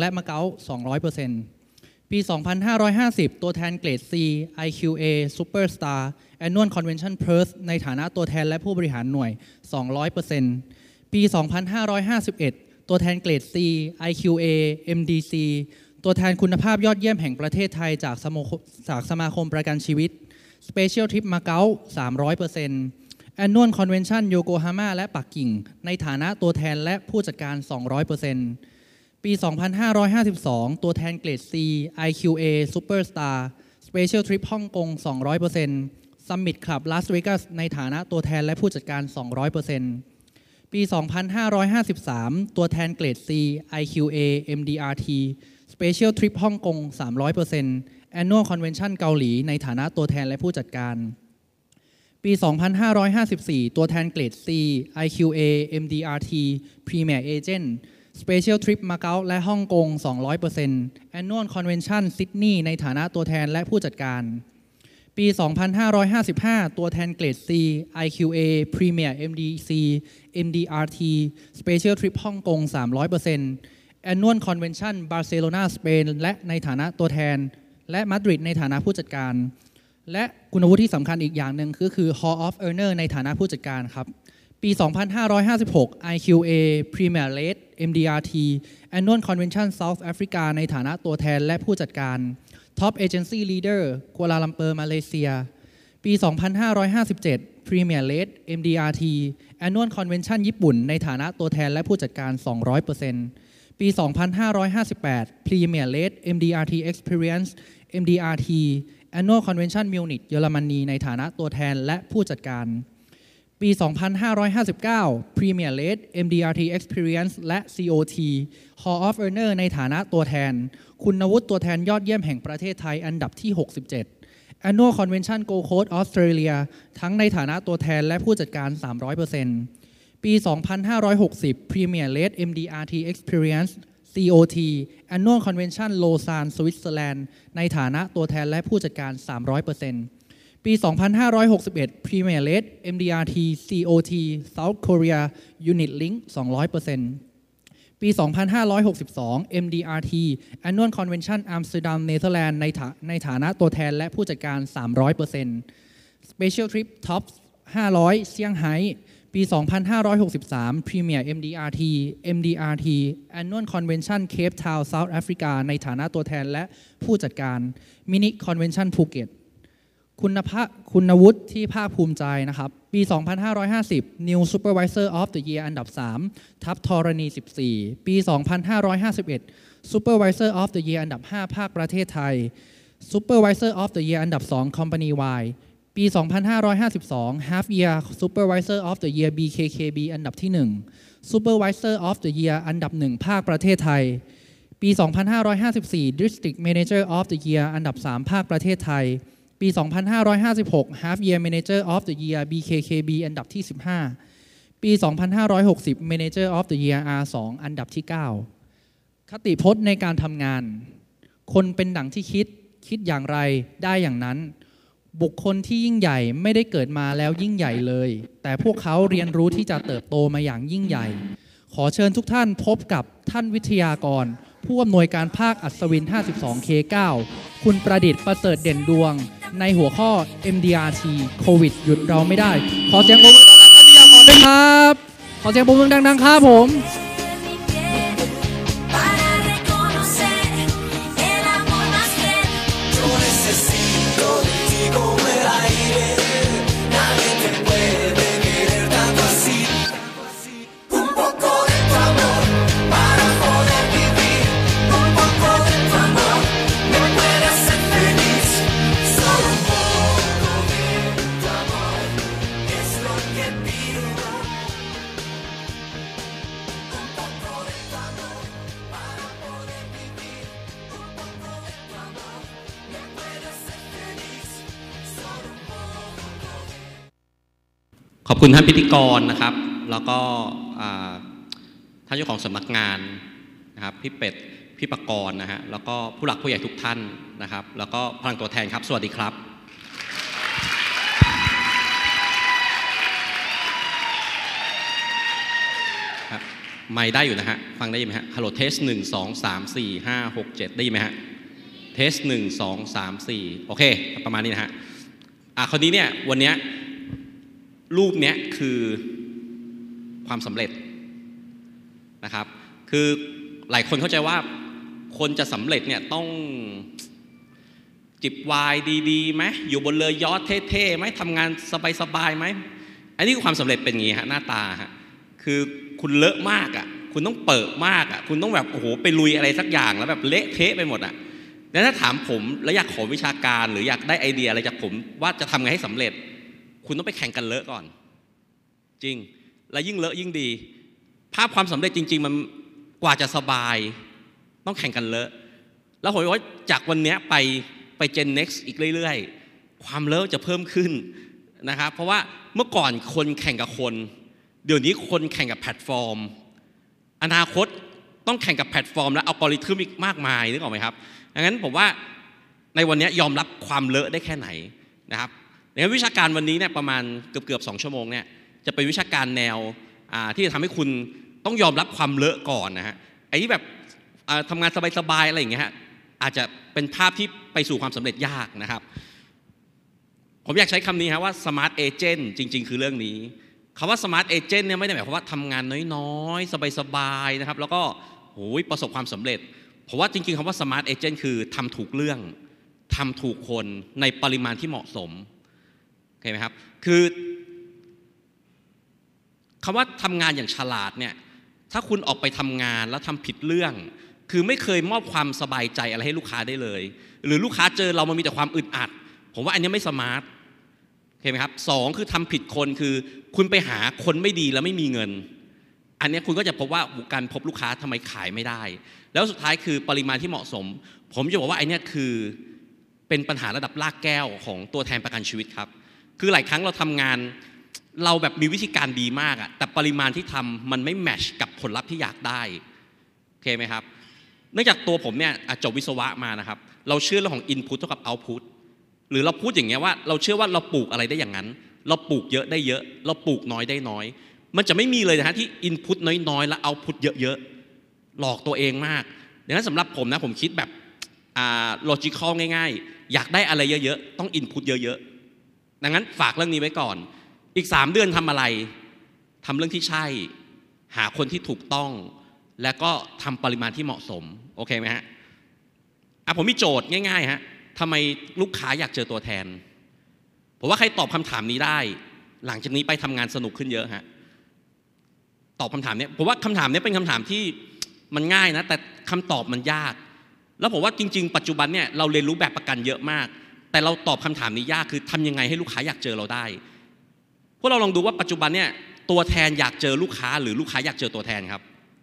และมาเก๊า 200%ปี 2550 ตัวแทนเกรด C IQA Superstar Annual Convention Perth ในฐานะตัวแทนและผู้บริหารหน่วย 200%ปี 2551 ตัวแทนเกรด C IQA MDC ตัวแทนคุณภาพยอดเยี่ยมแห่งประเทศไทยจากสมาคมประกันชีวิต Special Trip มาเก๊า 300% Annual Convention โยโกฮาม่าและปักกิ่งในฐานะตัวแทนและผู้จัดการ 200%ปี 2552 ตัวแทนเกรด C IQA Superstar Special Trip ฮ่องกง 200% Summit Club Las Vegas ในฐานะตัวแทนและผู้จัดการ 200%ปี 2553 ตัวแทนเกรด C IQA MDRT Special Trip ฮ่องกง 300% Annual Convention เกาหลีในฐานะตัวแทนและผู้จัดการปี 2554 ตัวแทนเกรด C IQA MDRT Premier Agent Special Trip มาเก๊าและฮ่องกง 200% Annual Convention ซิดนีย์ในฐานะตัวแทนและผู้จัดการปี 2555 ตัวแทนเกรด C IQA Premier MDC MDRT Special Trip ฮ่องกง 300% Annual Convention บาร์เซโลนาสเปนและในฐานะตัวแทนและมาดริดในฐานะผู้จัดการและคุณวุฒิที่สำคัญอีกอย่างหนึ่งคือ Hall of Honor ในฐานะผู้จัดการครับปี 2556 IQA Premier League MDRT Annual Convention South Africa ในฐานะตัวแทนและผู้จัดการ Top Agency Leader กัวลาลัมเปอร์มาเลเซียปี 2557 Premier League MDRT Annual Convention ญี่ปุ่นในฐานะตัวแทนและผู้จัดการ 200% ปี 2558 Premier League MDRT Experience MDRT Annual Convention Munich เยอรมนีในฐานะตัวแทนและผู้จัดการปี 2559 Premier League MDRT Experience และ COT Hall of Honor ในฐานะตัวแทนคุณวุฒิตัวแทนยอดเยี่ยมแห่งประเทศไทยอันดับที่ 67 Annual Convention Gold Coast Australia ทั้งในฐานะตัวแทนและผู้จัดการ 300% ปี 2560 Premier League MDRT Experience COT Annual Convention Lausanne สวิตเซอร์แลนด์ในฐานะตัวแทนและผู้จัดการ 300% ปี 2561 Premier League MDRT COT South Korea Unit Link 200% ปี 2562 MDRT Annual Convention Amsterdam Netherlands ในฐานะตัวแทนและผู้จัดการ 300% Special Trip Top 500 เซี่ยงไฮ้ปี 2563 Premier MDRT MDRT Annual Convention Cape Town South Africa ในฐานะตัวแทนและผู้จัดการ Mini Convention ภูเก็ตคุณวุฒิที่ภาคภูมิใจนะครับปี 2550 New Supervisor of the Year อันดับ 3 ทัพธรณี 14 ปี 2551 Supervisor of the Year อันดับ 5 ภาคประเทศไทย Supervisor of the Year อันดับ 2 Company Yปี 2552 Half Year Supervisor of the Year BKKB อันดับที่ 1 Supervisor of the Year อันดับ 1 ภาคประเทศไทยปี 2554 District Manager of the Year อันดับ 3 ภาคประเทศไทยปี 2556 Half Year Manager of the Year BKKB อันดับที่ 15 ปี 2560 Manager of the Year R2 อันดับที่ 9 คติพจน์ในการทำงานคนเป็นดั่งที่คิดอย่างไรได้อย่างนั้นบุคคลที่ยิ่งใหญ่ไม่ได้เกิดมาแล้วยิ่งใหญ่เลยแต่พวกเขาเรียนรู้ที่จะเติบโตมาอย่างยิ่งใหญ่ขอเชิญทุกท่านพบกับท่านวิทยากรผู้อำนวยการภาคอัศวิน 52K9 คุณประดิษฐ์ประเสริฐเด่นดวงในหัวข้อ MDRT โควิดหยุดเราไม่ได้ขอเสียงปรบมือต้อนรับท่านวิทยากรด้วยครับขอเสียงปรบมือดังๆครับผมขอบคุณท่านพิธีกรนะครับแล้วก็ท่านเจ้าของสำนักงานนะครับพี่เป็ดพี่ปกรณ์นะฮะแล้วก็ผู้หลักผู้ใหญ่ทุกท่านนะครับแล้วก็พลังตัวแทนครับสวัสดีครับไม่ได้อยู่นะฮะฟังได้ไหมฮะฮัลโหลเทส1 2 3 4 5 6 7ได้ไหมฮะเทส1 2 3 4โอเคประมาณนี้นะฮะคราวนี้เนี่ยวันนี้รูปเนี้ยคือความสำเร็จนะครับคือหลายคนเข้าใจว่าคนจะสำเร็จเนี่ยต้องจิบไวน์ดีๆไหมอยู่บนเรือยอชท์เท่ๆไหมทำงานสบายๆไหมอันนี้คือความสำเร็จเป็นอย่างนี้ฮะหน้าตาฮะคือคุณเลอะมากอ่ะคุณต้องเปิดมากอ่ะคุณต้องแบบโอ้โหไปลุยอะไรสักอย่างแล้วแบบเละเทะไปหมดอ่ะแล้วถ้าถามผมแล้วอยากขอวิชาการหรืออยากได้ไอเดียอะไรจากผมว่าจะทำไงให้สำเร็จคุณต้องไปแข่งกันเลอะก่อนจริงและยิ่งเลอะยิ่งดีภาพความสำเร็จจริงๆมันกว่าจะสบายต้องแข่งกันเลอะแล้วผมว่าจากวันนี้ไปเจน next อีกเรื่อยๆความเลอะจะเพิ่มขึ้นนะครับเพราะว่าเมื่อก่อนคนแข่งกับคนเดี๋ยวนี้คนแข่งกับแพลตฟอร์มอนาคตต้องแข่งกับแพลตฟอร์มและอัลกอริทึมอีกมากมายนึกออกไหมครับดังนั้นผมว่าในวันนี้ยอมรับความเลอะได้แค่ไหนนะครับในวิชาการวันนี้เนี่ยประมาณเกือบ2 ชั่วโมงเนี่ยจะเป็นวิชาการแนวที่จะทำให้คุณต้องยอมรับความเลอะก่อนนะฮะไอ้ที่แบบทำงานสบายๆอะไรอย่างเงี้ยฮะอาจจะเป็นภาพที่ไปสู่ความสำเร็จยากนะครับผมอยากใช้คำนี้ครับว่า smart agent จริงๆคือเรื่องนี้คำว่า smart agent เนี่ยไม่ได้หมายความว่าทำงานน้อยๆสบายๆนะครับแล้วก็ประสบความสำเร็จผมว่าจริงๆคำว่า smart agent คือทำถูกเรื่องทำถูกคนในปริมาณที่เหมาะสมโอเคไหมครับคือคำว่าทำงานอย่างฉลาดเนี่ยถ้าคุณออกไปทำงานแล้วทำผิดเรื่องคือไม่เคยมอบความสบายใจอะไรให้ลูกค้าได้เลยหรือลูกค้าเจอเรามันมีแต่ความอึดอัดผมว่าอันนี้ไม่สมาร์ทโอเคไหมครับ2คือทำผิดคนคือคุณไปหาคนไม่ดีแล้วไม่มีเงินอันนี้คุณก็จะพบว่าการพบลูกค้าทำไมขายไม่ได้แล้วสุดท้ายคือปริมาณที่เหมาะสมผมจะบอกว่าไอ้นี่คือเป็นปัญหาระดับรากแก้วของตัวแทนประกันชีวิตครับคือหลายครั้งเราทำงานเราแบบมีวิธีการดีมากอะแต่ปริมาณที่ทำมันไม่แมทช์กับผลลัพธ์ที่อยากได้โอเคไหมครับเนื่องจากตัวผมเนี่ยจบวิศวะมานะครับเราเชื่อเรื่องของ input เท่ากับ output หรือเราพูดอย่างเงี้ยว่าเราเชื่อว่าเราปลูกอะไรได้อย่างนั้นเราปลูกเยอะได้เยอะเราปลูกน้อยได้น้อยมันจะไม่มีเลยนะฮะที่ input น้อยๆแล้ว output เยอะๆหลอกตัวเองมากดังนั้นสำหรับผมนะผมคิดแบบlogical ง่ายๆอยากได้อะไรเยอะๆต้อง input เยอะๆดังนั้นฝากเรื่องนี้ไว้ก่อนอีก3 เดือนทำอะไรทำเรื่องที่ใช่หาคนที่ถูกต้องแล้วก็ทำปริมาณที่เหมาะสมโอเคไหมฮะผมมีโจทย์ง่ายๆฮะทำไมลูกค้าอยากเจอตัวแทนผมว่าใครตอบคำถามนี้ได้หลังจากนี้ไปทำงานสนุกขึ้นเยอะฮะตอบคำถามนี้ผมว่าคำถามนี้เป็นคำถามที่มันง่ายนะแต่คำตอบมันยากแล้วผมว่าจริงๆปัจจุบันเนี่ยเราเรียนรู้แบบประกันเยอะมากแต่เราตอบคำถามนี้ยากคือทำยังไงให้ลูกค้าอยากเจอเราได้พวกเราลองดูว่าปัจจุบันเนี่ยตัวแทนอยากเจอลูกค้าหรือลูกค้าอยากเจอตัวแทนครับ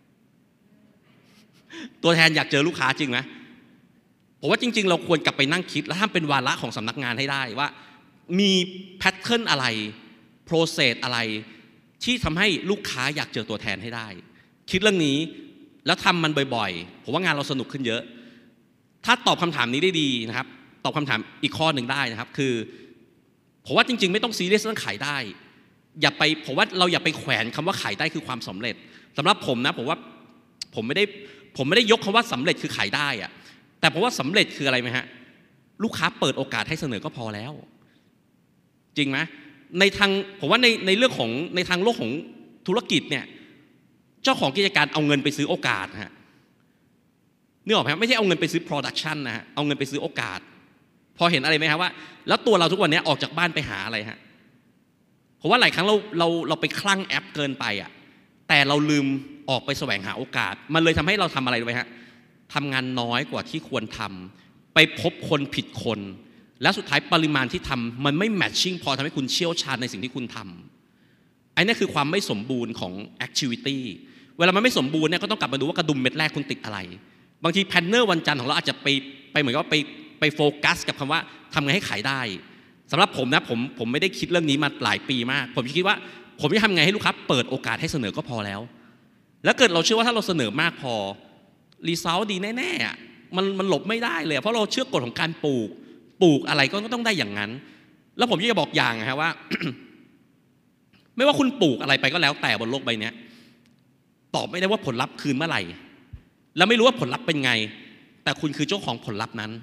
ตัวแทนอยากเจอลูกค้าจริงไหมผมว่าจริงๆเราควรกลับไปนั่งคิดและทำเป็นวาระของสำนักงานให้ได้ว่ามีแพทเทิร์นอะไรโปรเซสอะไรที่ทำให้ลูกค้าอยากเจอตัวแทนให้ได้คิดเรื่องนี้แล้วทำมันบ่อยๆผมว่างานเราสนุกขึ้นเยอะถ้าตอบคำถามนี้ได้ดีนะครับตอบคำถามอีกข้อหนึ่งได้นะครับคือผมว่าจริงๆไม่ต้องซีเรียสเรื่องขายได้ผมว่าเราอย่าไปแขวนคำว่าขายได้คือความสำเร็จสำหรับผมนะผมว่าผมไม่ได้ยกคำว่าสำเร็จคือขายได้อะแต่ผมว่าสำเร็จคืออะไรไหมฮะลูกค้าเปิดโอกาสให้เสนอก็พอแล้วจริงไหมในทางผมว่าในเรื่องของในทางโลกของธุรกิจเนี่ยเจ้าของกิจการเอาเงินไปซื้อโอกาสฮะนึกออกไหมไม่ใช่เอาเงินไปซื้อ production นะฮะเอาเงินไปซื้อโอกาสพอเห็นอะไรไหมครับว่าแล้วตัวเราทุกวันนี้ออกจากบ้านไปหาอะไรฮะเพราะว่าหลายครั้งเราไปคลั่งแอปเกินไปอ่ะแต่เราลืมออกไปแสวงหาโอกาสมันเลยทำให้เราทำอะไรรู้ไหมฮะทำงานน้อยกว่าที่ควรทำไปพบคนผิดคนแล้วสุดท้ายปริมาณที่ทำมันไม่แมทชิ่งพอทำให้คุณเชี่ยวชาญในสิ่งที่คุณทำไอ้นี่คือความไม่สมบูรณ์ของ activity เวลามันไม่สมบูรณ์เนี่ยก็ต้องกลับมาดูว่ากระดุมเม็ดแรกคุณติดอะไรบางทีแพนเนอร์วันจันทร์ของเราอาจจะไปเหมือนกับไปโฟกัสกับคำว่าทำไงให้ขายได้สำหรับผมนะผมไม่ได้คิดเรื่องนี้มาหลายปีมากผมคิดว่าผมจะทำไงให้ลูกค้าเปิดโอกาสให้เสนอก็พอแล้วแล้วเกิดเราเชื่อว่าถ้าเราเสนอมากพอรีซัลต์ดีแน่ๆมันหลบไม่ได้เลยเพราะเราเชื่อกฎของการปลูกอะไรก็ต้องได้อย่างนั้นแล้วผมจะบอกอย่างนะฮะว่า ไม่ว่าคุณปลูกอะไรไปก็แล้วแต่บนโลกใบนี้ตอบไม่ได้ว่าผลลัพธ์คืนเมื่อไหร่แล้วไม่รู้ว่าผลลัพธ์เป็นไงแต่คุณคือเจ้าของผลลัพธ์นั้น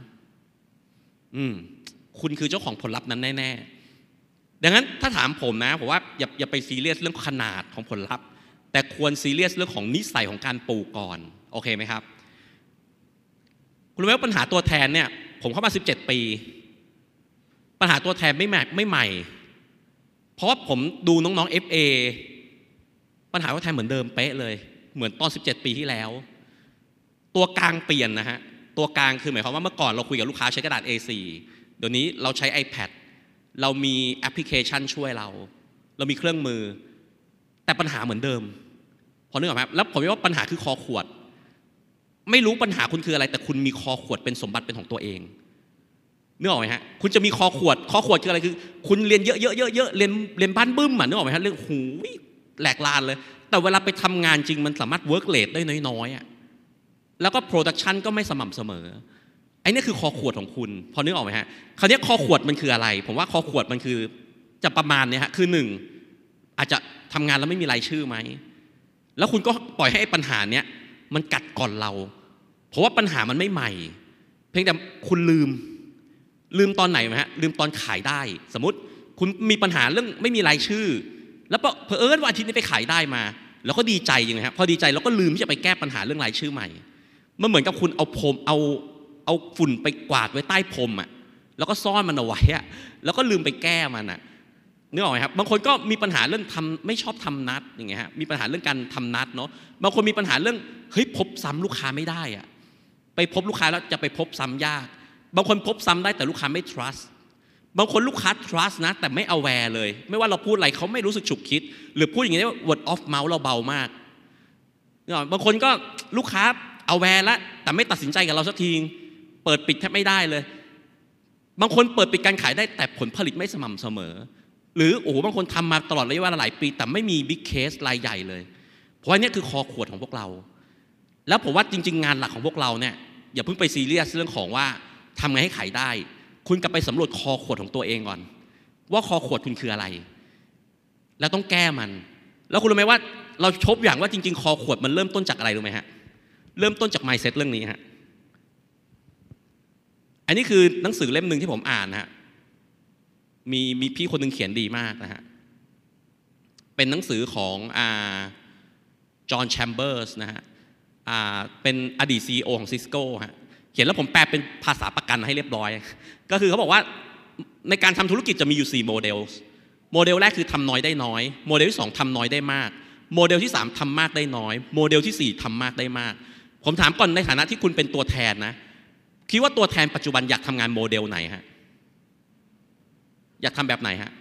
คุณคือเจ้าของผลลัพธ์นั้นแน่ๆดังนั้นถ้าถามผมนะผมว่าอย่าไปซีเรียสเรื่องขนาดของผลลัพธ์แต่ควรซีเรียสเรื่องของนิสัยของการปลูกก่อนโอเคไหมครับคุณรู้ไหมว่าปัญหาตัวแทนเนี่ยผมเข้ามา17 ปีปัญหาตัวแทนไม่ใหม่เพราะว่าผมดูน้องๆ FA ปัญหาตัวแทนเหมือนเดิมเป๊ะเลยเหมือนตอน17 ปีที่แล้วตัวกลางเปลี่ยนนะฮะตัวกลางคือหมายความว่าเมื่อก่อนเราคุยกับลูกค้าใช้กระดาษ A4 เดี๋ยวนี้เราใช้ iPad เรามีแอปพลิเคชันช่วยเรามีเครื่องมือแต่ปัญหาเหมือนเดิมพอนึกออกไหมแล้วผมว่าปัญหาคือคอขวดไม่รู้ปัญหาคุณคืออะไรแต่คุณมีคอขวดเป็นสมบัติเป็นของตัวเองนึกออกไหมฮะคุณจะมีคอขวดคืออะไรคือคุณเรียนเยอะเรียนบ้านบึ้มนึกออกไหมฮะเรื่องหูแหลกลานเลยแต่เวลาไปทำงานจริงมันสามารถเวิร์กเรทได้น้อยๆแล้วก็โปรดักชันก็ไม่สม่ำเสมอไอ้นี่คือคอขวดของคุณพอนึกออกไหมฮะคราวนี้คอขวดมันคืออะไรผมว่าคอขวดมันคือจะประมาณนี้ฮะคือ1อาจจะทำงานแล้วไม่มีรายชื่อไหมแล้วคุณก็ปล่อยให้ปัญหาเนี้ยมันกัดก่อนเราเพราะว่าปัญหามันไม่ใหม่เพียงแต่คุณลืมตอนไหนไหมฮะลืมตอนขายได้สมมติคุณมีปัญหาเรื่องไม่มีรายชื่อแล้วเผอิญว่าอาทิตย์นี้ไปขายได้มาแล้วก็ดีใจจริงไหมครับพอดีใจแล้วก็ลืมที่จะไปแก้ปัญหาเรื่องรายชื่อใหม่มันเหมือนกับคุณเอาพรมเอาฝุ่นไปกวาดไว้ใต้พรมแล้วก็ซ่อนมันเอาไว้แล้วก็ลืมไปแก้มันนึกออกไหมครับบางคนก็มีปัญหาเรื่องไม่ชอบทำนัดอย่างเงี้ยฮะมีปัญหาเรื่องการทำนัดเนาะบางคนมีปัญหาเรื่องพบซ้ำลูกค้าไม่ได้ไปพบลูกค้าแล้วจะไปพบซ้ำยากบางคนพบซ้ำได้แต่ลูกค้าไม่ trust บางคนลูกค้า trust นะแต่ไม่ aware เลยไม่ว่าเราพูดอะไรเขาไม่รู้สึกฉุกคิดหรือพูดอย่างนี้ว่า word of mouth เราเบามากบางคนก็ลูกค้า aware แล้วแต่ไม่ตัดสินใจกับเราสักทีเปิดปิดแทบไม่ได้เลยบางคนเปิดปิดการขายได้แต่ผลผลิตไม่สม่ำเสมอหรือบางคนทำมาตลอดระยะเวลาหลายปีแต่ไม่มีบิ๊กเคสรายใหญ่เลยเพราะนี่คือคอขวดของพวกเราแล้วผมว่าจริงๆงานหลักของพวกเราเนี่ยอย่าเพิ่งไปซีเรียสเรื่องของว่าทำไงให้ขายได้คุณกลับไปสำรวจคอขวดของตัวเองก่อนว่าคอขวดคุณคืออะไรแล้วต้องแก้มันแล้วคุณรู้ไหมว่าเราชบอย่างว่าจริงๆคอขวดมันเริ่มต้นจากอะไรรู้ไหมฮะเริ่มต้นจาก mindset เรื่องนี้ฮะอันนี้คือหนังสือเล่มหนึ่งที่ผมอ่านนะฮะมีพี่คนหนึ่งเขียนดีมากนะฮะเป็นหนังสือของจอห์นแชมเบอร์สนะฮะเป็นอดีต CEO ของซิสโก้ฮะเขียนแล้วผมแปลเป็นภาษาประกันให้เรียบร้อยก็คือเขาบอกว่าในการทำธุรกิจจะมีอยู่4โมเดลแรกคือทำน้อยได้น้อยโมเดลที่2ทำน้อยได้มากโมเดลที่3ทำมากได้น้อยโมเดลที่4ทำมากได้มากผมถามก่อนในฐานะที่คุณเป็นตัวแทนนะคิดว่าตัวแทนปัจจุบันอยากทำงานโมเดลไหนฮะอยากทำแบบไหนฮะ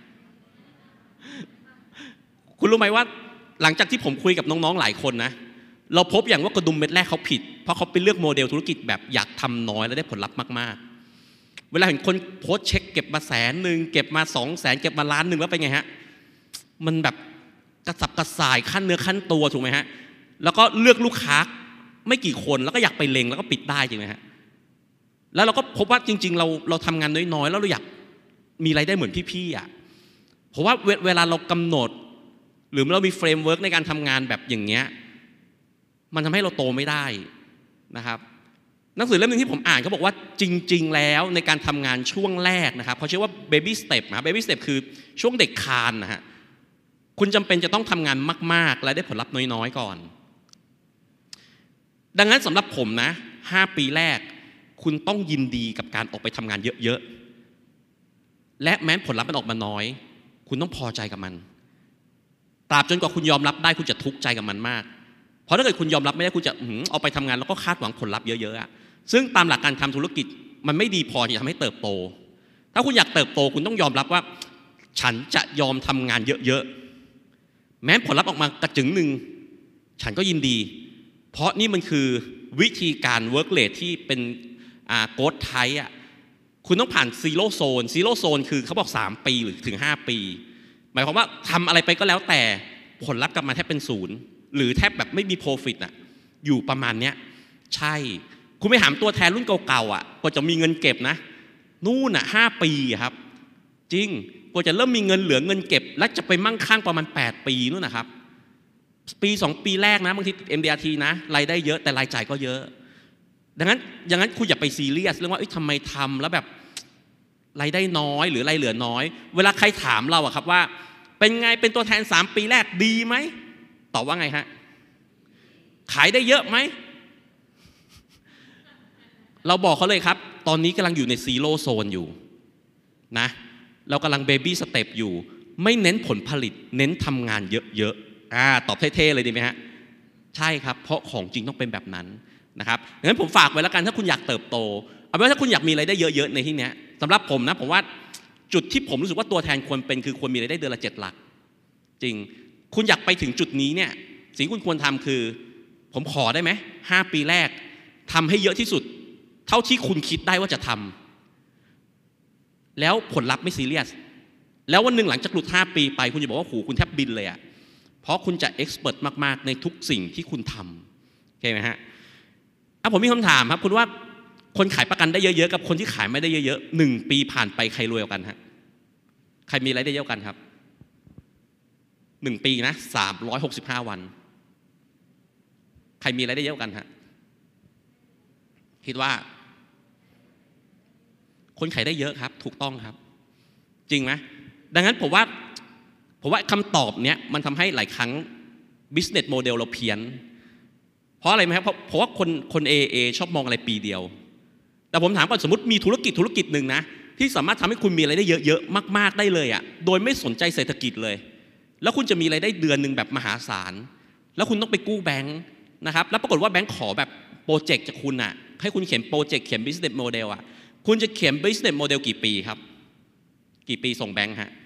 คุณรู้ไหมว่าหลังจากที่ผมคุยกับน้องๆหลายคนนะเราพบอย่างว่ากระดุมเม็ดแรกเขาผิดเพราะเขาไปเลือกโมเดลธุรกิจแบบอยากทำน้อยและได้ผลลัพธ์มากๆเวลาเห็นคนโพสเช็คเก็บมา100,000เก็บมา200,000เก็บมา1,000,000แล้วเป็นไงฮะมันแบบกระสับกระส่ายขั้นเนื้อขั้นตัวถูกไหมฮะแล้วก็เลือกลูกค้าไม่กี่คนแล้วก็อยากไปเล็งแล้วก็ปิดได้จริงไหมฮะแล้วเราก็พบว่าจริงๆเราทำงานน้อยๆแล้วเราอยากมีรายได้เหมือนพี่ๆเพราะว่าเวลาเรากำหนดหรือเรามีเฟรมเวิร์กในการทำงานแบบอย่างเงี้ยมันทำให้เราโตไม่ได้นะครับหนังสือเล่มนึงที่ผมอ่านเขาบอกว่าจริงๆแล้วในการทำงานช่วงแรกนะครับเขาชื่อว่า baby step นะ baby step คือช่วงเด็กคานนะฮะคุณจำเป็นจะต้องทำงานมากๆและได้ผลลัพธ์น้อยๆก่อนดังนั้นสำหรับผมนะ5 ปีแรกคุณต้องยินดีกับการออกไปทำงานเยอะๆและแม้ผลลัพธ์มันออกมาน้อยคุณต้องพอใจกับมันตราบจนกว่าคุณยอมรับได้คุณจะทุกข์ใจกับมันมากเพราะถ้าเกิดคุณยอมรับไม่ได้คุณจะเอาไปทำงานแล้วก็คาดหวังผลลัพธ์เยอะๆซึ่งตามหลักการทำธุรกิจมันไม่ดีพอที่จะทำให้เติบโตถ้าคุณอยากเติบโตคุณต้องยอมรับว่าฉันจะยอมทำงานเยอะๆแม้ผลลัพธ์ออกมากระจึงหนึ่งฉันก็ยินดีเพราะนี่มันคือวิธีการเวิร์กเรทที่เป็นโกดไทป์คุณต้องผ่านซีโร่โซนคือเขาบอก3 ปีหรือถึง5 ปีหมายความว่าทำอะไรไปก็แล้วแต่ผลลัพธ์กลับมาแทบเป็น0หรือแทบแบบไม่มี profit อยู่ประมาณเนี้ยใช่คุณไปถามตัวแทนรุ่นเก่าๆกว่าจะมีเงินเก็บนะนู่น5 ปีครับจริงกว่าจะเริ่มมีเงินเหลือเงินเก็บและจะไปมั่งคั่งประมาณ8 ปีนู่นนะครับปี2ปีแรกนะบางที MDRT นะรายได้เยอะแต่รายจ่ายก็เยอะดังนั้นอย่างนั้นคุณอย่าไปซีเรียสเรื่องว่าทำไมทำแล้วแบบรายได้น้อยหรือรายเหลือน้อยเวลาใครถามเราอะครับว่าเป็นไงเป็นตัวแทน3ปีแรกดีไหมตอบว่าไงฮะขายได้เยอะไหมเราบอกเขาเลยครับตอนนี้กำลังอยู่ในซีโร่โซนอยู่นะเรากำลังเบบี้สเต็ปอยู่ไม่เน้นผลผลิตเน้นทำงานเยอะๆตอบเท่ๆเลยดีไหมฮะใช่ครับเพราะของจริงต้องเป็นแบบนั้นนะครับงั้นผมฝากไว้แล้วกันถ้าคุณอยากเติบโตเอาเป็นว่าถ้าคุณอยากมีรายได้เยอะๆในที่นี้สำหรับผมนะผมว่าจุดที่ผมรู้สึกว่าตัวแทนควรเป็นคือควรมีรายได้เดือนละ7 หลักจริงคุณอยากไปถึงจุดนี้เนี่ยสิ่งที่คุณควรทำคือผมขอได้ไหม5 ปีแรกทำให้เยอะที่สุดเท่าที่คุณคิดได้ว่าจะทำแล้วผลลัพธ์ไม่ซีเรียสแล้ววันหนึ่งหลังจากหลุด5 ปีไปคุณจะบอกว่าโหคุณแทบบินเลยอะเพราะคุณจะเอ็กซ์เพรสมากๆในทุกสิ่งที่คุณทำโอเคไหมฮะผมมีคำถามครับคุณว่าคนขายประกันได้เยอะๆกับคนที่ขายไม่ได้เยอะๆ1 ปีผ่านไปใครรวยกว่ากันฮะใครมีรายได้เยอะกันครับ1 ปีนะ365 วันใครมีรายได้เยอะกันฮะคิดว่าคนขายได้เยอะครับถูกต้องครับจริงไหมดังนั้นผมว่าคำตอบเนี้ยมันทำให้หลายครั้ง business model เราเพี้ยนเพราะอะไรไหมครับเพราะว่าคน AA ชอบมองอะไรปีเดียวแต่ผมถามก่อนสมมติมีธุรกิจหนึ่งนะที่สามารถทำให้คุณมีอะไรได้เยอะๆมากๆได้เลยอ่ะโดยไม่สนใจเศรษฐกิจเลยแล้วคุณจะมีอะไรได้เดือนหนึ่งแบบมหาศาลแล้วคุณต้องไปกู้แบงค์นะครับแล้วปรากฏว่าแบงค์ขอแบบโปรเจกต์จากคุณอ่ะให้คุณเขียนโปรเจกต์เขียน business model อ่ะคุณจะเขียน business model กี่ปีครับกี่ปีส่งแบงค์ฮะ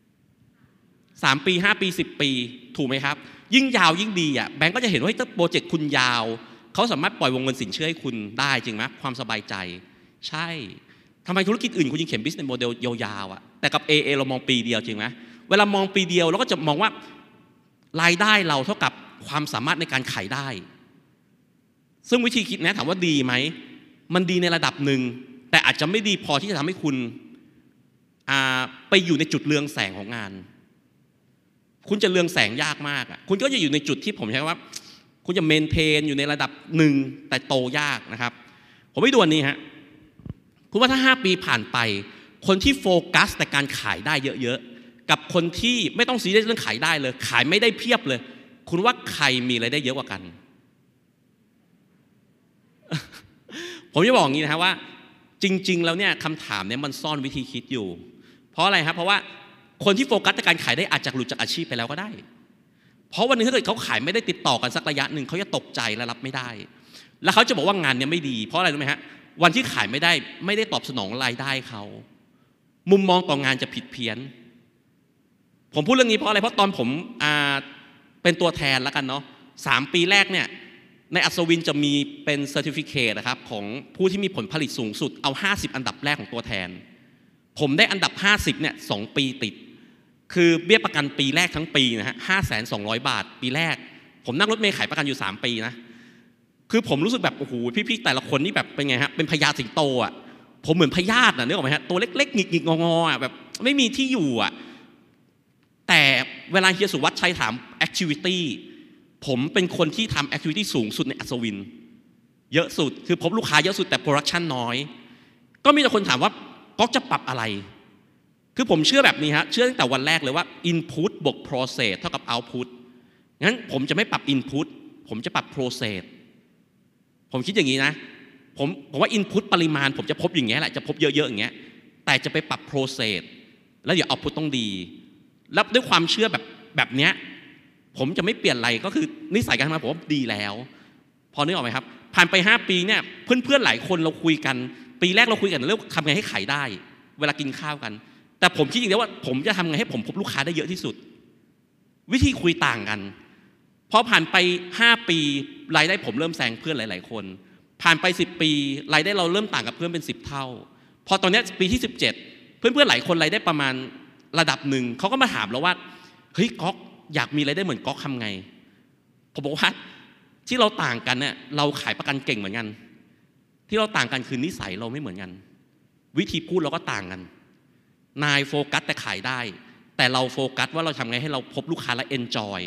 3 ปี5 ปี10 ปีถูกไหมครับยิ่งยาวยิ่งดีอ่ะแบงค์ก็จะเห็นว่าถ้าโปรเจกต์คุณยาวเขาสามารถปล่อยวงเงินสินเชื่อให้คุณได้จริงไหมความสบายใจใช่ทำไมธุรกิจอื่นคุณยังเขียน business model ยาวๆอ่ะแต่กับ AA เรามองปีเดียวจริงไหมเวลามองปีเดียวเราก็จะมองว่ารายได้เราเท่ากับความสามารถในการขายได้ซึ่งวิธีคิดนะถามว่าดีไหมมันดีในระดับหนึ่งแต่อาจจะไม่ดีพอที่จะทำให้คุณไปอยู่ในจุดเรืองแสงของงานคุณจะเรืองแสงยากมากอ่ะคุณก็จะอยู่ในจุดที่ผมใช้ว่าคุณจะเมนเทนอยู่ในระดับหนึ่งแต่โตยากนะครับผมไม่ดูอันนี้ฮะคุณว่าถ้า5 ปีผ่านไปคนที่โฟกัสแต่การขายได้เยอะๆกับคนที่ไม่ต้องซีเรียสเรื่องขายได้เลยขายไม่ได้เพียบเลยคุณว่าใครมีอะไรได้เยอะกว่ากัน ผมจะบอกอย่างนี้นะฮะว่าจริงๆแล้วเนี่ยคำถามเนี่ยมันซ่อนวิธีคิดอยู่เพราะอะไรครับเพราะว่าคนที่โฟกัสในการขายได้อาจจะหลุดจากอาชีพไปแล้วก็ได้เพราะวันนึงถ้าเกิดเขาขายไม่ได้ติดต่อกันสักระยะหนึ่งเขาจะตกใจและรับไม่ได้แล้วเขาจะบอกว่างานเนี่ยไม่ดีเพราะอะไรรู้ไหมฮะวันที่ขายไม่ได้ตอบสนองรายได้เขามุมมองต่องานจะผิดเพี้ยนผมพูดเรื่องนี้เพราะอะไรเพราะตอนผมเป็นตัวแทนแล้วกันเนาะ3 ปีแรกเนี่ยในอัศวินจะมีเป็นเซอร์ติฟิเคตนะครับของผู้ที่มีผลผลิตสูงสุดเอา50 อันดับแรกของตัวแทนผมได้อันดับ50เนี่ย2 ปีติดคือเบี้ยประกันปีแรกทั้งปีนะฮะ5,200 บาทปีแรกผมนั่งรถเมล์ขายประกันอยู่3 ปีนะคือผมรู้สึกแบบโอ้โหพี่ๆแต่ละคนนี่แบบเป็นไงฮะเป็นพญาสิงโตอ่ะผมเหมือนพญาตินะนึกออกไหมฮะตัวเล็กๆหงิกๆงอๆอ่ะแบบไม่มีที่อยู่อ่ะแต่เวลาเฮียสุวัฒน์ชัยถามแอคทิวิตี้ผมเป็นคนที่ทำแอคทิวิตี้สูงสุดในอัศวินเยอะสุดคือพบลูกค้าเยอะสุดแต่โปรดักชันน้อยก็มีแต่คนถามว่าก๊อกจะปรับอะไรคือผมเชื่อแบบนี้ฮะเชื่อตั้งแต่วันแรกเลยว่า input บวก process เท่ากับ output งั้นผมจะไม่ปรับ input ผมจะปรับ process ผมคิดอย่างนี้นะผมว่า input ปริมาณผมจะพบอย่างเงี้ยแหละจะพบเยอะๆอย่างเงี้ยแต่จะไปปรับ process แล้วเดี๋ยว output ต้องดีแล้วด้วยความเชื่อแบบเนี้ยผมจะไม่เปลี่ยนอะไรก็คือนิสัยการทำงานผมว่าดีแล้วพอนึกออกไหมครับผ่านไป5 ปีเนี่ยเพื่อนๆหลายคนเราคุยกันปีแรกเราคุยกันเรื่องทำไงให้ขายได้เวลากินข้าวกันแต่ผมคิดอย่างเดียวว่าผมจะทำไงให้ผมพบลูกค้าได้เยอะที่สุดวิธีคุยต่างกันพอผ่านไป5 ปีรายได้ผมเริ่มแซงเพื่อนหลายๆคนผ่านไป10 ปีรายได้เราเริ่มต่างกับเพื่อนเป็น10 เท่าพอตอนนี้ปีที่17เพื่อนๆหลายคนรายได้ประมาณระดับหนึ่งเขาก็มาถามเราว่าเฮ้ยก๊อกอยากมีรายได้เหมือนก๊อกทำไงผมบอกว่าที่เราต่างกันเนี่ยเราขายประกันเก่งเหมือนกันที่เราต่างกันคือนิสัยเราไม่เหมือนกันวิธีพูดเราก็ต่างกันนายโฟกัสแต่ขายได้แต่เราโฟกัสว่าเราทำไงให้เราพบลูกค้าและเอนจอย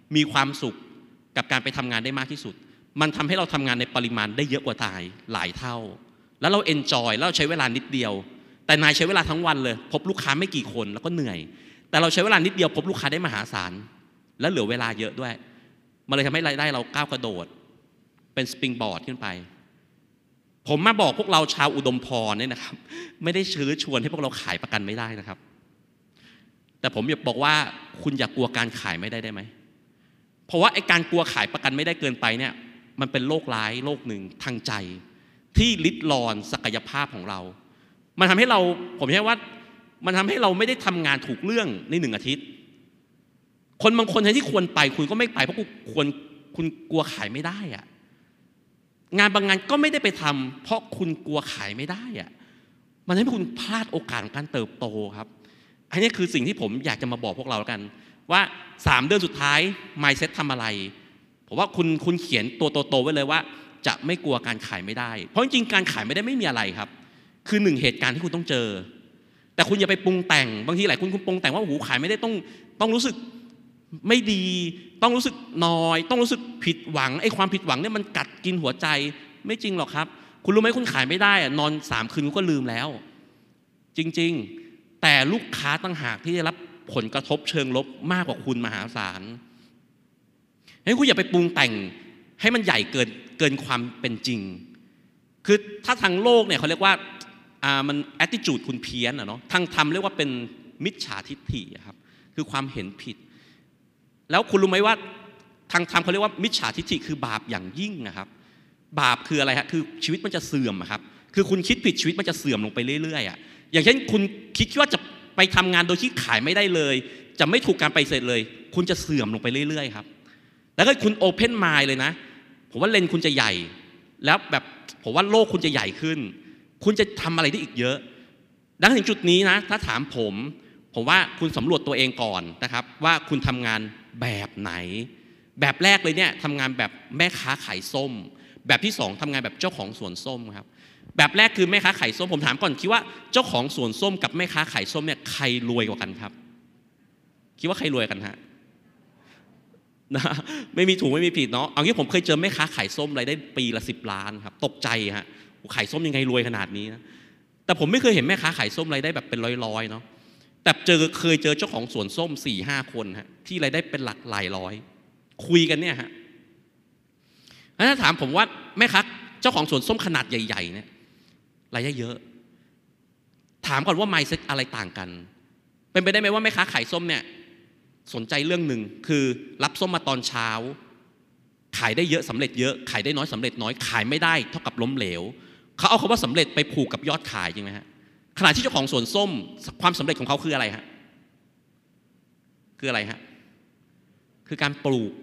มีความสุขกับการไปทำงานได้มากที่สุดมันทำให้เราทำงานในปริมาณได้เยอะกว่าตายหลายเท่าแล้วเราเอนจอยแล้วเราใช้เวลานิดเดียวแต่นายใช้เวลาทั้งวันเลยพบลูกค้าไม่กี่คนแล้วก็เหนื่อยแต่เราใช้เวลานิดเดียวพบลูกค้าได้มหาศาลแล้วเหลือเวลาเยอะด้วยมันเลยทำให้รายได้เราก้าวกระโดดเป็นสปริงบอร์ดขึ้นไปผมมาบอกพวกเราชาวอุดมพรเนี่ยนะครับไม่ได้เชิญชวนให้พวกเราขายประกันไม่ได้นะครับแต่ผมอยากบอกว่าคุณอย่ากลัวการขายไม่ได้ไหมเพราะว่าไอ้การกลัวขายประกันไม่ได้เกินไปเนี่ยมันเป็นโรคร้ายโรคหนึ่งทางใจที่ลิดรอนศักยภาพของเรามันทำให้เราผมใช้ว่ามันทำให้เราไม่ได้ทำงานถูกเรื่องใน1 อาทิตย์คนบางคนที่ควรไปคุณก็ไม่ไปเพราะคุณกลัวขายไม่ได้อะงานบางงานก็ไม่ได้ไปทำเพราะคุณกลัวขายไม่ได้อะมันทำให้คุณพลาดโอกาสของการเติบโตครับอันนี้คือสิ่งที่ผมอยากจะมาบอกพวกเราแล้วกันว่า3 เดือนสุดท้าย mindset ทำอะไรผมว่าคุณเขียนตัวโตๆไว้เลยว่าจะไม่กลัวการขายไม่ได้เพราะจริงๆการขายไม่ได้ไม่มีอะไรครับคือ1 เหตุการณ์ที่คุณต้องเจอแต่คุณอย่าไปปรุงแต่งบางทีหลายคุณปรุงแต่งว่าโอ้โหขายไม่ได้ต้องรู้สึกไม่ดีต้องรู้สึกน้อยต้องรู้สึกผิดหวังไอ้ความผิดหวังเนี่ยมันกัดกินหัวใจไม่จริงหรอกครับคุณรู้ไหมคุณขายไม่ได้นอน3 คืนคุณก็ลืมแล้วจริงๆแต่ลูกค้าต่างหากที่ได้รับผลกระทบเชิงลบมากกว่าคุณมหาศาลให้คุณอย่าไปปรุงแต่งให้มันใหญ่เกินความเป็นจริงคือถ้าทางโลกเนี่ยเขาเรียกว่ามัน attitude คุณเพี้ยนเนาะทางธรรมเรียกว่าเป็นมิจฉาทิฏฐิครับคือความเห็นผิดแล้วคุณรู้ไหมว่าทางธรรมเขาเรียกว่ามิจฉาทิฏฐิคือบาปอย่างยิ่งนะครับบาปคืออะไรฮะคือชีวิตมันจะเสื่อมครับคือคุณคิดผิดชีวิตมันจะเสื่อมลงไปเรื่อยๆอย่างเช่นคุณคิดว่าจะไปทำงานโดยที่ขายไม่ได้เลยจะไม่ถูกการปฏิเสธเลยคุณจะเสื่อมลงไปเรื่อยๆครับแล้วก็คุณโอเพนมายด์เลยนะผมว่าเลนคุณจะใหญ่แล้วแบบผมว่าโลกคุณจะใหญ่ขึ้นคุณจะทำอะไรได้อีกเยอะดังถึงจุดนี้นะถ้าถามผมว่าคุณสำรวจตัวเองก่อนนะครับว่าคุณทำงานแบบไหนแบบแรกเลยเนี่ยทำงานแบบแม่ค้าขายส้มแบบที่2ทำงานแบบเจ้าของสวนส้มครับแบบแรกคือแม่ค้าขายส้มผมถามก่อนคิดว่าเจ้าของสวนส้มกับแม่ค้าขายส้มเนี่ยใครรวยกว่ากันครับคิดว่าใครรวยกันฮะนะไม่มีถูกไม่มีผิดเนาะเอางี้ผมเคยเจอแม่ค้าขายส้มรายได้ปีละ10 ล้านครับตกใจฮะขายส้มยังไงรวยขนาดนี้นะแต่ผมไม่เคยเห็นแม่ค้าขายส้มรายได้แบบเป็นร้อยๆเนาะแต่เคยเจอเจ้าของสวนส้ม 4-5 คนฮะที่รายได้เป็นหลักหลายร้อยคุยกันเนี่ยฮะถ้าถามผมว่าแม่ค้าเจ้าของสวนส้มขนาดใหญ่ๆเนี่ยรายได้เยอะถามก่อนว่า mindset อะไรต่างกันเป็นไปได้ไหมว่าแม่ค้าขายส้มเนี่ยสนใจเรื่องหนึ่งคือรับส้มมาตอนเช้าขายได้เยอะสำเร็จเยอะขายได้น้อยสำเร็จน้อยขายไม่ได้เท่ากับล้มเหลวเขาเอาคำว่าสำเร็จไปผูกกับยอดขายจริงไหมฮะขณะที่เจ้าของสวนส้มความสำเร็จของเขาคืออะไรฮะคืออะไรฮะคือการปลูก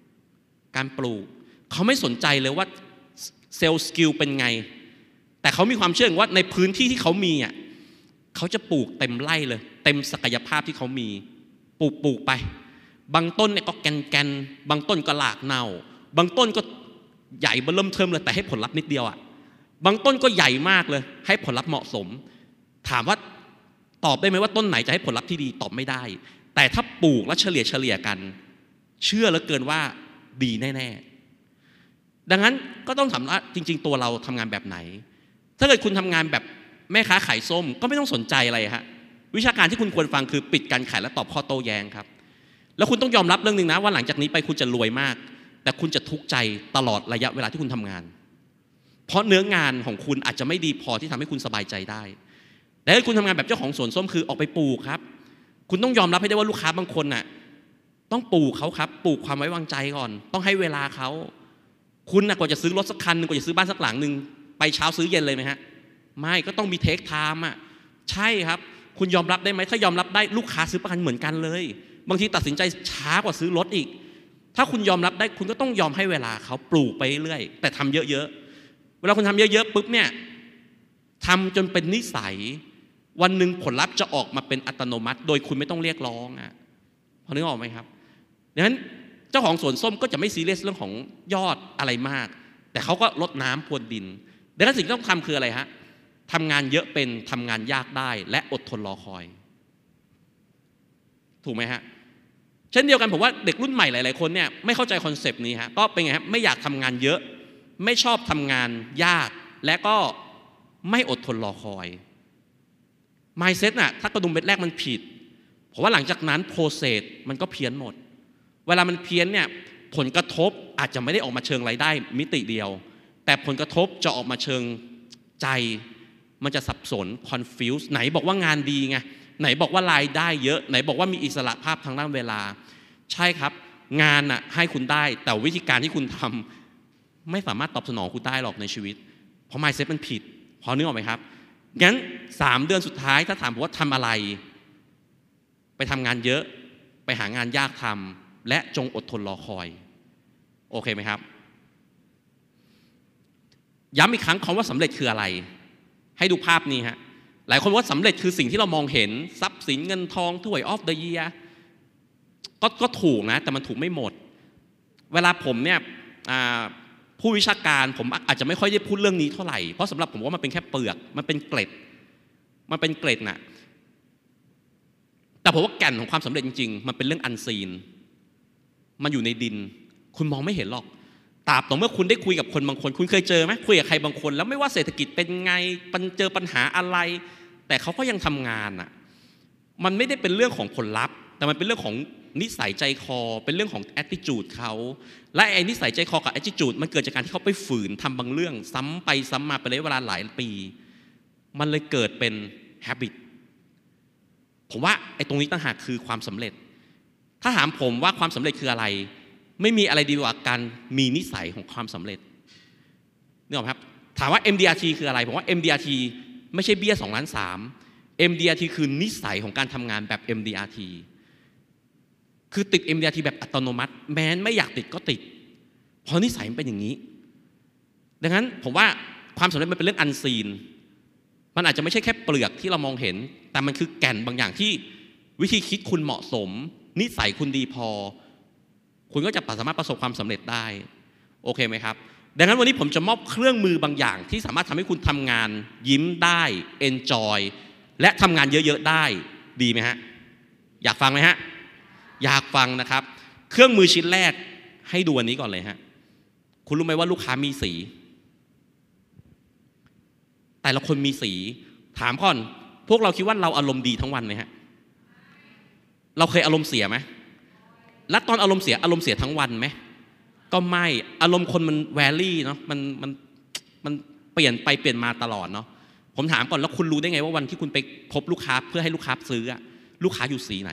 เขาไม่สนใจเลยว่าเซลล์สกิลเป็นไงแต่เขามีความเชื่อว่าในพื้นที่ที่เขามีอ่ะเขาจะปลูกเต็มไร่เลยเต็มศักยภาพที่เขามีปลูกไปบางต้นเนี่ยก็แกนบางต้นก็หลากเน่าบางต้นก็ใหญ่เบิ่มเทิมเลยแต่ให้ผลลัพธ์นิดเดียวอ่ะบางต้นก็ใหญ่มากเลยให้ผลลัพธ์เหมาะสมถามว่าตอบได้ไหมว่าต้นไหนจะให้ผลลัพธ์ที่ดีตอบไม่ได้แต่ถ้าปลูกแล้วเฉลี่ยกันเชื่อเหลือเกินว่าดีแน่ๆดังนั้นก็ต้องถามว่าจริงๆตัวเราทำงานแบบไหนถ้าเกิดคุณทำงานแบบแม่ค้าขายส้มก็ไม่ต้องสนใจอะไรฮะวิชาการที่คุณควรฟังคือปิดการขายและตอบข้อโต้แย้งครับแล้วคุณต้องยอมรับเรื่องนึงนะว่าหลังจากนี้ไปคุณจะรวยมากแต่คุณจะทุกข์ใจตลอดระยะเวลาที่คุณทำงานเพราะเนื้องานของคุณอาจจะไม่ดีพอที่ทำให้คุณสบายใจได้แต่ถ้าคุณทำงานแบบเจ้าของสวนส้มคือออกไปปลูกครับคุณต้องยอมรับให้ได้ว่าลูกค้าบางคนน่ะต้องปลูกเขาครับปลูกความไว้วางใจก่อนต้องให้เวลาเขาคุณน่ะกว่าจะซื้อรถสักคันนึงกว่าจะซื้อบ้านสักหลังนึงไปเช้าซื้อเย็นเลยไหมฮะไม่ก็ต้องมีเทคไทม์อ่ะใช่ครับคุณยอมรับได้ไหมถ้ายอมรับได้ลูกค้าซื้อประกันเหมือนกันเลยบางทีตัดสินใจช้ากว่าซื้อรถอีกถ้าคุณยอมรับได้คุณก็ต้องยอมให้เวลาเขาปลูกไปเรื่อยแต่ทำเยอะๆเวลาคุณทำเยอะๆปุ๊บเนี่ยทำจนเป็นนิสัยวันหนึ่งผลลัพธ์จะออกมาเป็นอัตโนมัติโดยคุณไม่ต้องเรียกร้องอ่ะพอนึกออกไหมครับดังนั้นเจ้าของสวนส้มก็จะไม่ซีเรียสเรื่องของยอดอะไรมากแต่เขาก็รดน้ำพรวนดินดังนั้นสิ่งที่ต้องทำคืออะไรฮะทำงานเยอะเป็นทำงานยากได้และอดทนรอคอยถูกไหมฮะเช่นเดียวกันผมว่าเด็กรุ่นใหม่หลายๆคนเนี่ยไม่เข้าใจคอนเซปต์นี้ฮะก็เป็นไงครับไม่อยากทำงานเยอะไม่ชอบทำงานยากและก็ไม่อดทนรอคอย mindset น่ะถ้ากระดุมเม็ดแรกมันผิดเพราะว่าหลังจากนั้น process มันก็เพี้ยนหมดเวลามันเพี้ยนเนี่ยผลกระทบอาจจะไม่ได้ออกมาเชิงรายได้มิติเดียวแต่ผลกระทบจะออกมาเชิงใจมันจะสับสน confuse ไหนบอกว่างานดีไงไหนบอกว่ารายได้เยอะไหนบอกว่ามีอิสระภาพทางด้านเวลาใช่ครับงานน่ะให้คุณได้แต่วิธีการที่คุณทำไม่สามารถตอบสนองคุณได้หรอกในชีวิตเพราะ mindset มันผิดพอนึกออกไหมครับงั้น3 เดือนสุดท้ายถ้าถามผมว่าทำอะไรไปทำงานเยอะไปหางานยากทำและจงอดทนรอคอยโอเคไหมครับย้ำอีกครั้งคำว่าสำเร็จคืออะไรให้ดูภาพนี้ฮะหลายคนว่าสำเร็จคือสิ่งที่เรามองเห็นทรัพย์สินเงินทองถ้วยออฟเดอะเยียร์ก็ถูกนะแต่มันถูกไม่หมดเวลาผมเนี่ยผู้วิชาการผมอาจจะไม่ค่อยได้พูดเรื่องนี้เท่าไหร่เพราะสำหรับผมว่ามันเป็นแค่เปลือกมันเป็นเกล็ดน่ะแต่ผมว่าแก่นของความสำเร็จจริงๆมันเป็นเรื่องอันซีนมันอยู่ในดินคุณมองไม่เห็นหรอกตราบต่อเมื่อคุณได้คุยกับคนบางคนคุณเคยเจอไหมคุยกับใครบางคนแล้วไม่ว่าเศรษฐกิจเป็นไงเจอปัญหาอะไรแต่เขาก็ยังทำงานอ่ะมันไม่ได้เป็นเรื่องของผลลัพธ์แต่มันเป็นเรื่องของนิสัยใจคอเป็นเรื่องของ attitude เขาและไอ้นิสัยใจคอกับ attitude มันเกิดจากการที่เขาไปฝืนทำบางเรื่องซ้ำไปซ้ำมาเป็นระยะเวลาหลายปีมันเลยเกิดเป็น habit ผมว่าไอ้ตรงนี้ต่างหากคือความสำเร็จถ้าถามผมว่าความสำเร็จคืออะไรไม่มีอะไรดีกว่าการมีนิสัยของความสำเร็จนึกออกไหมครับถามว่า MDRT คืออะไรผมว่า MDRT ไม่ใช่เบี้ย2.3 ล้าน MDRT คือนิสัยของการทำงานแบบ MDRT คือติด MDRT แบบอัตโนมัติแม้ไม่อยากติดก็ติดเพราะนิสัยมันเป็นอย่างนี้ดังนั้นผมว่าความสำเร็จมันเป็นเรื่องอันซีนมันอาจจะไม่ใช่แค่เปลือกที่เรามองเห็นแต่มันคือแก่นบางอย่างที่วิธีคิดคุณเหมาะสมนิสัยคุณดีพอคุณก็จะสามารถประสบความสำเร็จได้โอเคไหมครับดังนั้นวันนี้ผมจะมอบเครื่องมือบางอย่างที่สามารถทำให้คุณทำงานยิ้มได้ enjoy และทำงานเยอะๆได้ดีไหมฮะอยากฟังไหมฮะอยากฟังนะครับเครื่องมือชิ้นแรกให้ดูอันนี้ก่อนเลยฮะคุณรู้ไหมว่าลูกค้ามีสีแต่ละคนมีสีถามก่อนพวกเราคิดว่าเราอารมณ์ดีทั้งวันไหมฮะเราเคยอารมณ์เสียไหมและตอนอารมณ์เสียทั้งวันไหมก็ไม่อารมณ์คนมันแวรี่เนาะมันเปลี่ยนไปเปลี่ยนมาตลอดเนาะผมถามก่อนแล้วคุณรู้ได้ไงว่าวันที่คุณไปพบลูกค้าเพื่อให้ลูกค้าซื้อลูกค้าอยู่สีไหน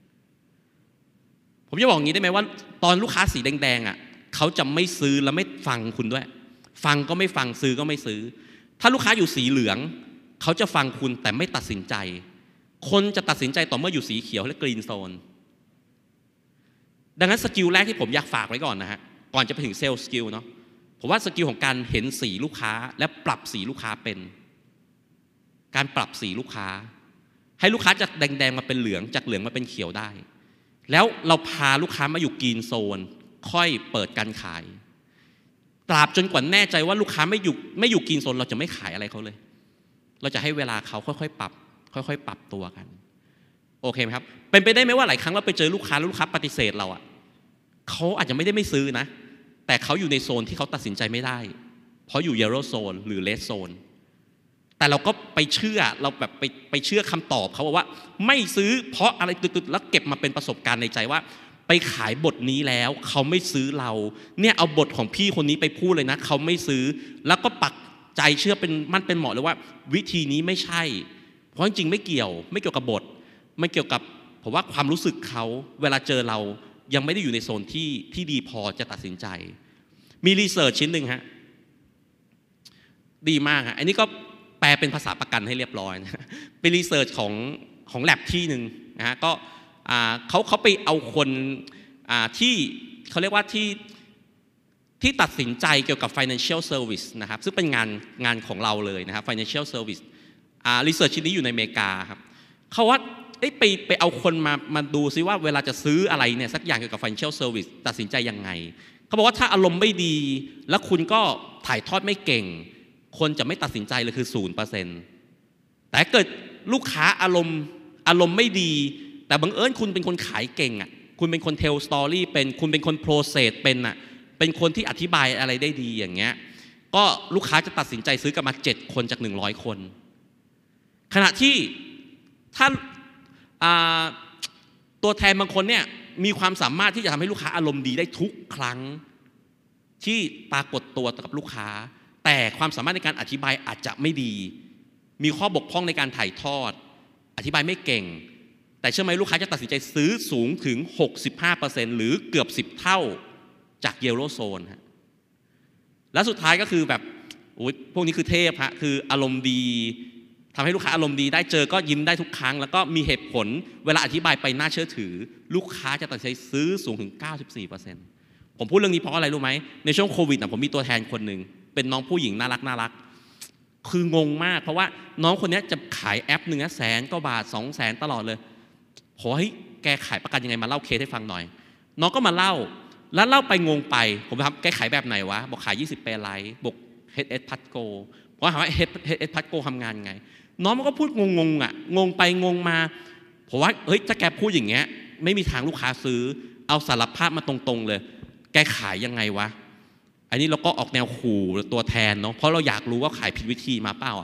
ผมจะบอกอย่างนี้ได้ไหมว่าตอนลูกค้าสีแดงๆเขาจะไม่ซื้อและไม่ฟังคุณด้วยฟังก็ไม่ฟังซื้อก็ไม่ซื้อถ้าลูกค้าอยู่สีเหลืองเขาจะฟังคุณแต่ไม่ตัดสินใจคนจะตัดสินใจต่อเมื่ออยู่สีเขียวและกรีนโซนดังนั้นสกิลแรกที่ผมอยากฝากไว้ก่อนนะฮะก่อนจะไปถึงเซลล์สกิลเนาะผมว่าสกิลของการเห็นสีลูกค้าและปรับสีลูกค้าเป็นการปรับสีลูกค้าให้ลูกค้าจากแดงๆมาเป็นเหลืองจากเหลืองมาเป็นเขียวได้แล้วเราพาลูกค้ามาอยู่กรีนโซนค่อยเปิดการขายตราบจนกว่าแน่ใจว่าลูกค้าไม่อยู่กรีนโซนเราจะไม่ขายอะไรเขาเลยเราจะให้เวลาเขาค่อยๆปรับตัวกันโอเคไหมครับเป็นไปได้ไหมว่าหลายครั้งเราไปเจอลูกค้าแล้วลูกค้าปฏิเสธเราเขาอาจจะไม่ซื้อนะแต่เขาอยู่ในโซนที่เขาตัดสินใจไม่ได้เพราะอยู่ yellow zone หรือ red zone แต่เราก็ไปเชื่อเราแบบไปเชื่อคำตอบเขาว่าไม่ซื้อเพราะอะไรตึ๊ดๆแล้วเก็บมาเป็นประสบการณ์ในใจว่าไปขายบทนี้แล้วเขาไม่ซื้อเราเนี่ยเอาบทของพี่คนนี้ไปพูดเลยนะเขาไม่ซื้อแล้วก็ปักใจเชื่อเป็นมั่นเป็นเหมาะเลยว่าวิธีนี้ไม่ใช่เพราะจริงๆไม่เกี่ยวกับบทไม่เกี่ยวกับผมว่าความรู้สึกเขาเวลาเจอเรายังไม่ได้อยู่ในโซนที่ดีพอจะตัดสินใจมีรีเสิร์ชชิ้นหนึ่งฮะดีมากฮะอันนี้ก็แปลเป็นภาษาประกันให้เรียบร้อยนะเป็นรีเสิร์ชของแลบที่หนึ่งนะฮะก็เขาไปเอาคนที่เขาเรียกว่าที่ตัดสินใจเกี่ยวกับ financial service นะครับซึ่งเป็นงานของเราเลยนะครับ financial service รีเสิร์ชชิ้นนี้อยู่ในอเมริกาครับเขาว่าไปเอาคนมาดูซิว่าเวลาจะซื้ออะไรเนี่ยสักอย่างเกี่ยวกับ financial service ตัดสินใจยังไงเขาบอกว่าถ้าอารมณ์ไม่ดีแล้วคุณก็ถ่ายทอดไม่เก่งคนจะไม่ตัดสินใจเลยคือ 0% แต่เกิดลูกค้าอารมณ์ไม่ดีแต่บังเอิญคุณเป็นคนขายเก่งคุณเป็นคนเทลสตอรี่เป็นคุณเป็นคนโปรเซสเป็นคนที่อธิบายอะไรได้ดีอย่างเงี้ยก็ลูกค้าจะตัดสินใจซื้อกลับมา7 คนจาก100 คนขณะที่ถ้าตัวแทนบางคนเนี่ยมีความสามารถที่จะทำให้ลูกค้าอารมณ์ดีได้ทุกครั้งที่ปรากฏตัวกับลูกค้าแต่ความสามารถในการอธิบายอาจจะไม่ดีมีข้อบกพร่องในการถ่ายทอดอธิบายไม่เก่งแต่เชื่อไหมลูกค้าจะตัดสินใจซื้อสูงถึง 65% หรือเกือบ10 เท่าจากเยลโลโซนฮะและสุดท้ายก็คือแบบพวกนี้คือเทพฮะคืออารมณ์ดีทำให้ลูกค้าอารมณ์ดีได้เจอก็ยิ้มได้ทุกครั้งแล้วก็มีเหตุผลเวลาอธิบายไปน่าเชื่อถือลูกค้าจะตัดสินใจซื้อสูงถึง 94% ผมพูดเรื่องนี้เพราะอะไรรู้ไหมในช่วงโควิดผมมีตัวแทนคนหนึ่งเป็นน้องผู้หญิงน่ารักคืองงมากเพราะว่าน้องคนนี้จะขายแอปหนึ่ง100,000 กว่าบาท 200,000 ตลอดเลยขอให้แกขายประกันยังไงมาเล่าเคสให้ฟังหน่อยน้องก็มาเล่าแล้วเล่าไปงงไปผมถามแกขายแบบไหนวะบอกขาย20 เปร์ไลท์บอก HS พัดโกผมถามว่า HS พัดโกทำงานไงน้องมันก็พูดงงงงไปงงมาผมว่าเฮ้ยถ้าแกพูดอย่างเงี้ยไม่มีทางลูกค้าซื้อเอาสารภาพมาตรงๆเลยแกขายยังไงวะอันนี้เราก็ออกแนวขู่ตัวแทนเนาะเพราะเราอยากรู้ว่าขายผิดวิธีมาเปล่า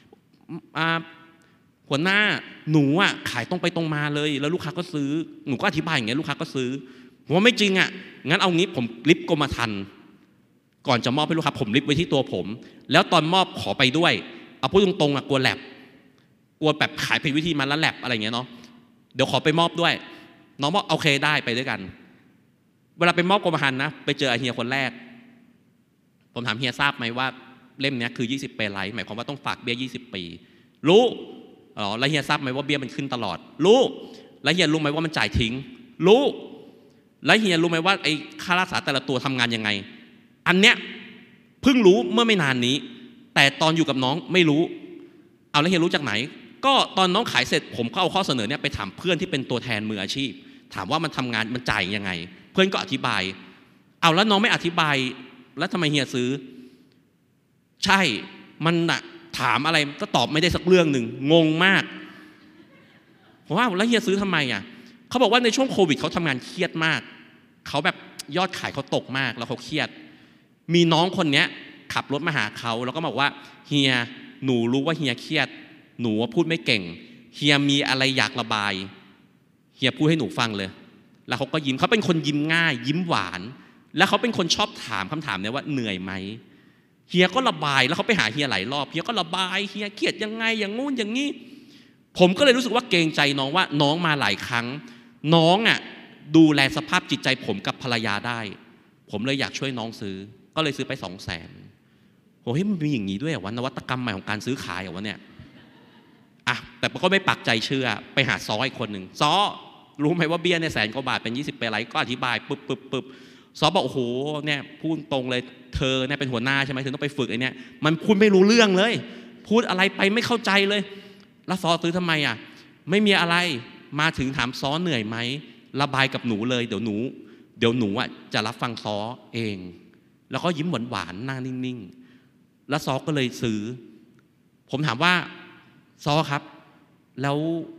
หัวหน้าหนูขายตรงไปตรงมาเลยแล้วลูกค้าก็ซื้อหนูก็อธิบายอย่างเงี้ยลูกค้าก็ซื้อผมว่าไม่จริงงั้นเอางี้ผมลิฟต์กรมธรรม์ก่อนจะมอบให้ลูกค้าผมลิฟต์ไว้ที่ตัวผมแล้วตอนมอบขอไปด้วยเอาพูดตรงๆกลัวแลบกลัวแบบขายผิดวิธีมาแล้วแลบอะไรเงี้ยเนาะเดี๋ยวขอไปมอบด้วยน้องบอกโอเคได้ไปด้วยกันเวลาไปมอบกรมธรรม์นะไปเจอเฮียคนแรกผมถามเฮียทราบไหมว่าเล่มนี้คือ20 เปร์ไลท์หมายความว่าต้องฝากเบี้ย20 ปีรู้แล้วเฮียทราบไหมว่าเบี้ยมันขึ้นตลอดรู้แล้วเฮียรู้ไหมว่ามันจ่ายทิ้งรู้แล้วเฮียรู้ไหมว่าไอ้ค่ารักษาแต่ละตัวทำงานยังไงอันเนี้ยเพิ่งรู้เมื่อไม่นานนี้แต่ตอนอยู่กับน้องไม่รู้เอาแล้วเฮียรู้จากไหนก็ตอนน้องขายเสร็จผมก็เอาข้อเสนอเนี่ยไปถามเพื่อนที่เป็นตัวแทนมืออาชีพถามว่ามันทำงานมันจ่ายยังไงเพื่อนก็อธิบายเอาแล้วน้องไม่อธิบายแล้วทำไมเฮียซื้อใช่มันถามอะไรก็ตอบไม่ได้สักเรื่องหนึ่งงงมากผมว่าแล้วเฮียซื้อทำไมเขาบอกว่าในช่วงโควิดเขาทำงานเครียดมากเขาแบบยอดขายเขาตกมากแล้วเขาเครียดมีน้องคนนี้ขับรถมาหาเขาแล้วก็บอกว่าเฮียหนูรู้ว่าเฮียเครียดหนูพูดไม่เก่งเฮียมีอะไรอยากระบายเฮียพูดให้หนูฟังเลยแล้วเขาก็ยิ้มเขาเป็นคนยิ้มง่ายยิ้มหวานแล้วเขาเป็นคนชอบถามคำถามเนี่ยว่าเหนื่อยไหมเฮียก็ระบายแล้วเขาไปหาเฮียหลายรอบเฮียก็ระบายเฮียเครียดยังไงอย่างงู้นอย่างนี้ผมก็เลยรู้สึกว่าเกรงใจน้องว่าน้องมาหลายครั้งน้องดูแลสภาพจิตใจผมกับภรรยาได้ผมเลยอยากช่วยน้องซื้อก็เลยซื้อไป200,000โอ้ยมันมีอย่างนี้ด้วยนวัตกรรมใหม่ของการซื้อขายวะเนี่ยแต่ก็ไม่ปักใจเชื่อไปหาซ้ออีกคนหนึ่งซ้อรู้ไหมว่าเบี้ยเนี่ย100,000 กว่าบาทเป็น20 เปร์ไลท์ก็อธิบายปึ๊บซ้อบอกโอ้โหเนี่ยพูดตรงเลยเธอเนี่ยเป็นหัวหน้าใช่ไหมเธอต้องไปฝึกไอ้เนี่ยมันพูดไม่รู้เรื่องเลยพูดอะไรไปไม่เข้าใจเลยแล้วซ้อซื้อทำไมไม่มีอะไรมาถึงถามซ้อเหนื่อยไหมระบายกับหนูเลยเดี๋ยวหนูจะรับฟังซ้อเองแล้วก็ยิ้มหวานๆหน้านิ่งๆแล้วซ้อก็เลยซื้อผมถามว่าซ้อครับแล้ว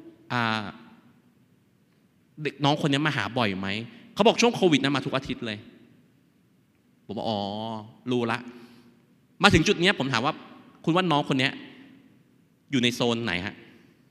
เด็กน้องคนนี้มาหาบ่อยไหมเขาบอกช่วงโควิดมาทุกอาทิตย์เลยผมบอกอ๋อรู้ละมาถึงจุดนี้ผมถามว่าคุณว่าน้องคนนี้อยู่ในโซนไหนฮะ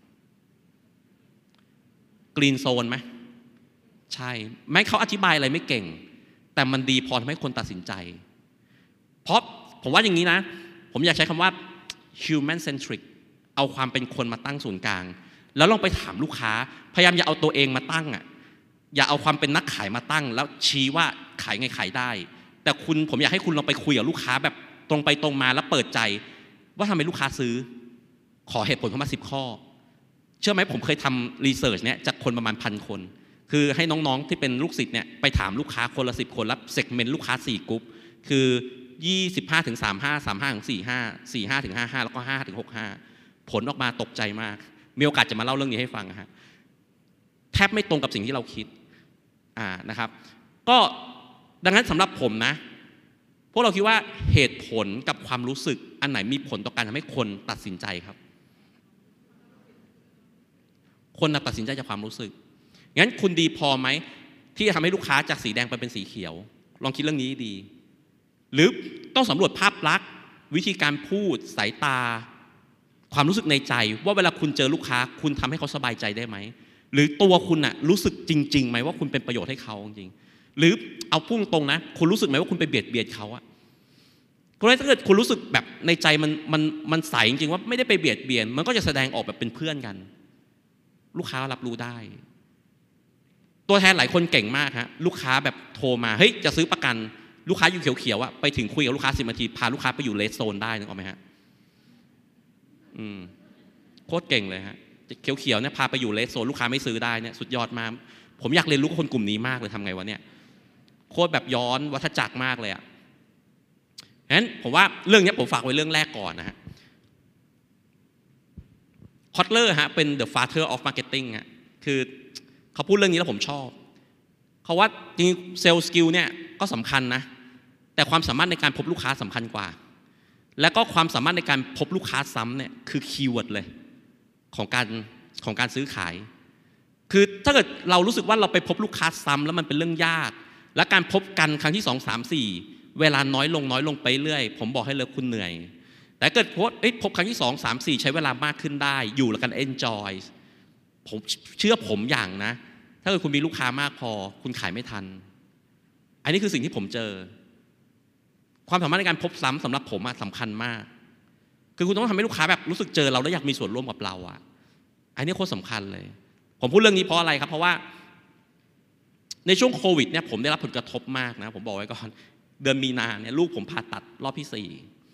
กรีนโซนไหมใช่แม้เขาอธิบายอะไรไม่เก่งแต่มันดีพอทำให้คนตัดสินใจเพราะผมว่าอย่างนี้นะผมอยากใช้คำว่า human centric เอาความเป็นคนมาตั้งศูนย์กลางแล้วลองไปถามลูกค้าพยายามอย่าเอาตัวเองมาตั้งอย่าเอาความเป็นนักขายมาตั้งแล้วชี้ว่าขายไงขายได้แต่ผมอยากให้คุณลองไปคุยกับลูกค้าแบบตรงไปตรงมาแล้วเปิดใจว่าทำไมลูกค้าซื้อขอเหตุผลเข้ามา10 ข้อเชื่อไหมผมเคยทำรีเสิร์ชเนี่ยจากคนประมาณ1,000 คนคือให้น้องๆที่เป็นลูกศิษย์เนี่ยไปถามลูกค้าคนละ10 คนแล้วเซกเมนต์ลูกค้า4 กลุ่มคือ25 ถึง 35 35 ถึง 45 45 ถึง 55แล้วก็5 ถึง 65ผลออกมาตกใจมากมีโอกาสจะมาเล่าเรื่องนี้ให้ฟังฮะแทบไม่ตรงกับสิ่งที่เราคิดนะครับก็ดังนั้นสำหรับผมนะพวกเราคิดว่าเหตุผลกับความรู้สึกอันไหนมีผลต่อการทำให้คนตัดสินใจครับคนตัดสินใจจากความรู้สึกงั้นคุณดีพอไหมที่จะทำให้ลูกค้าจากสีแดงไปเป็นสีเขียวลองคิดเรื่องนี้ดีหรือต้องสำรวจภาพลักษณ์วิธีการพูดสายตาความรู้สึกในใจว่าเวลาคุณเจอลูกค้าคุณทำให้เขาสบายใจได้ไหมหรือตัวคุณน่ะรู้สึกจริงๆไหมว่าคุณเป็นประโยชน์ให้เขาจริงหรือเอาพุ่งตรงนะคุณรู้สึกไหมว่าคุณไปเบียดเบียนเขาอะเพราะถ้าเกิดคุณรู้สึกแบบในใจมันใสจริงๆว่าไม่ได้ไปเบียดเบียนมันก็จะแสดงออกแบบเป็นเพื่อนกันลูกค้ารับรู้ได้ตัวแทนหลายคนเก่งมากฮะลูกค้าแบบโทรมาเฮ้ยจะซื้อประกันลูกค้าอยู่เขียวๆอะไปถึงคุยกับลูกค้า10 นาทีพาลูกค้าไปอยู่เลสโซนได้นึกออกไหมฮะโคตรเก่งเลยฮะเขียวๆเนี่ยพาไปอยู่เลสโซนลูกค้าไม่ซื้อได้เนี่ยสุดยอดมากผมอยากเรียนรู้กับคนกลุ่มนี้มากเลยทำไงวะเนี่ยโคตรแบบย้อนวัฏจักรมากเลยอะงั้นผมว่าเรื่องนี้ผมฝากไว้เรื่องแรกก่อนนะฮะคอตเลอร์ฮะเป็น the father of marketing ฮะคือเขาพูดเรื่องนี้แล้วผมชอบเขาว่าจริงเซลล์สกิลเนี่ยก็สำคัญนะแต่ความสามารถในการพบลูกค้าสำคัญกว่าและก็ความสามารถในการพบลูกค้าซ้ำเนี่ยคือคีย์เวิร์ดเลยของการซื้อขายคือถ้าเกิดเรารู้สึกว่าเราไปพบลูกค้าซ้ำแล้วมันเป็นเรื่องยากและการพบกันครั้งที่2 3 4เวลาน้อยลงไปเรื่อยผมบอกให้เลยคุณเหนื่อยแต่เกิดพบครั้งที่2 3 4ใช้เวลามากขึ้นได้อยู่แล้วกัน enjoy ผมเชื่อผมอย่างนะถ้าเกิดคุณมีลูกค้ามากพอคุณขายไม่ทันอันนี้คือสิ่งที่ผมเจอความสามารถในการพบซ้ำสำหรับผมสำคัญมากคือคุณต้องทำให้ลูกค้าแบบรู้สึกเจอเราแล้วอยากมีส่วนร่วมกับเราอันนี้โคตรสำคัญเลยผมพูดเรื่องนี้เพราะอะไรครับเพราะว่าในช่วงโควิดเนี่ยผมได้รับผลกระทบมากนะผมบอกไว้ก่อนเดือนมีนาเนี่ยลูกผมผ่าตัดรอบที่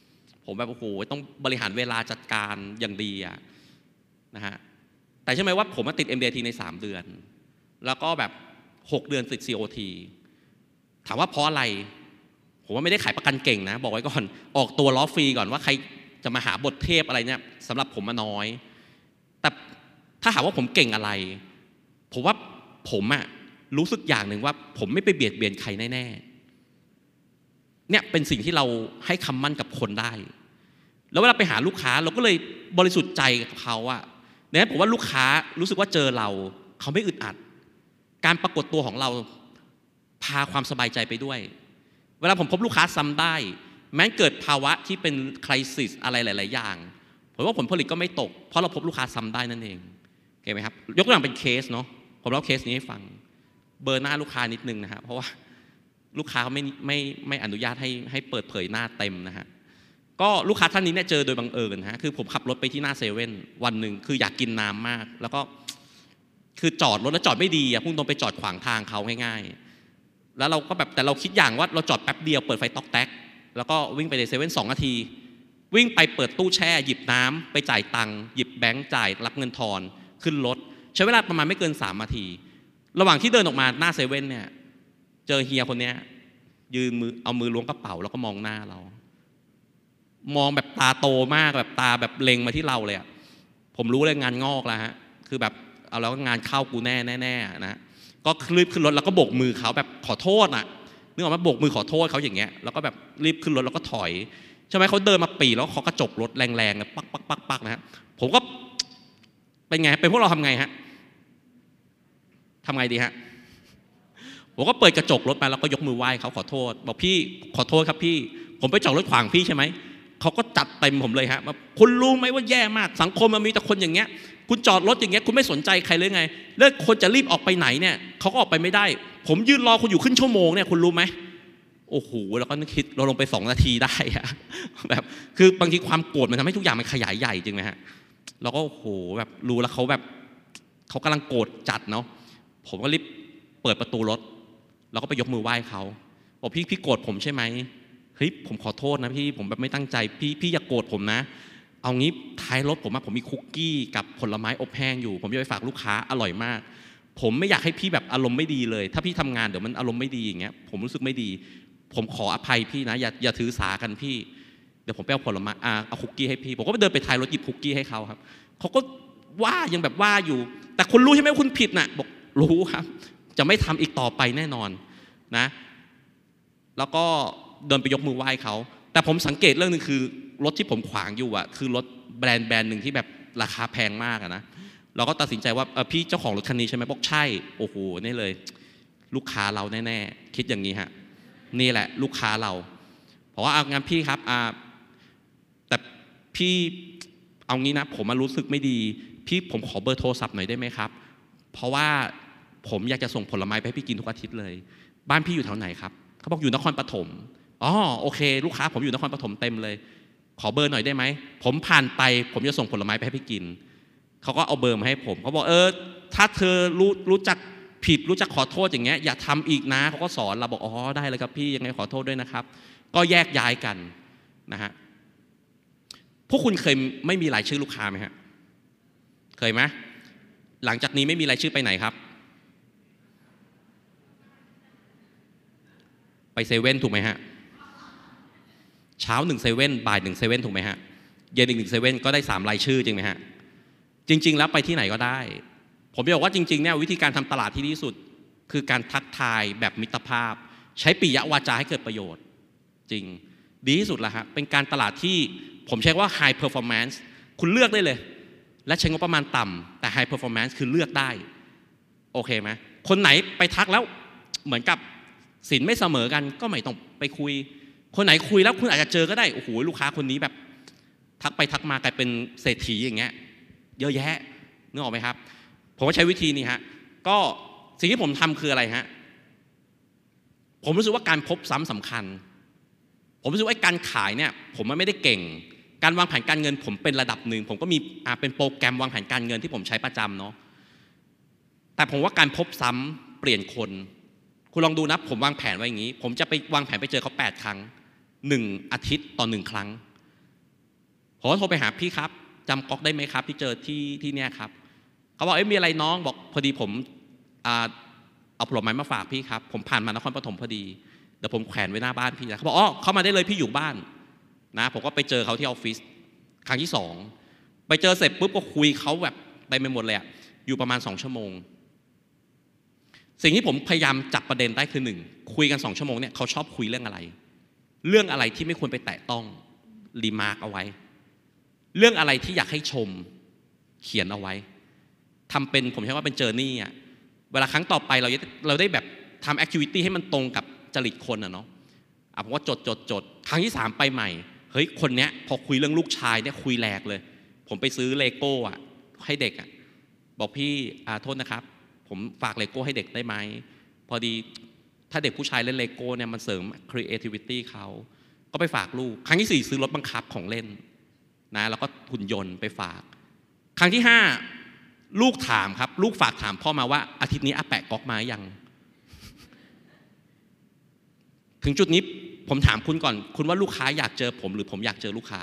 4ผมแบบโอ้โหต้องบริหารเวลาจัดการอย่างดีนะฮะแต่ใช่ไหมว่าผมติด MDRT ใน3 เดือนแล้วก็แบบ6 เดือนติด COT ถามว่าเพราะอะไรผมว่าไม่ได้ขายประกันเก่งนะบอกไว้ก่อนออกตัวล้อฟรีก่อนว่าใครจะมาหาบทเทพอะไรเนี่ยสำหรับผมน้อยแต่ถ้าหาว่าผมเก่งอะไรผมว่าผมรู้สึกอย่างหนึ่งว่าผมไม่ไปเบียดเบียนใครแน่ๆเนี่ยเป็นสิ่งที่เราให้คำมั่นกับคนได้แล้วเวลาไปหาลูกค้าเราก็เลยบริสุทธิ์ใจกับเขาเนี่ยผมว่าลูกค้ารู้สึกว่าเจอเราเขาไม่อึดอัดการปรากฏตัวของเราพาความสบายใจไปด้วยเวลาผมพบลูกค้าซ้ำได้แม้เกิดภาวะที่เป็นไครซิสอะไรหลายๆอย่างผมว่าผลผลิตก็ไม่ตกเพราะเราพบลูกค้าซ้ำได้นั่นเองโอเคไหมครับยกตัวอย่างเป็นเคสเนาะผมเล่าเคสนี้ให้ฟังเบอร์หน้าลูกค้านิดนึงนะฮะเพราะว่าลูกค้าเขาไม่อนุญาตให้เปิดเผยหน้าเต็มนะฮะก็ลูกค้าท่านนี้เนี่ยเจอโดยบังเอิญฮะคือผมขับรถไปที่หน้าเซเว่นวันหนึ่งคืออยากกินน้ำมากแล้วก็คือจอดรถแล้วจอดไม่ดีพุ่งตรงไปจอดขวางทางเขาง่ายๆแล้วเราก็แบบแต่เราคิดอย่างว่าเราจอดแป๊บเดียวเปิดไฟต๊อกแต๊กแล้วก็วิ่งไปในเซเว่น2 นาทีวิ่งไปเปิดตู้แช่หยิบน้ำไปจ่ายตังค์หยิบแบงค์จ่ายรับเงินทอนขึ้นรถใช้เวลาประมาณไม่เกิน3 นาทีระหว่างที่เดินออกมาหน้าเซเว่นเนี่ยเจอเฮียคนนี้ยืนเอามือล้วงกระเป๋าแล้วก็มองหน้าเรามองแบบตาโตมากแบบตาแบบเล็งมาที่เราเลยผมรู้เลยงานงอกแล้วฮะคือแบบเอาแล้วงานเข้ากูแน่นะก็รีบขึ้นรถแล้วก็โบกมือเขาแบบขอโทษนึกออกไหมโบกมือขอโทษเขาอย่างเงี้ยแล้วก็แบบรีบขึ้นรถแล้วก็ถอยใช่ไหมเขาเดินมาปีแล้วเขากระจกรถแรงๆปักนะฮะผมก็เป็นไงเป็นพวกเราทำไงฮะทำไงดีฮะผมก็เปิดกระจกรถมาแล้วก็ยกมือไหว้เขาขอโทษบอกพี่ขอโทษครับพี่ผมไปจอดรถขวางพี่ใช่ไหมเขาก็จัดเต็มผมเลยฮะคุณรู้ไหมว่าแย่มากสังคมมันมีแต่คนอย่างเงี้ยคุณจอดรถอย่างเงี้ยคุณไม่สนใจใครเลยไงเลิกคนจะรีบออกไปไหนเนี่ยเขาก็ออกไปไม่ได้ผมยืนรอคุณอยู่ครึ่งชั่วโมงเนี่ยคุณรู้ไหมโอ้โหแล้วก็นึกคิดเราลงไป2 นาทีได้แบบคือบางทีความโกรธมันทำให้ทุกอย่างมันขยายใหญ่จริงไหมฮะเราก็โอ้โหแบบรู้แล้วเขาแบบเขากำลังโกรธจัดเนาะผมก็รีบเปิดประตูรถแล้วก็ไปยกมือไหว้เขาบอกพี่โกรธผมใช่ไหมเฮ้ยผมขอโทษนะพี่ผมแบบไม่ตั้งใจพี่อย่าโกรธผมนะเอางี้ท้ายรถผมมีคุกกี้กับผลไม้อบแห้งอยู่ผมจะไปฝากลูกค้าอร่อยมากผมไม่อยากให้พี่แบบอารมณ์ไม่ดีเลยถ้าพี่ทำงานเดี๋ยวมันอารมณ์ไม่ดีอย่างเงี้ยผมรู้สึกไม่ดีผมขออภัยพี่นะอย่าถือสากันพี่เดี๋ยวผมไปเอาผลไม้เอาคุกกี้ให้พี่ผมก็ไปเดินไปท้ายรถหยิบคุกกี้ให้เขาครับเขาก็ว่ายังแบบว่าอยู่แต่คุณรู้ใช่ไหมคุณผิดน่ะบอกรู้ครับจะไม่ทำอีกต่อไปแน่นอนนะแล้วก็เดินไปยกมือไหว้เขาแต่ผมสังเกตเรื่องนึงคือรถที่ผมขวางอยู่คือรถแบรนด์หนึ่งที่แบบราคาแพงมากนะเราก็ตัดสินใจว่าพี่เจ้าของรถคันนี้ใช่ไหมบอกใช่โอ้โหนี่เลยลูกค้าเราแน่ๆคิดอย่างนี้ฮะนี่แหละลูกค้าเราเพราะว่าเอางั้นพี่ครับแต่พี่เอางี้นะผมรู้สึกไม่ดีพี่ผมขอเบอร์โทรศัพท์หน่อยได้ไหมครับเพราะว่าผมอยากจะส่งผลไม้ไปให้พี่กินทุกอาทิตย์เลยบ้านพี่อยู่แถวไหนครับเขาบอกอยู่นครปฐมอ๋อโอเคลูกค้าผมอยู่นครปฐมเต็มเลยขอเบอร์หน่อยได้ไหมผมผ่านไปผมจะส่งผลไม้ไปให้พี่กินเขาก็เอาเบอร์มาให้ผมเขาบอกถ้าเธอรู้จักผิดรู้จักขอโทษอย่างเงี้ยอย่าทำอีกนะเขาก็สอนเราบอกอ๋อได้เลยครับพี่ยังไงขอโทษด้วยนะครับก็แยกย้ายกันนะฮะพวกคุณเคยไม่มีรายชื่อลูกค้าไหมฮะเคยไหมหลังจากนี้ไม่มีรายชื่อไปไหนครับไปเซเว่นถูกไหมฮะเช้า1เซเว่นบ่าย1เซเว่นถูกไหมฮะเย็นอีก1เซเว่นก็ได้3รายชื่อจริงไหมฮะจริงๆแล้วไปที่ไหนก็ได้ผมจะบอกว่าจริงๆเนี่ยวิธีการทำตลาดที่ดีที่สุดคือการทักทายแบบมิตรภาพใช้ปิยวาจาให้เกิดประโยชน์จริงดีที่สุดแล้วฮะเป็นการตลาดที่ผมใช้ว่า high performance คุณเลือกได้เลยและใช้งบประมาณต่ำแต่ high performance คือเลือกได้โอเคไหมคนไหนไปทักแล้วเหมือนกับสินไม่เสมอกันก็ไม่ต้องไปคุยคนไหนคุยแล้วคุณอาจจะเจอก็ได้โอ้โหลูกค้าคนนี้แบบทักไปทักมากลายเป็นเศรษฐีอย่างเงี้ยเยอะแยะนึกออกไหมครับผมก็ใช้วิธีนี้ฮะก็สิ่งที่ผมทำคืออะไรฮะผมรู้สึกว่าการพบซ้ำสำคัญผมรู้สึกว่าการขายเนี่ยผมไม่ได้เก่งการวางแผนการเงินผมเป็นระดับหนึ่งผมก็มีเป็นโปรแกรมวางแผนการเงินที่ผมใช้ประจำเนาะแต่ผมว่าการพบซ้ำเปลี่ยนคนคุณลองดูนะผมวางแผนไว้อย่างนี้ผมจะไปวางแผนไปเจอเขา8 ครั้ง1 อาทิตย์ต่อ1 ครั้งผมก็โทรไปหาพี่ครับจำก๊อกได้ไหมครับที่เจอที่เนี่ยครับเขาบอกมีอะไรน้องบอกพอดีผมเอาผลไม้มาฝากพี่ครับผมผ่านมานครปฐมพอดีเดี๋ยวผมแขวนไว้หน้าบ้านพี่นะเขาบอกอ๋อเข้ามาได้เลยพี่อยู่บ้านนะผมก็ไปเจอเขาที่ออฟฟิศครั้งที่2ไปเจอเสร็จปุ๊บก็คุยเขาแบบไปไม่หมดเลยอยู่ประมาณ2 ชั่วโมงสิ่งที่ผมพยายามจับประเด็นได้คือ1คุยกัน2 ชั่วโมงเนี่ยเขาชอบคุยเรื่องอะไรที่ไม่ควรไปแตะต้องรีมาร์กเอาไว้เรื่องอะไรที่อยากให้ชมเขียนเอาไว้ทำเป็นผมใช้ว่าเป็นเจอร์นี่เวลาครั้งต่อไปเราได้แบบทำแอคทิวิตี้ให้มันตรงกับจริตคนเนาะผมว่าจดครั้งที่3ไปใหม่เฮ้ยคนเนี้ยพอคุยเรื่องลูกชายเนี่ยคุยแหลกเลยผมไปซื้อเลโก้ให้เด็กบอกพี่โทษนะครับผมฝากเลโก้ให้เด็กได้ไหมพอดีถ้าเด็กผู้ชายเล่นเลโก้เนี่ยมันเสริม creativity เขาก็ไปฝากลูกครั้งที่4ซื้อรถบังคับของเล่นนะแล้วก็หุ่นยนต์ไปฝากครั้งที่5ลูกถามครับลูกฝากถามพ่อมาว่าอาทิตย์นี้อาแปะก๊อกมายังถึงจุดนี้ผมถามคุณก่อนคุณว่าลูกค้าอยากเจอผมหรือผมอยากเจอลูกค้า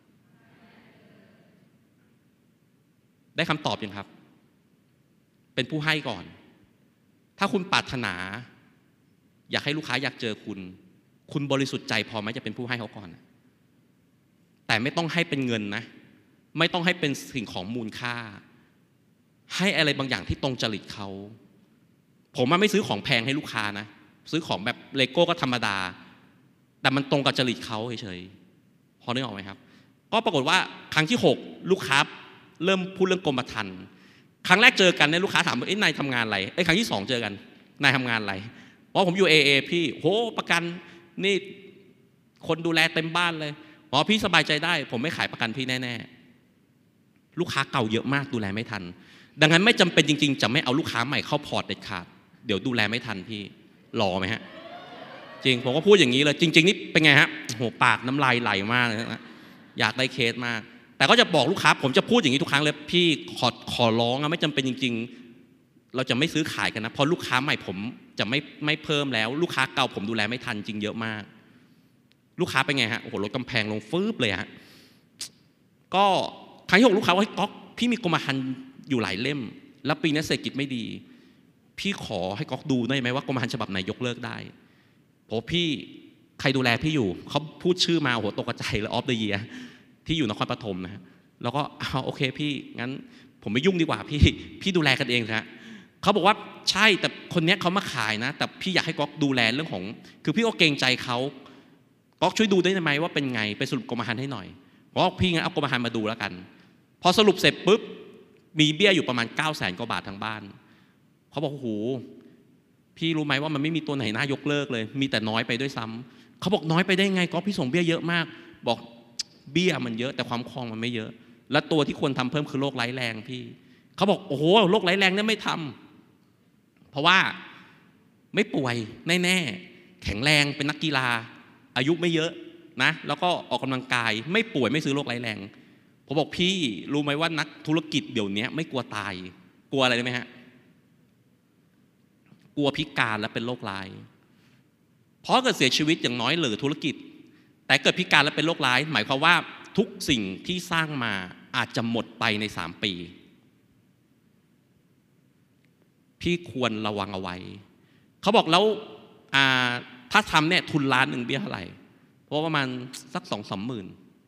ได้คำตอบยังครับเป็นผู้ให้ก่อนถ้าคุณปรารถนาอยากให้ลูกค้าอยากเจอคุณบริสุทธิ์ใจพอไหมจะเป็นผู้ให้เขาก่อนแต่ไม่ต้องให้เป็นเงินนะไม่ต้องให้เป็นสิ่งของมูลค่าให้อะไรบางอย่างที่ตรงจริตเขาผมไม่ซื้อของแพงให้ลูกค้านะซื้อของแบบเลโก้ก็ธรรมดาแต่มันตรงกับจริตเขาเฉยๆพอนึกออกไหมครับก็ปรากฏว่าครั้งที่6ลูกค้าเริ่มพูดเรื่องกรมธรรม์ครั้งแรกเจอกันเนี่ยลูกค้าถามว่านายทำงานอะไรครั้งที่2เจอกันนายทำงานอะไรเพราะผมอยู่ AA พี่โหประกันนี่คนดูแลเต็มบ้านเลยพี่สบายใจได้ผมไม่ขายประกันพี่แน่ๆลูกค้าเก่าเยอะมากดูแลไม่ทันดังนั้นไม่จำเป็นจริงๆจะไม่เอาลูกค้าใหม่เข้าพอร์ตเด็ดขาดเดี๋ยวดูแลไม่ทันพี่หล่อไหมฮะจริงผมก็พูดอย่างนี้เลยจริงๆนี่เป็นไงฮะโหปากน้ำลายไหลมากนะอยากได้เคสมากแต่ก็จะบอกลูกค้าผมจะพูดอย่างนี้ทุกครั้งเลยพี่ขอร้องไม่จำเป็นจริงๆเราจะไม่ซื้อขายกันนะเพราะลูกค้าใหม่ผมจะไม่เพิ่มแล้วลูกค้าเก่าผมดูแลไม่ทันจริงเยอะมากลูกค้าเป็นไงฮะโอ้โหลดกำแพงลงฟืบเลยฮะก็ครั้งที่6ลูกค้าว่าก๊อกพี่มีกรมธรรม์อยู่หลายเล่มแล้วปีนี้เศรษฐกิจไม่ดีพี่ขอให้ก๊อกดูได้ไหมว่ากรมธรรม์ฉบับไหนยกเลิกได้เพราะพี่ใครดูแลพี่อยู่เขาพูดชื่อมาโอ้โหตกใจเลยออฟเดอะเยียร์ที่อยู่นครปฐมนะฮะแล้วก็โอเคพี่งั้นผมไม่ยุ่งดีกว่าพี่ดูแลกันเองนะเขาบอกว่าใช่แต่คนนี้เขามาขายนะแต่พี่อยากให้ก๊อกดูแลเรื่องของคือพี่ก็เกรงใจเขาก๊อกช่วยดูได้ไหมว่าเป็นไงไปสรุปกรมธรรม์ให้หน่อยเพราะพี่งั้นเอากรมธรรม์มาดูแล้วกันพอสรุปเสร็จปุ๊บมีเบี้ยอยู่ประมาณ900,000 กว่าบาททั้งบ้านเขาบอกโอ้โหพี่รู้ไหมว่ามันไม่มีตัวไหนน่ายกเลิกเลยมีแต่น้อยไปด้วยซ้ำเขาบอกน้อยไปได้ไงก็พี่ส่งเบี้ยเยอะมากบอกเบี้ยมันเยอะแต่ความคล่องมันไม่เยอะและตัวที่ควรทำเพิ่มคือโรคร้ายแรงพี่เขาบอกโอ้โหโรคร้ายแรงเนี่ยไม่ทำเพราะว่าไม่ป่วยแน่ๆแข็งแรงเป็นนักกีฬาอายุไม่เยอะนะแล้วก็ออกกำลังกายไม่ป่วยไม่ซื้อโรคร้ายแรงผมบอกพี่รู้ไหมว่านักธุรกิจเดี๋ยวนี้ไม่กลัวตายกลัวอะไรรู้ไหมฮะกลัวพิการและเป็นโรคร้ายเพราะเกิดเสียชีวิตอย่างน้อยเหลือธุรกิจแต่เกิดพิการและเป็นโรคร้ายหมายความว่าทุกสิ่งที่สร้างมาอาจจะหมดไปใน3 ปีพี่ควรระวังเอาไว้เขาบอกแล้วถ้าทำเนี่ยทุน1 ล้านเบี้ยเท่าไหร่เพราะประมาณสัก2-3 หมื่น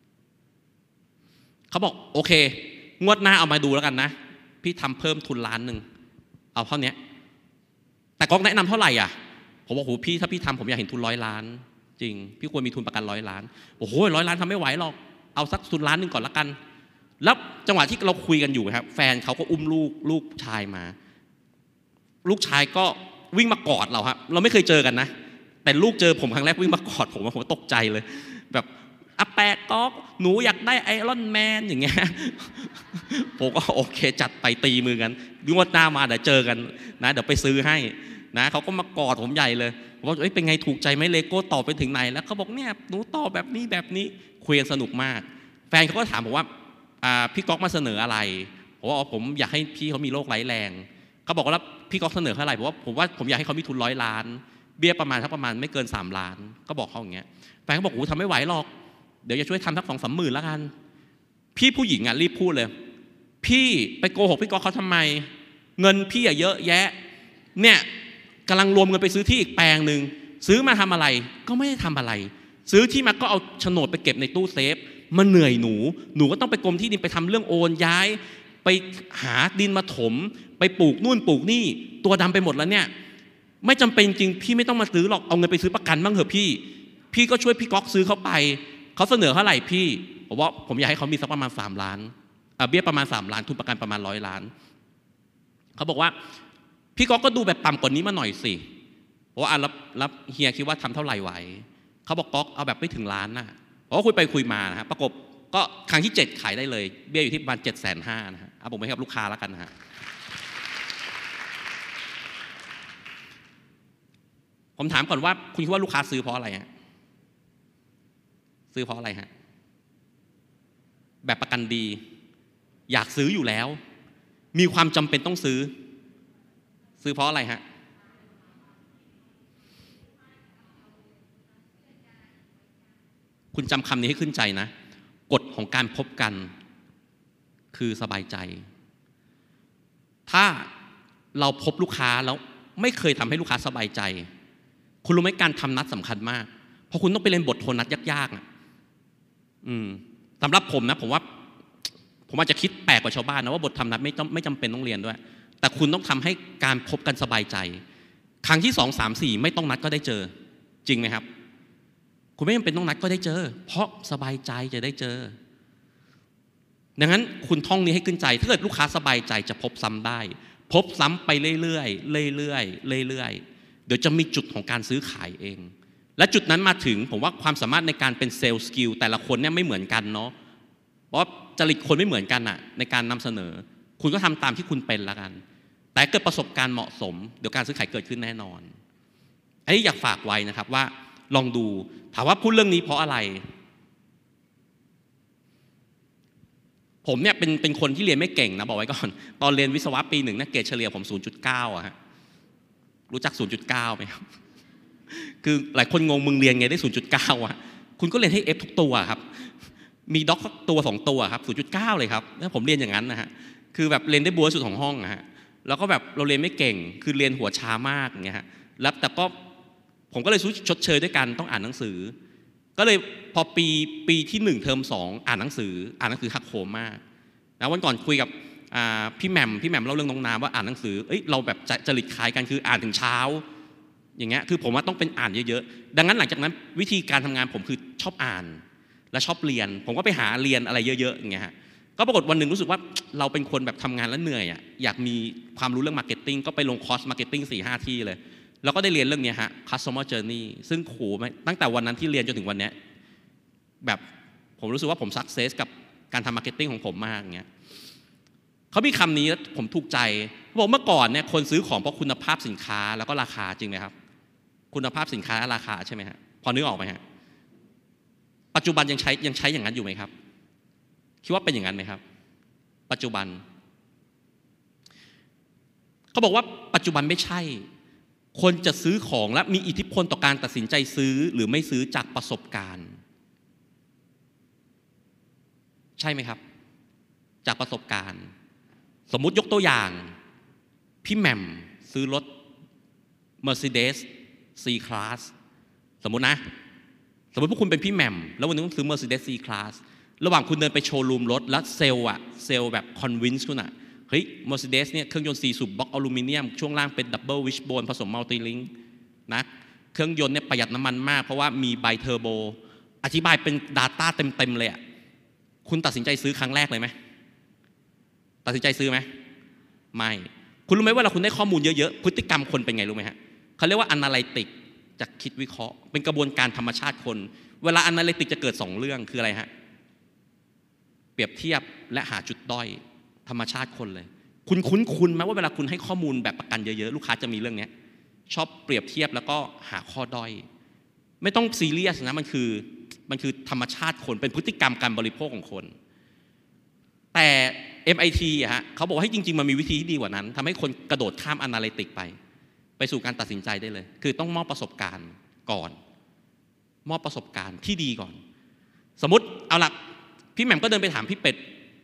เขาบอกโอเคงวดหน้าเอามาดูแล้วกันนะพี่ทำเพิ่มทุน1 ล้านเอาเท่านี้แต่ก๊อกแนะนำเท่าไหร่อ่ะผมบอกโหพี่ถ้าพี่ทำผมอยากเห็นทุน100 ล้านจริงพี่ควรมีทุนประกัน100 ล้านโอ้โห100 ล้านทำไม่ไหวหรอกเอาสักทุน1 ล้านก่อนละกันแล้วจังหวะที่เราคุยกันอยู่ครับแฟนเขาก็อุ้มลูกชายมาลูกชายก็วิ่งมากอดเราครับเราไม่เคยเจอกันนะแต่ลูกเจอผมครั้งแรกวิ่งมากอดผมตกใจเลยแบบอาแปะก๊อกหนูอยากได้ไอรอนแมนอย่างเงี้ยผมก็โอเคจัดไปตีมือกันงวดหน้ามาเดี๋ยวเจอกันนะเดี๋ยวไปซื้อให้นะเขาก็มากอดผมใหญ่เลยผมว่าเป็นไงถูกใจไหมเลโก้ต่อไปถึงไหนแล้วเขาบอกเนี่ยหนูต่อแบบนี้คุยกันสนุกมากแฟนเขาก็ถามผมว่าพี่ก๊อกมาเสนออะไรผมอยากให้พี่เขามีโรคร้ายแรงเขาบอกว่าแล้วพี่ก๊อกเสนอเท่าไหร่ผมว่าผมอยากให้เขามีทุน100 ล้านเบี้ยประมาณไม่เกิน3 ล้านก็บอกเขาอย่างเงี้ยแฟนเขาบอกโอ้ทำไม่ไหวหรอกเดี๋ยวจะช่วยทำสัก2-3 หมื่นแล้วกันพี่ผู้หญิงรีบพูดเลยพี่ไปโกหกพี่ก๊อกเขาทำไมเงินพี่เยอะแยะเนี่ยกำลังรวมเงินไปซื้อที่อีกแปลงหนึ่งซื้อมาทำอะไรก็ไม่ได้ทำอะไรซื้อที่มาก็เอาโฉนดไปเก็บในตู้เซฟมันเหนื่อยหนูก็ต้องไปกรมที่ดินไปทำเรื่องโอนย้ายไปหาดินมาถมไปปลูกนู่นปลูกนี่ตัวดำไปหมดแล้วเนี่ยไม่จำเป็นจริงพี่ไม่ต้องมาซื้อหรอกเอาเงินไปซื้อประกันบ้างเถอะพี่ก็ช่วยพี่ก๊อกซื้อเข้าไปเขาเสนอเท่าไหร่พี่ผมอยากให้เขามีสักประมาณ3 ล้านเบี้ยประมาณ3 ล้านทุนประกันประมาณ100 ล้านเขาบอกว่าพี่ก๊อกก็ดูแบบต่ำกว่านี้มาหน่อยสิเพราะว่ารับเฮียคิดว่าทำเท่าไหร่ไหวเขาบอกก๊อกเอาแบบไม่ถึงล้านนะเพราะคุยไปคุยมานะฮะประกบก็ครั้งที่7ขายได้เลยเบี้ยอยู่ที่ประมาณ750,000นะฮะเอาผมให้กับลูกค้าแล้วกันนะฮะผมถามก่อนว่าคุณคิดว่าลูกค้าซื้อเพราะอะไรฮะซื้อเพราะอะไรฮะแบบประกันดีอยากซื้ออยู่แล้วมีความจำเป็นต้องซื้อเพราะอะไรฮะคุณจำคำนี้ให้ขึ้นใจนะกฎของการพบกันคือสบายใจถ้าเราพบลูกค้าแล้วไม่เคยทำให้ลูกค้าสบายใจคุณรู้ไหมการทำนัดสำคัญมากเพราะคุณต้องไปเรียนบทโทรนัดยากๆสำหรับผมนะผมว่าผมอาจจะคิดแปลกกว่าชาวบ้านนะว่าบททำนัดไม่จำเป็นต้องเรียนด้วยแต่คุณต้องทำให้การพบกันสบายใจครั้งที่2 3 4ไม่ต้องนัดก็ได้เจอจริงไหมครับคุณไม่จำเป็นต้องนัดก็ได้เจอเพราะสบายใจจะได้เจอดังนั้นคุณท่องนี้ให้ขึ้นใจถ้าเกิดลูกค้าสบายใจจะพบซ้ำได้พบซ้ำไปเรื่อยๆเดี๋ยวจะมีจุดของการซื้อขายเองและจุดนั้นมาถึงผมว่าความสามารถในการเป็นเซลล์สกิลแต่ละคนเนี่ยไม่เหมือนกันเนาะเพราะจริตคนไม่เหมือนกันอะในการนำเสนอคุณก็ทำตามที่คุณเป็นละกันแต่เกิดประสบการณ์เหมาะสมเดี๋ยวการซื้อขายเกิดขึ้นแน่นอนอันนี้อยากฝากไว้นะครับว่าลองดูถามว่าพูดเรื่องนี้เพราะอะไรผมเนี่ยเป็นคนที่เรียนไม่เก่งนะบอกไว้ก่อนตอนเรียนวิศวะปี 1นะเกรดเฉลี่ยผม 0.9 อะฮะรู้จัก 0.9 ไหมครับคือหลายคนงงมึงเรียนไงได้ 0.9 อะคุณก็เรียนให้ F ทุกตัวครับมีด็อกตัว2ตัวครับ 0.9 เลยครับแล้วผมเรียนอย่างนั้นนะฮะคือแบบเรียนได้บัวสุดของห้องนะฮะแล้วก็แบบเราเรียนไม่เก่งคือเรียนหัวช้ามากอย่างเงี้ยฮะแล้วแต่ก็ผมก็เลยชดเชยด้วยกันต้องอ่านหนังสือก็เลยพอปีที่1เทอม2อ่านหนังสือหักโหมมากนะวันก่อนคุยกับพี่แหม่มเล่าเรื่องน้องน้ำว่าอ่านหนังสือเราแบบจริตคล้ายกันคืออ่านถึงเช้าอย่างเงี้ยคือผมว่าต้องเป็นอ่านเยอะๆดังนั้นหลังจากนั้นวิธีการทำงานผมคือชอบอ่านและชอบเรียนผมก็ไปหาเรียนอะไรเยอะๆอย่างเงี้ยฮะก็ปรากฏวันหนึ่งรู้สึกว่าเราเป็นคนแบบทำงานแล้วเหนื่อยอยากมีความรู้เรื่องมาร์เก็ตติ้งก็ไปลงคอร์สมาร์เก็ตติ้ง 4-5 ที่เลยแล้วก็ได้เรียนเรื่องนี้ฮะ customer journey ซึ่งโหตั้งแต่วันนั้นที่เรียนจนถึงวันนี้แบบผมรู้สึกว่าผม success กับการทำ marketing ของผมมากเงี้ยเขามีคำนี้แล้วผมถูกใจเขาบอกเมื่อก่อนเนี่ยคนซื้อของเพราะคุณภาพสินค้าแล้วก็ราคาจริงไหมครับคุณภาพสินค้าและราคาใช่ไหมฮะพอนึกออกไหมฮะปัจจุบันยังใช้อย่างนั้นอยู่ไหมครับคิดว่าเป็นอย่างนั้นไหมครับปัจจุบันเขาบอกว่าปัจจุบันไม่ใช่คนจะซื้อของและมีอิทธิพลต่อการตัดสินใจซื้อหรือไม่ซื้อจากประสบการณ์ใช่ไหมครับจากประสบการณ์สมมุติยกตัวอย่างพี่แหม่มซื้อรถ Mercedes C-Class สมมุติพวกคุณเป็นพี่แหม่มแล้ววันนึงต้องซื้อ Mercedes C-Class ระหว่างคุณเดินไปโชว์รูมรถแล้วเซลล์แบบ convince คุณเฮ้ย Mercedes เนี่ยเครื่องยนต์4 สูบบล็อกอลูมิเนียมช่วงล่างเป็น Double Wishbone ผสม Multi Link นะเครื่องยนต์เนี่ยประหยัดน้ำมันมากเพราะว่ามีไบเทอร์โบอธิบายเป็น Data เต็มเลยคุณตัดสินใจซื้อครั้งแรกเลยไหมตัดสินใจซื้อไหมไม่คุณรู้ไหมว่าเราคุณได้ข้อมูลเยอะๆพฤติกรรมคนเป็นไงรู้ไหมฮะเขาเรียกว่า Analytic จากคิดวิเคราะห์เป็นกระบวนการธรรมชาติคนเวลา Analytic จะเกิด2เรื่องคืออะไรฮะเปรียบเทียบและหาจุดด้อยธรรมชาติคนเลยคุณไหมว่าเวลาคุณให้ข้อมูลแบบประกันเยอะๆลูกค้าจะมีเรื่องนี้ชอบเปรียบเทียบแล้วก็หาข้อด้อยไม่ต้องซีเรียสนะมันคือธรรมชาติคนเป็นพฤติกรรมการบริโภคของคนแต่ MIT ฮะเขาบอกให้จริงๆมันมีวิธีที่ดีกว่านั้นทำให้คนกระโดดข้าม Analytic ไปสู่การตัดสินใจได้เลยคือต้องมอบประสบการณ์ก่อนมอบประสบการณ์ที่ดีก่อนสมมติเอาล่ะพี่แหม่มก็เดินไปถามพี่เป็ด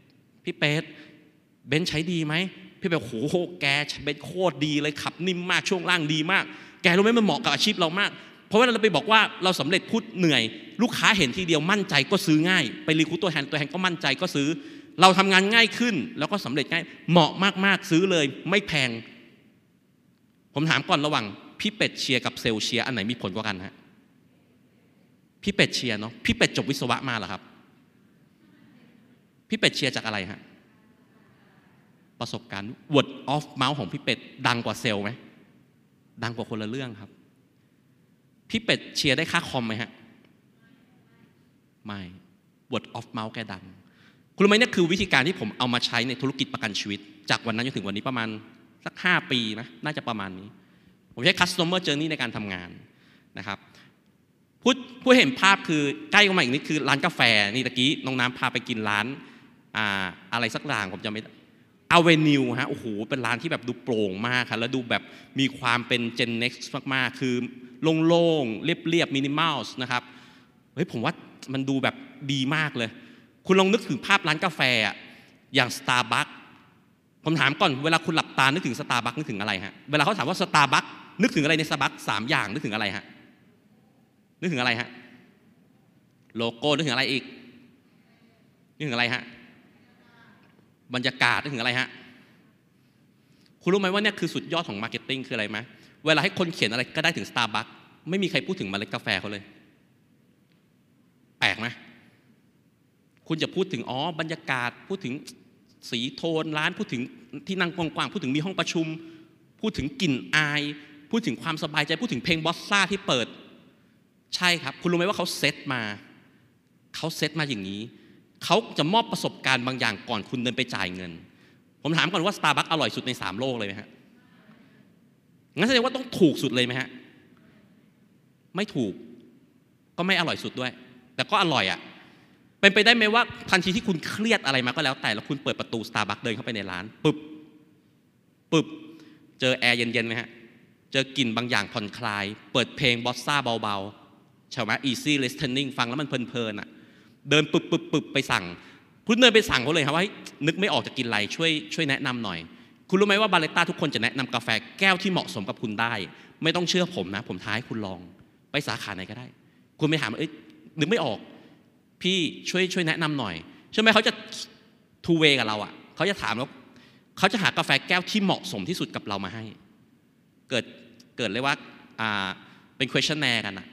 เบนซ์ใช้ดีไหมพี่เป็ดโหแกเบนซ์โคตรดีเลยขับนิ่มมากช่วงล่างดีมากแกรู้ไหมมันเหมาะกับอาชีพเรามากเพราะว่าเราไปบอกว่าเราสำเร็จพูดเหนื่อยลูกค้าเห็นทีเดียวมั่นใจก็ซื้อง่ายไปรีคูดตัวแทนก็มั่นใจก็ซื้อเราทำงานง่ายขึ้นแล้วก็สำเร็จง่ายเหมาะมากๆซื้อเลยไม่แพงผมถามก่อนระหว่างพี่เป็ดเชียร์กับเซลเชียร์อันไหนมีผลกว่ากันฮะพี่เป็ดเชียร์เนาะพี่เป็ดจบวิศวะมาเหรอครับพี่เป็ดเชียร์จากอะไรฮะประสบการณ์ word of mouth ของพี่เป็ดดังกว่าเซลไหมดังกว่าคนละเรื่องครับพี่เป็ดเชียร์ได้ค่าคอมไหมฮะไม่ word of mouth แกดังคุณรู้ไหมนี่คือวิธีการที่ผมเอามาใช้ในธุรกิจประกันชีวิตจากวันนั้นจนถึงวันนี้ประมาณสัก5 ปีนะน่าจะประมาณนี้ผมใช้ customer journey ในการทำงานนะครับพูดเห็นภาพคือใกล้เข้ามาอีกนิดคือร้านกาแฟนี่ตะกี้น้องน้ำพาไปกินร้านอะไรสักอย่างผมจำไม่ได้อเวนิวฮะโอ้โหเป็นร้านที่แบบดูโปร่งมากครับแล้วดูแบบมีความเป็น Gen Next มากๆคือโล่งๆเรียบๆมินิมอลนะครับเฮ้ยผมว่ามันดูแบบดีมากเลยคุณลองนึกถึงภาพร้านกาแฟอย่าง Starbucks ผมถามก่อนเวลาคุณหลับตานึกถึง Starbucks นึกถึงอะไรฮะเวลาเขาถามว่า Starbucks นึกถึงอะไรใน Starbucks 3 อย่างนึกถึงอะไรฮะนึกถึงอะไรฮะโลโก้นึกถึงอะไรอีกนึกถึงอะไรฮะบรรยากาศนึกถึงอะไรฮะคุณรู้ไหมว่าเนี่ยคือสุดยอดของมาร์เก็ตติ้งคืออะไรไหมเวลาให้คนเขียนอะไรก็ได้ถึง Starbucks ไม่มีใครพูดถึงเมล็ดกาแฟเขาเลยแปลกไหมคุณจะพูดถึงบรรยากาศพูดถึงสีโทนร้านพูดถึงที่นั่งกว้างๆพูดถึงมีห้องประชุมพูดถึงกลิ่นอายพูดถึงความสบายใจพูดถึงเพลงบอสซ่าที่เปิดใช่ครับคุณรู้ไหมว่าเขาเซตมาอย่างนี้เขาจะมอบประสบการณ์บางอย่างก่อนคุณเดินไปจ่ายเงินผมถามก่อนว่า Starbucks อร่อยสุดใน3 โลกเลยไหมฮะงั้นแสดงว่าต้องถูกสุดเลยไหมฮะไม่ถูกก็ไม่อร่อยสุดด้วยแต่ก็อร่อยเป็นไปได้ไหมว่าทันทีที่คุณเครียดอะไรมาก็แล้วแต่แล้วคุณเปิดประตู Starbucks เดินเข้าไปในร้านปึ๊บเจอแอร์เย็นๆไหมฮะเจอกลิ่นบางอย่างผ่อนคลายเปิดเพลงบอสซ่าเบาๆใช่ไหม easy listening ฟังแล้วมันเพลินเดินปึ๊บไปสั่งคุณเดินไปสั่งเขาเลยครับว่านึกไม่ออกจะกินอะไรช่วยแนะนำหน่อยคุณรู้ไหมว่าบาริสต้าทุกคนจะแนะนำกาแฟแก้วที่เหมาะสมกับคุณได้ไม่ต้องเชื่อผมนะผมท้าให้คุณลองไปสาขาไหนก็ได้คุณไปถามนึกไม่ออกพี่ช่วยแนะนำหน่อยใช่ไหมเขาจะ two way กับเราเขาจะถามแล้วเขาจะหากาแฟแก้วที่เหมาะสมที่สุดกับเรามาให้เกิดเลยว่าเป็น questionnaire กัน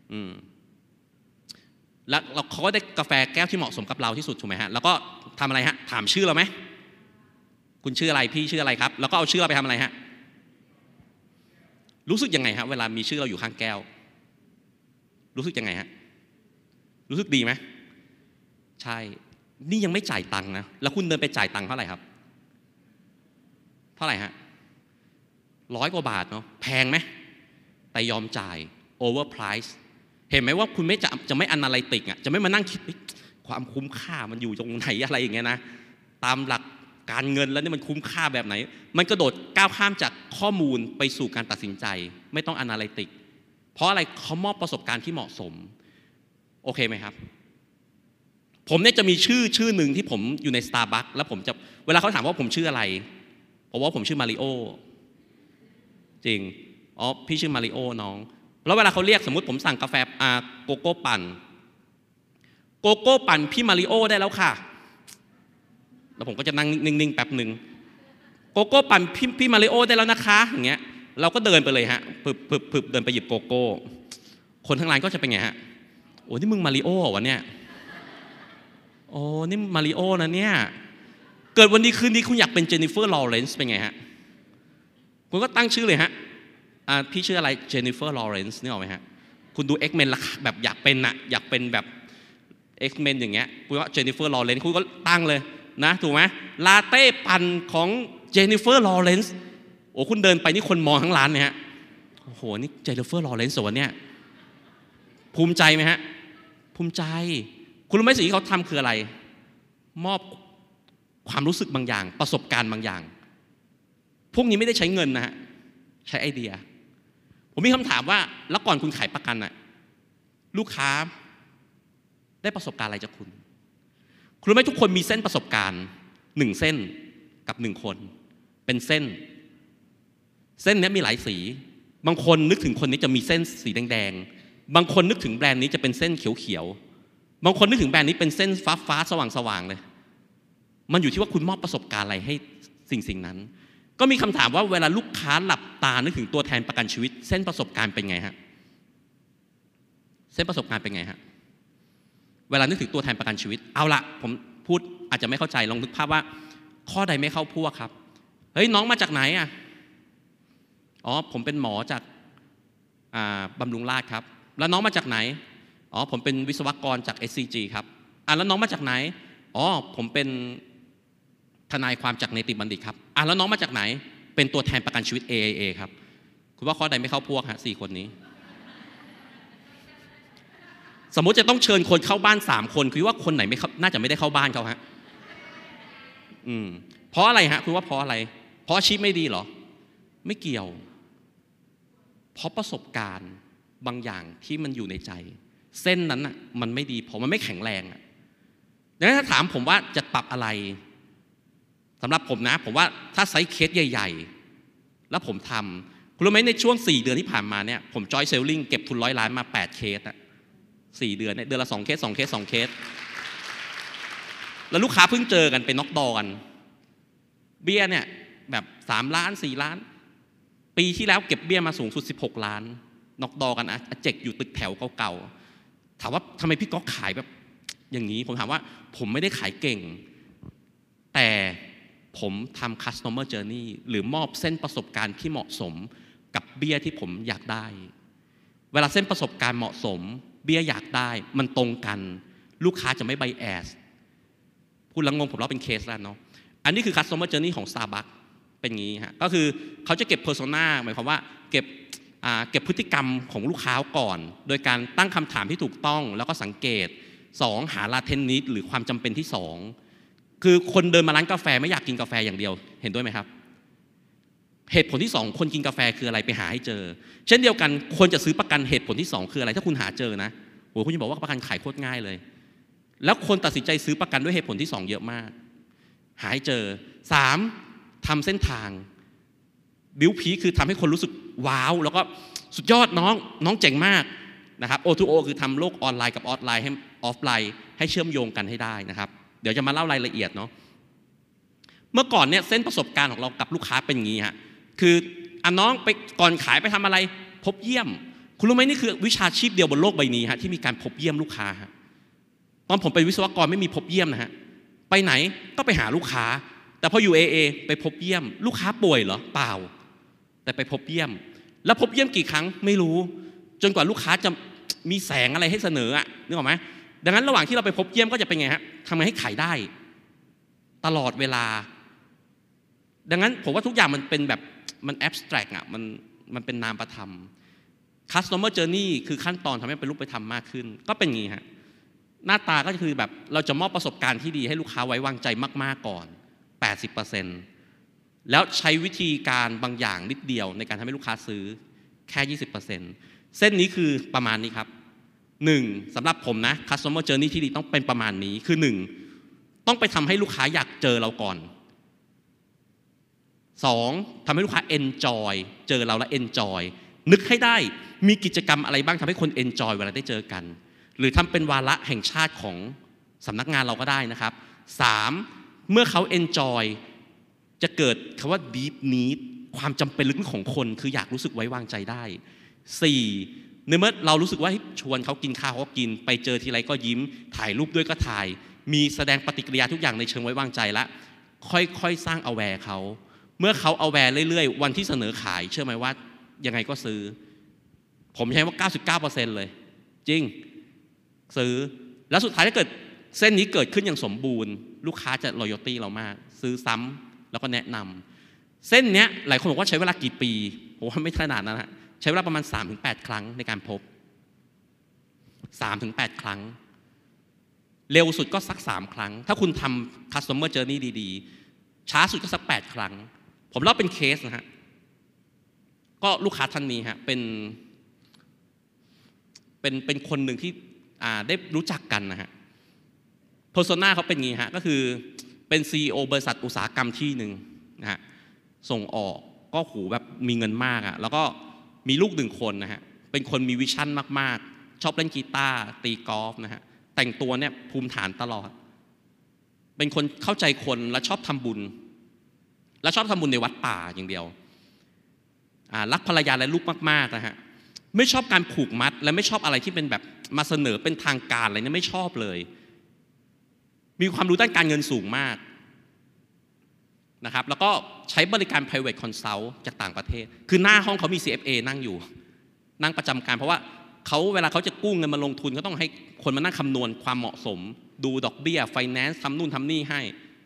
แล้วเขาก็ได้กาแฟแก้วที่เหมาะสมกับเราที่สุดถูกไหมฮะแล้วก็ทำอะไรฮะถามชื่อเราไหมคุณชื่ออะไรพี่ชื่ออะไรครับแล้วก็เอาชื่อเราไปทำอะไรฮะรู้สึกยังไงฮะเวลามีชื่อเราอยู่ข้างแก้วรู้สึกยังไงฮะรู้สึกดีไหมใช่นี่ยังไม่จ่ายตังค์นะแล้วคุณเดินไปจ่ายตังค์เท่าไหร่ครับเท่าไหร่ฮะ100 กว่าบาทเนาะแพงไหมแต่ยอมจ่าย over price เห็นไหมว่าคุณไม่จะไม่ analytic อ่ะจะไม่มานั่งคิดความคุ้มค่ามันอยู่ตรงไหนอะไรอย่างเงี้ยนะตามหลักการเงินแล้วนี่มันคุ้มค่าแบบไหนมันกระโดดก้าวข้ามจากข้อมูลไปสู่การตัดสินใจไม่ต้อง analytic เพราะอะไรเขามอบประสบการณ์ที่เหมาะสมโอเคไหมครับผมเนี่ยจะมีชื่อหนึ่งที่ผมอยู่ใน Starbucks แล้วผมจะเวลาเขาถามว่าผมชื่ออะไรผมว่าผมชื่อมาริโอจริงอ๋อพี่ชื่อมาริโอน้องแล้วเวลาเขาเรียกสมมุติผมสั่งกาแฟโกโก้ปั่นพี่มาริโอได้แล้วค่ะแล้วผมก็จะนั่งนิ่งๆแป๊บหนึ่งโกโก้ปั่นพี่มาริโอได้แล้วนะคะอย่างเงี้ยเราก็เดินไปเลยฮะพึบเดินไปหยิบโกโก้คนทั้งร้านก็จะเป็นไงฮะโอ้นี่มึงมาริโอวะเนี่ยโอ้นี่มาริโอนะเนี่ยเกิดวันนี้คืนนี้คุณอยากเป็นเจนนิเฟอร์ลอเรนซ์เป็นไงฮะคุณก็ตั้งชื่อเลยฮะพี่ชื่ออะไรเจนนิเฟอร์ลอเรนซ์นี่ออกไหมฮะคุณดู X-Men ละแบบอยากเป็นแบบ X-Men อย่างเงี้ยคุณก็เจนนิเฟอร์ลอเรนซ์คุณก็ตั้งเลยนะถูกไหมลาเต้ปั่นของเจนนิเฟอร์ลอเรนซ์โอ้คุณเดินไปนี่คนมองทั้งร้านเนี่ยฮะโอ้โหนี่เจนนิเฟอร์ลอเรนซ์ส่วนเนี่ยภูมิใจไหมฮะภูมิใจคุณรู้ไหมสิ่งที่เขาทำคืออะไรมอบความรู้สึกบางอย่างประสบการณ์บางอย่างพวกนี้ไม่ได้ใช้เงินนะฮะใช้ไอเดียผมมีคำถามว่าแล้วก่อนคุณขายประกันน่ะลูกค้าได้ประสบการณ์อะไรจากคุณรู้ไหมทุกคนมีเส้นประสบการณ์1เส้นกับ1คนเป็นเส้นนี้มีหลายสีบางคนนึกถึงคนนี้จะมีเส้นสีแดงๆบางคนนึกถึงแบรนด์นี้จะเป็นเส้นเขียวๆบางคนนึกถึงแบรนด์นี้เป็นเส้นฟ้าสว่างๆเลยมันอยู่ที่ว่าคุณมอบประสบการณ์อะไรให้สิ่งนั้นก็มีคำถามว่าเวลาลูกค้าหลับตานึกถึงตัวแทนประกันชีวิตเส้นประสบการณ์เป็นไงฮะเส้นประสบการณ์เป็นไงฮะเวลานึกถึงตัวแทนประกันชีวิตเอาละผมพูดอาจจะไม่เข้าใจลองนึกภาพว่าข้อใดไม่เข้าพวกครับเฮ้ยน้องมาจากไหนอ่ะอ๋อผมเป็นหมอจากบำรุงราษฎร์ครับแล้วน้องมาจากไหนอ๋อผมเป็นวิศวกรจาก SCG ครับแล้วน้องมาจากไหนอ๋อผมเป็นทนายความจากเนติบัณฑิตครับแล้วน้องมาจากไหนเป็นตัวแทนประกันชีวิต AIA ครับคุณว่าข้อใดไม่เข้าพวกฮะ4 คนนี้สมมติจะต้องเชิญคนเข้าบ้าน3 คนคือว่าคนไหนไม่น่าจะไม่ได้เข้าบ้านเขาฮะเพราะอะไรฮะคือว่าเพราะอะไรเพราะอาชีพไม่ดีเหรอไม่เกี่ยวเพราะประสบการณ์บางอย่างที่มันอยู่ในใจเส้นนั้นอ่ะมันไม่ดีเพราะมันไม่แข็งแรงอ่ะดังนั้นถ้าถามผมว่าจะปรับอะไรสำหรับผมนะผมว่าถ้าไซส์เคสใหญ่ๆแล้วผมทำคุณรู้ไหมในช่วง4 เดือนที่ผ่านมาเนี่ยผมจอยเซลลิงเก็บทุน100 ล้านมา8 เคสอ่ะ4 เดือนเนี่ยเดือนละ2 เคสแล้วลูกค้าเพิ่งเจอกันเป็นน็อกดอกันเบี้ยเนี่ยแบบ3 ล้าน4 ล้านปีที่แล้วเก็บเบี้ยมาสูงสุด16 ล้านน็อกดอกันเจ็กอยู่ตึกแถวเก่าๆถามว่าทำไมพี่ก๊อกขายแบบอย่างนี้ผมถามว่าผมไม่ได้ขายเก่งแต่ผมทำ customer journey หรือมอบเส้นประสบการณ์ที่เหมาะสมกับเบี้ยที่ผมอยากได้เวลาเส้นประสบการณ์เหมาะสมเบี้ยอยากได้มันตรงกันลูกค้าจะไม่ไบแอสพูดแล้วงงผมเล่าเป็นเคสแล้วเนาะอันนี้คือ customer journey ของ Starbucks เป็นงี้ฮะก็คือเขาจะเก็บ persona หมายความว่าเก็บพฤติกรรมของลูกค้าก่อนโดยการตั้งคำถามที่ถูกต้องแล้วก็สังเกต2หา latent need หรือความจำเป็นที่2คือคนเดินมาร้านกาแฟไม่อยากกินกาแฟอย่างเดียวเห็นด้วยไหมครับเหตุผลที่2คนกินกาแฟคืออะไรไปหาให้เจอเช่นเดียวกันคนจะซื้อประกันเหตุผลที่2คืออะไรถ้าคุณหาเจอนะโหคุณจะบอกว่าประกันขายโคตรง่ายเลยแล้วคนตัดสินใจซื้อประกันด้วยเหตุผลที่2เยอะมากหาให้เจอ3ทำเส้นทางบิวพีคือทำให้คนรู้สึกว้าวแล้วก็สุดยอดน้องเจ๋งมากนะครับ O2O คือทำโลกออนไลน์กับออฟไลน์ให้ออฟไลน์ให้เชื่อมโยงกันให้ได้นะครับเดี๋ยวจะมาเล่ารายละเอียดเนาะเมื่อก่อนเนี่ยเส้นประสบการณ์ของเรากับลูกค้าเป็นอย่างนี้ฮะคือน้องไปก่อนขายไปทำอะไรพบเยี่ยมคุณรู้ไหมนี่คือวิชาชีพเดียวบนโลกใบนี้ฮะที่มีการพบเยี่ยมลูกค้าฮะตอนผมเป็นวิศวกรไม่มีพบเยี่ยมนะฮะไปไหนก็ไปหาลูกค้าแต่พออยู่ AA ไปพบเยี่ยมลูกค้าป่วยเหรอเปล่าแต่ไปพบเยี่ยมแล้วพบเยี่ยมกี่ครั้งไม่รู้จนกว่าลูกค้าจะมีแสงอะไรให้เสนออะนึกออกไหมดังนั้นระหว่างที่เราไปพบเยี่ยมก็จะเป็นไงฮะทำไงให้ขายได้ตลอดเวลาดังนั้นผมว่าทุกอย่างมันเป็นแบบมันแอบสแตรกอะมันเป็นนามธรรม customer journey คือขั้นตอนทำให้เป็นรูปธรรมมากขึ้นก็เป็นอย่างนี้ฮะหน้าตาก็คือแบบเราจะมอบประสบการณ์ที่ดีให้ลูกค้าไว้วางใจมากๆก่อน 80% แล้วใช้วิธีการบางอย่างนิดเดียวในการทำให้ลูกค้าซื้อแค่ 20% เส้นนี้คือประมาณนี้ครับ 1. สำหรับผมนะ customer journey ที่ดีต้องเป็นประมาณนี้คือ 1. ต้องไปทำให้ลูกค้าอยากเจอเราก่อน 2. ทำให้ลูกค้า enjoy เจอเราแล้ว enjoy นึกให้ได้มีกิจกรรมอะไรบ้างทำให้คน enjoy เวลาได้เจอกันหรือทำเป็นวาระแห่งชาติของสำนักงานเราก็ได้นะครับ 3. เมื่อเขา enjoy จะเกิดคำว่า deep need ความจำเป็นลึกของคนคืออยากรู้สึกไว้วางใจได้ 4. ในเมื่อเรารู้สึกว่าชวนเขากินข้าวเขากินไปเจอทีไรก็ยิ้มถ่ายรูปด้วยก็ถ่ายมีแสดงปฏิกิริยาทุกอย่างในเชิงไว้วางใจแล้วค่อยๆสร้าง aware เขาเมื่อเขา aware เรื่อยๆวันที่เสนอขายเชื่อไหมว่ายังไงก็ซื้อผมใช้ว่า 99% เลยจริงซื้อแล้วสุดท้ายถ้าเกิดเส้นนี้เกิดขึ้นอย่างสมบูรณ์ลูกค้าจะ loyalty เรามากซื้อซ้ำแล้วก็แนะนำเส้นเนี้ยหลายคนบอกว่าใช้เวลากี่ปีผมว่าไม่ขนาดนั้นฮะใช้เวลาประมาณ 3-8 ครั้งในการพบ 3-8 ครั้งเร็วสุดก็สัก3 ครั้งถ้าคุณทำ customer journey ดีๆช้าสุดก็สัก8 ครั้งผมเล่าเป็นเคสนะฮะก็ลูกค้าท่านนี้ฮะเป็นคนหนึ่งที่ได้รู้จักกันนะฮะเพอร์โซนาเขาเป็นงี้ฮะก็คือเป็น CEO บริษัทอุตสาหกรรมที่หนึ่งนะฮะส่งออกก็หูแบบมีเงินมากอะแล้วก็มีลูก1 คนนะฮะเป็นคนมีวิชั่นมากๆชอบเล่นกีตาร์ตีกอล์ฟนะฮะแต่งตัวเนี่ยภูมิฐานตลอดเป็นคนเข้าใจคนและชอบทำบุญและชอบทำบุญในวัดป่าอย่างเดียวรักภรรยาและลูกมากๆนะฮะไม่ชอบการผูกมัดและไม่ชอบอะไรที่เป็นแบบมาเสนอเป็นทางการอะไรเนี่ยไม่ชอบเลยมีความรู้ด้านการเงินสูงมากนะครับแล้วก็ใช้บริการ private consult จากต่างประเทศคือหน้าห้องเขามี CFA นั่งอยู่นั่งประจำการเพราะว่าเขาเวลาเขาจะกู้เงินมาลงทุนก็ต้องให้คนมานั่งคำนวณความเหมาะสมดูดอกเบี้ย finance ทำนู่นทำนี่ให้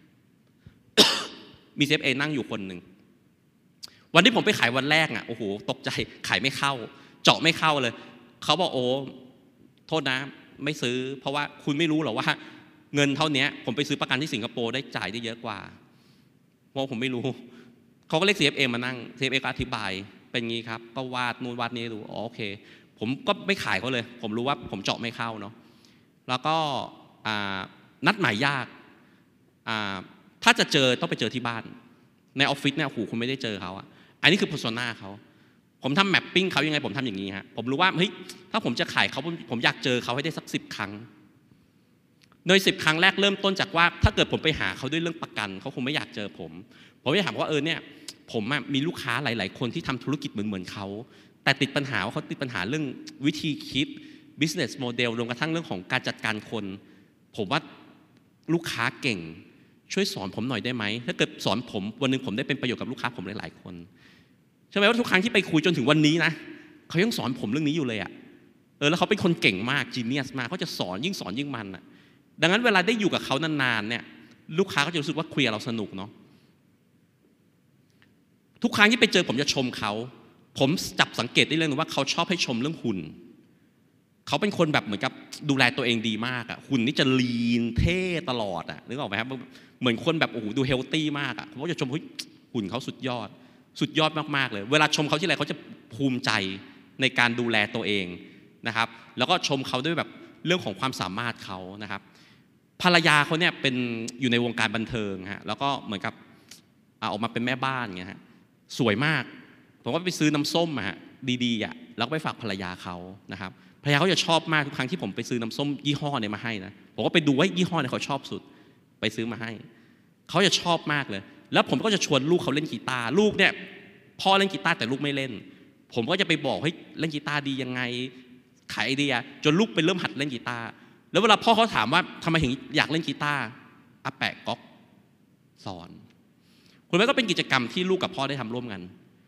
มี CFA นั่งอยู่คนหนึ่งวันที่ผมไปขายวันแรกอ่ะโอ้โหตกใจขายไม่เข้าเจาะไม่เข้าเลยเขาบอกโอ้โทษนะไม่ซื้อเพราะว่าคุณไม่รู้หรอว่าเงินเท่านี้ผมไปซื้อประกันที่สิงคโปร์ได้จ่ายได้เยอะกว่าเพราะผมไม่รู้เขาก็เรียก CFA มานั่ง CFA ก็อธิบายเป็นงี้ครับก็วาดนู่นวาดนี้ดูอ๋อโอเคผมก็ไม่ขายเขาเลยผมรู้ว่าผมเจาะไม่เข้าเนาะแล้วก็นัดหมายยากถ้าจะเจอต้องไปเจอที่บ้านในออฟฟิศเนี่ยโอ้โหคุณไม่ได้เจอเขาอันนี้คือ persona เขาผมทำแมปปิ้งเขายังไงผมทำอย่างนี้ฮะผมรู้ว่าเฮ้ยถ้าผมจะขายเขาผมอยากเจอเขาให้ได้สัก10 ครั้งโดย10 ครั้งแรกเริ่มต้นจากว่าถ้าเกิดผมไปหาเขาด้วยเรื่องประกันเขาคงไม่อยากเจอผมจะถามว่าเนี่ยผมมีลูกค้าหลายๆคนที่ทำธุรกิจเหมือนเขาแต่ติดปัญหาว่าเขาติดปัญหาเรื่องวิธีคิด business model รวมกระทั่งเรื่องของการจัดการคนผมว่าลูกค้าเก่งช่วยสอนผมหน่อยได้ไหมถ้าเกิดสอนผมวันนึงผมได้เป็นประโยชน์กับลูกค้าผมหลายๆคนใช่ไหมว่าทุกครั้งที่ไปคุยจนถึงวันนี้นะเขายังสอนผมเรื่องนี้อยู่เลยแล้วเขาเป็นคนเก่งมากจีเนียสมากเขาจะสอนยิ่งมันดังนั้นเวลาได้อยู่กับเขานานๆเนี่ยลูกค้าก็จะรู้สึกว่าคุยกับเราสนุกเนาะทุกครั้งที่ไปเจอผมจะชมเขาผมจับสังเกตได้เรื่องนึงว่าเขาชอบให้ชมเรื่องหุ่นเขาเป็นคนแบบเหมือนกับดูแลตัวเองดีมากหุ่นนี่จะลีนเท่ตลอดนึกออกไหมครับเหมือนคนแบบโอ้โหดูเฮลตี้มากผมก็จะชมหุ่นเขาสุดยอดมากๆเลยเวลาชมเขาที่ไรเขาจะภูมิใจในการดูแลตัวเองนะครับแล้วก็ชมเขาด้วยแบบเรื่องของความสามารถเขานะครับภรรยาเขาเนี่ยเป็นอยู่ในวงการบันเทิงแล้วก็เหมือนกับออกมาเป็นแม่บ้านเงี้ยสวยมากผมก็ไปซื้อน้ำส้มดีๆแล้วก็ไปฝากภรรยาเขานะครับภรรยาเขาจะชอบมากทุกครั้งที่ผมไปซื้อน้ำส้มยี่ห้อเนี่ยมาให้นะผมก็ไปดูว่ายี่ห้อเนี่ยเขาชอบสุดไปซื้อมาให้เขาจะชอบมากเลยแล้วผมก็จะชวนลูกเขาเล่นกีตาร์ลูกเนี่ยพ่อเล่นกีตาร์แต่ลูกไม่เล่นผมก็จะไปบอกให้เล่นกีตาร์ดียังไงขายไอเดียจนลูกไปเริ่มหัดเล่นกีตาร์แล้วเวลาพ่อเขาถามว่าทำไมถึงอยากเล่นกีตาร์อาแปะก๊อกสอนคุณแม่ก็เป็นกิจกรรมที่ลูกกับพ่อได้ทำร่วมกัน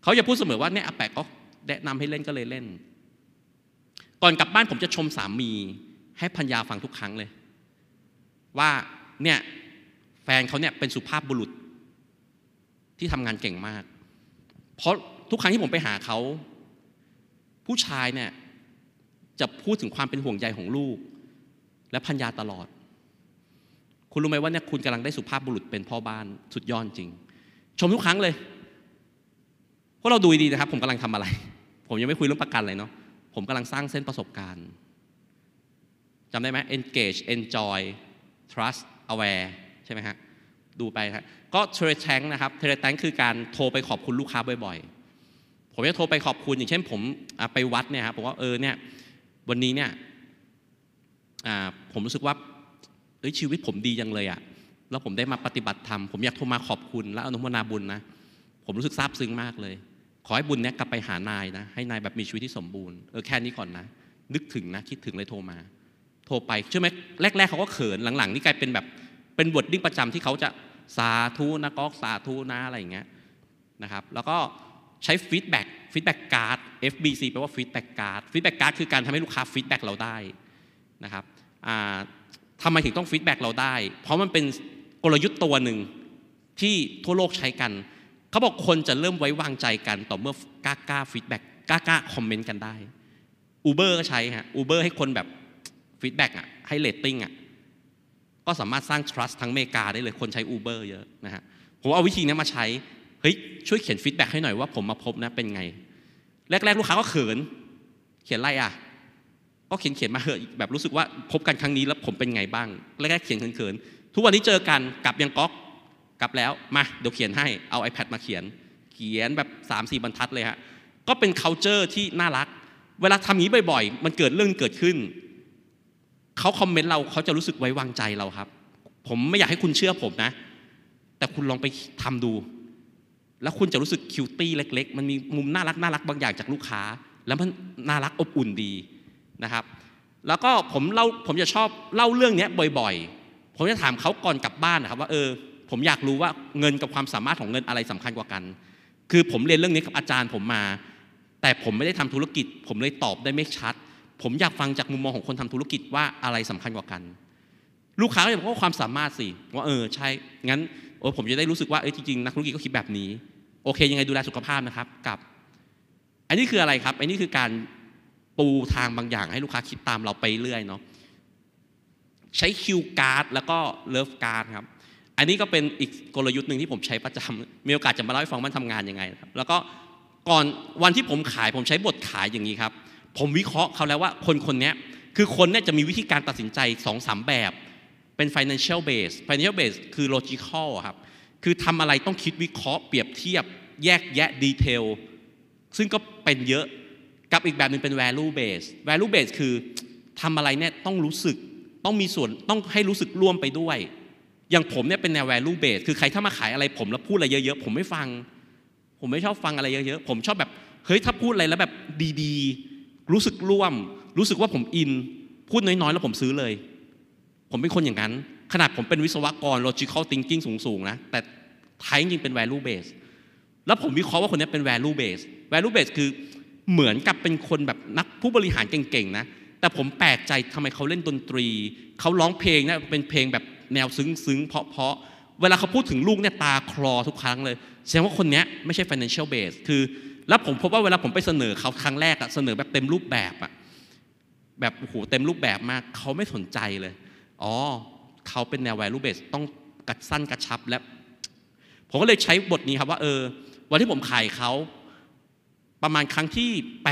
เขาจะพูดเสมอว่าเนี่ยอาแปะก็แนะนำให้เล่นก็เลยเล่นก่อนกลับบ้านผมจะชมสามีให้ภรรยาฟังทุกครั้งเลยว่าเนี่ยแฟนเขาเนี่ยเป็นสุภาพบุรุษที่ทำงานเก่งมากเพราะทุกครั้งที่ผมไปหาเขาผู้ชายเนี่ยจะพูดถึงความเป็นห่วงใยของลูกและภรรยาตลอดคุณรู้ไหมว่าเนี่ยคุณกำลังได้สุภาพบุรุษเป็นพ่อบ้านสุดยอดจริงชมทุกครั้งเลยพวกเราดูดีนะครับผมกำลังทำอะไรผมยังไม่คุยเรื่องประกันเลยเนาะผมกำลังสร้างเส้นประสบการณ์จำได้ไหม engage enjoy trust aware ใช่ไหมฮะดูไปครับก็ Teletank นะครับ Teletank คือการโทรไปขอบคุณลูกค้าบ่อยๆผมจะโทรไปขอบคุณอย่างเช่นผมไปวัดเนี่ยครับผมว่าเนี่ยวันนี้เนี่ยผมรู้สึกว่าชีวิตผมดีจังเลยอะแล้วผมได้มาปฏิบัติธรรมผมอยากโทรมาขอบคุณและอนุโมทนาบุญนะผมรู้สึกซาบซึ้งมากเลยขอให้บุญเนี้ยกลับไปหานายนะให้นายแบบมีชีวิตที่สมบูรณ์แค่นี้ก่อนนะนึกถึงนะคิดถึงเลยโทรไปเชื่อไหมแรกๆเขาก็เขินหลังๆนี่กลายเป็นแบบเป็นวอร์ดดิ้งประจำที่เขาจะสาธุนะก๊อกสาธุนะอะไรอย่างเงี้ยนะครับแล้วก็ใช้ฟีดแบ็กการ์ด FBC แปลว่าฟีดแบ็กการ์ดคือการทำให้ลูกค้าฟีดแบ็กเราได้นะครับทำไมถึงต้องฟีดแบ็กเราได้เพราะมันเป็นกลยุทธ์ตัวหนึ่งที่ทั่วโลกใช้กันเขาบอกคนจะเริ่มไว้วางใจกันต่อเมื่อกล้าฟีดแบ็กกล้าคอมเมนต์กันได้ Uber ก็ใช้ฮะ Uber ให้คนแบบฟีดแบ็กให้เรตติ้งก็สามารถสร้าง trust ทั้งอเมริกาได้เลยคนใช้ Uber เยอะนะฮะผมเอาวิธีนี้มาใช้ช่วยเขียนฟีดแบ็กให้หน่อยว่าผมมาพบนะเป็นไงแรกๆลูกค้าก็เขินเขียนอะไรก็เขียนมาเหอะแบบรู้สึกว่าพบกันครั้งนี้แล้วผมเป็นไงบ้างแรกๆเขียนเขินทุกวันนี้เจอกันกลับยังก๊อกกลับแล้วมาเดี๋ยวเขียนให้เอา iPad มาเขียนแบบ 3-4 บรรทัดเลยฮะก็เป็น culture ที่น่ารักเวลาทำอย่างนี้บ่อยๆมันเกิดเรื่องเกิดขึ้นเขาคอมเมนต์เราเขาจะรู้สึกไว้วางใจเราครับผมไม่อยากให้คุณเชื่อผมนะแต่คุณลองไปทำดูแล้วคุณจะรู้สึกคิวตี้เล็กๆมันมีมุมน่ารักบางอย่างจากลูกค้าแล้วมันน่ารักอบอุ่นดีนะครับแล้วก็ผมจะชอบเล่าเรื่องนี้บ่อยๆผมจะถามเขาก่อนกลับบ้านนะครับว่าผมอยากรู้ว่าเงินกับความสามารถของเงินอะไรสำคัญกว่ากันคือผมเรียนเรื่องนี้กับอาจารย์ผมมาแต่ผมไม่ได้ทำธุรกิจผมเลยตอบได้ไม่ชัดผมอยากฟังจากมุมมองของคนทำธุรกิจว่าอะไรสำคัญกว่ากันลูกค้าก็จะบอกว่าความสามารถสิว่าใช่งั้นผมจะได้รู้สึกว่าจริงๆนักธุรกิจก็คิดแบบนี้โอเคยังไงดูแลสุขภาพนะครับกับอันนี้คืออะไรครับอันนี้คือการปูทางบางอย่างให้ลูกค้าคิดตามเราไปเรื่อยเนาะใช้คิวการ์ดแล้วก็เลิฟการ์ดครับอันนี้ก็เป็นอีกกลยุทธ์หนึ่งที่ผมใช้ประจำมีโอกาสจะมาเล่าให้ฟังมันทำงานยังไงครับแล้วก็ก่อนวันที่ผมขายผมใช้บทขายอย่างนี้ครับผมวิเคราะห์เขาแล้วว่าคนนี้คือคนเนี่ยจะมีวิธีการตัดสินใจ 2-3 แบบเป็น financial base คือ logical ครับคือทำอะไรต้องคิดวิเคราะห์เปรียบเทียบแยกแยะดีเทลซึ่งก็เป็นเยอะกับอีกแบบนึงเป็น value base คือทำอะไรเนี่ยต้องรู้สึกต้องมีส่วนต้องให้รู้สึกร่วมไปด้วยอย่างผมเนี่ยเป็นแนว value base คือใครถ้ามาขายอะไรผมแล้วพูดอะไรเยอะๆผมไม่ฟังผมไม่ชอบฟังอะไรเยอะๆผมชอบแบบถ้าพูดอะไรแล้วแบบดีๆรู้สึกร่วมรู้สึกว่าผมอินพูดน้อยๆแล้วผมซื้อเลยผมเป็นคนอย่างนั้นขนาดผมเป็นวิศวกร logical thinking สูงๆนะแต่ไทยจริงๆเป็น value base แล้วผมวิเคราะห์ว่าคนนี้เป็น value base คือเหมือนกับเป็นคนแบบนักผู้บริหารเก่งๆนะแต่ผมแปลกใจทำไมเขาเล่นดนตรีเขาร้องเพลงนะเป็นเพลงแบบแนวซึ้งๆเพราะเวลาเขาพูดถึงลูกเนี่ยตาคลอทุกครั้งเลยแสดงว่าคนนี้ไม่ใช่ financial base คือแล้วผมพบว่าเวลาผมไปเสนอเขาครั้งแรกเสนอแบบเต็มรูปแบบแบบโอ้โหเต็มรูปแบบมากเขาไม่สนใจเลยเขาเป็นแนว value base ต้องกระสั้นกระชับและผมก็เลยใช้บทนี้ครับว่าวันที่ผมขายเขาประมาณครั้งที่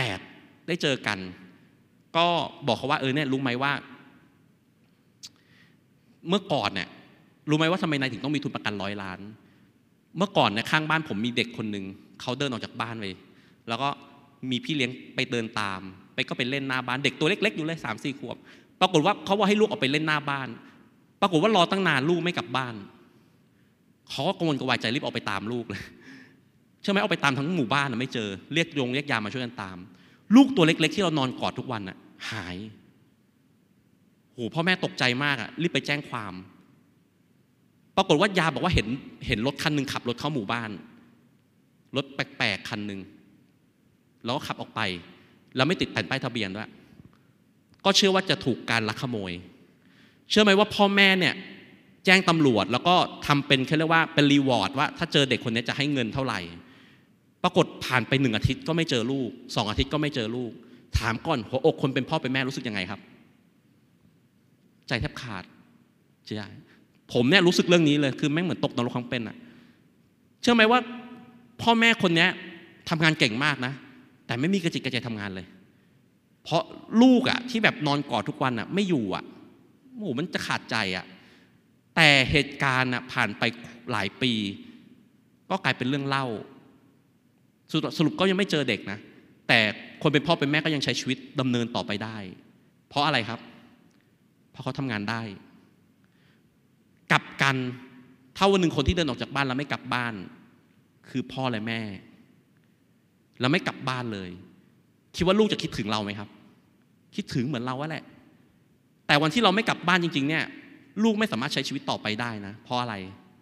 8ได้เจอกันก็บอกเขาว่าเนี่ยรู้ไหมว่าเมื่อก่อนเนี่ยรู้ไหมว่าทำไมนายถึงต้องมีทุนประกัน100 ล้านเมื่อก่อนเนี่ยข้างบ้านผมมีเด็กคนหนึ่งเขาเดินออกจากบ้านไปแล้วก็มีพี่เลี้ยงไปเดินตามก็ไปเล่นหน้าบ้านเด็กตัวเล็กๆอยู่เลย 3-4 ขวบปรากฏว่าเขาว่าให้ลูกออกไปเล่นหน้าบ้านปรากฏว่ารอตั้งนานลูกไม่กลับบ้านเขาก็กังวลกระวายใจรีบออกไปตามลูกเลยใช่ไหมเอาไปตามทั้งหมู่บ้านไม่เจอเรียกยามมาช่วยกันตามลูกตัวเล็กๆที่เรานอนกอดทุกวันหายโหพ่อแม่ตกใจมากรีบไปแจ้งความปรากฏว่ายาบอกว่าเห็นรถคันหนึ่งขับรถเข้าหมู่บ้านรถแปลกๆคันหนึ่งแล้วก็ขับออกไปแล้วไม่ติดแผ่นป้ายทะเบียนด้วยก็เชื่อว่าจะถูกการลักขโมยเชื่อไหมว่าพ่อแม่เนี่ยแจ้งตำรวจแล้วก็ทำเป็นเขาเรียกว่าเป็นรีวอร์ดว่าถ้าเจอเด็กคนนี้จะให้เงินเท่าไหร่ปรากฏผ่านไป1 อาทิตย์ก็ไม่เจอลูก2 อาทิตย์ก็ไม่เจอลูกถามก่อนหัวอกคนเป็นพ่อเป็นแม่รู้สึกยังไงครับใจแทบขาดใช่ผมเนี่ยรู้สึกเรื่องนี้เลยคือแม่งเหมือนตกนรกทั้งเป็นอ่ะเชื่อไหมว่าพ่อแม่คนนี้ทำงานเก่งมากนะแต่ไม่มีกระจิตกระใจทำงานเลยเพราะลูกอ่ะที่แบบนอนกอดทุกวันอ่ะไม่อยู่อ่ะโอ้โหมันจะขาดใจอ่ะแต่เหตุการณ์อ่ะผ่านไปหลายปีก็กลายเป็นเรื่องเล่าสรุปก็ยังไม่เจอเด็กนะแต่คนเป็นพ่อเป็นแม่ก็ยังใช้ชีวิตดำเนินต่อไปได้เพราะอะไรครับเพราะเขาทำงานได้กลับกันถ้าวันหนึ่งคนที่เดินออกจากบ้านแล้วไม่กลับบ้านคือพ่อและแม่แล้วไม่กลับบ้านเลยคิดว่าลูกจะคิดถึงเราไหมครับคิดถึงเหมือนเราแหละแต่วันที่เราไม่กลับบ้านจริงๆเนี่ยลูกไม่สามารถใช้ชีวิตต่อไปได้นะเพราะอะไร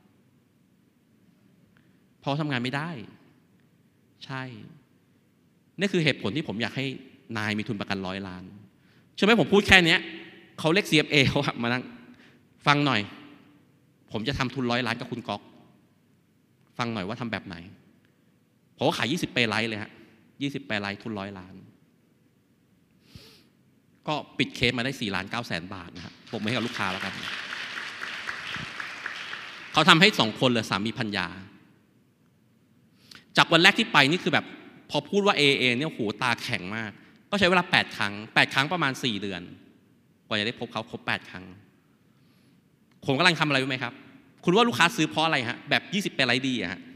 เพราะทำงานไม่ได้ใช่นี่คือเหตุผลที่ผมอยากให้นายมีทุนประกัน100 ล้านใช่ไหมผมพูดแค่นี้เขาเรียก CFA เขามานั่งฟังหน่อยผมจะทำทุน100 ล้านกับคุณก๊อกฟังหน่อยว่าทำแบบไหนผมก็ขาย20 เปย์ไลท์เลยฮะ20 เปย์ไลท์ทุน100 ล้านก็ปิดเคสมาได้4,900,000 บาทนะครับผมให้กับลูกค้าแล้วกันเขาทำให้2 คนเลยสามีภรรยาจากวันแรกที่ไปนี่คือแบบพอพูดว่า AA เนี่ยโหตาแข็งมากก็ใช้เวลา8 ครั้งประมาณ4 เดือนกว่าจะได้พบเขาครบ8 ครั้งผมกำลังทำอะไรรู้ไหมครับคุณว่าลูกค้าซื้อเพราะอะไรฮะแบบ20 เปย์ไลท์ดีอะฮะ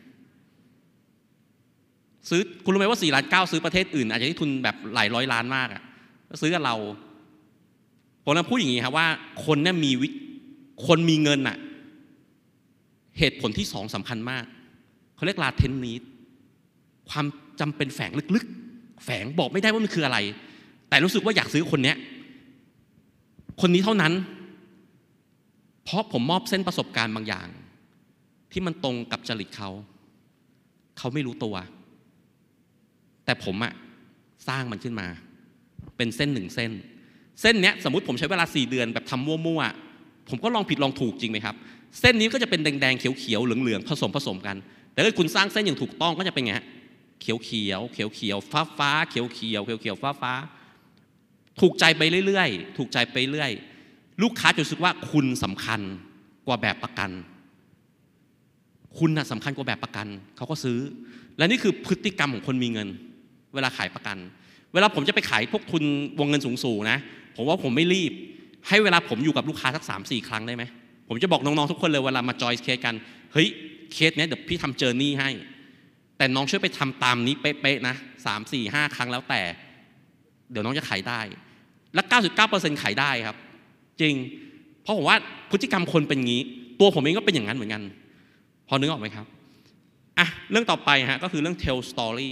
ซื้อคุณรู้ไหมว่า4.9 ล้านซื้อประเทศอื่นอาจจะได้ทุนแบบหลาย100 ล้านมากอะซื้อกับเราผมจะพูดอย่างนี้ครับว่าคนเนี่ยคนมีเงินอะเหตุผลที่2สำคัญมากเขาเรียก latent need ความจำเป็นแฝงลึกๆแฝงบอกไม่ได้ว่ามันคืออะไรแต่รู้สึกว่าอยากซื้อคนนี้เท่านั้นเพราะผมมอบเส้นประสบการณ์บางอย่างที่มันตรงกับจริตเขาไม่รู้ตัวแต่ผมอะสร้างมันขึ้นมาเป็นเส้น1 เส้นเนี้ยสมมุติผมใช้เวลา4 เดือนแบบทำมั่วๆผมก็ลองผิดลองถูกจริงไหมครับเส้นนี้ก็จะเป็นแดงๆเขียวๆเหลืองๆผสมกันแต่ถ้าคุณสร้างเส้นอย่างถูกต้องก็จะเป็นไงเขียวฟ้าเขียวฟ้าถูกใจไปเรื่อยลูกค้าจะรู้สึกว่าคุณสำคัญกว่าแบบประกันคุณน่ะสำคัญกว่าแบบประกันเขาก็ซื้อและนี่คือพฤติกรรมของคนมีเงินเวลาขายประกันเวลาผมจะไปขายพวกทุนวงเงินสูงๆนะผมว่าผมไม่รีบให้เวลาผมอยู่กับลูกค้าสัก 3-4 ครั้งได้ไหมผมจะบอกน้องๆทุกคนเลยเวลามาจอยเคสกันเฮ้ยเคสนี้เดี๋ยวพี่ทำเจอร์นี่ให้แต่น้องช่วยไปทำตามนี้เป๊ะๆนะ3-4-5 ครั้งแล้วแต่เดี๋ยวน้องจะขายได้และ 99% ขายได้ครับจริงเพราะผมว่าพฤติกรรมคนเป็นงี้ตัวผมเองก็เป็นอย่างนั้นเหมือนกันพอนึกออกไหมครับอ่ะเรื่องต่อไปฮะก็คือเรื่อง tell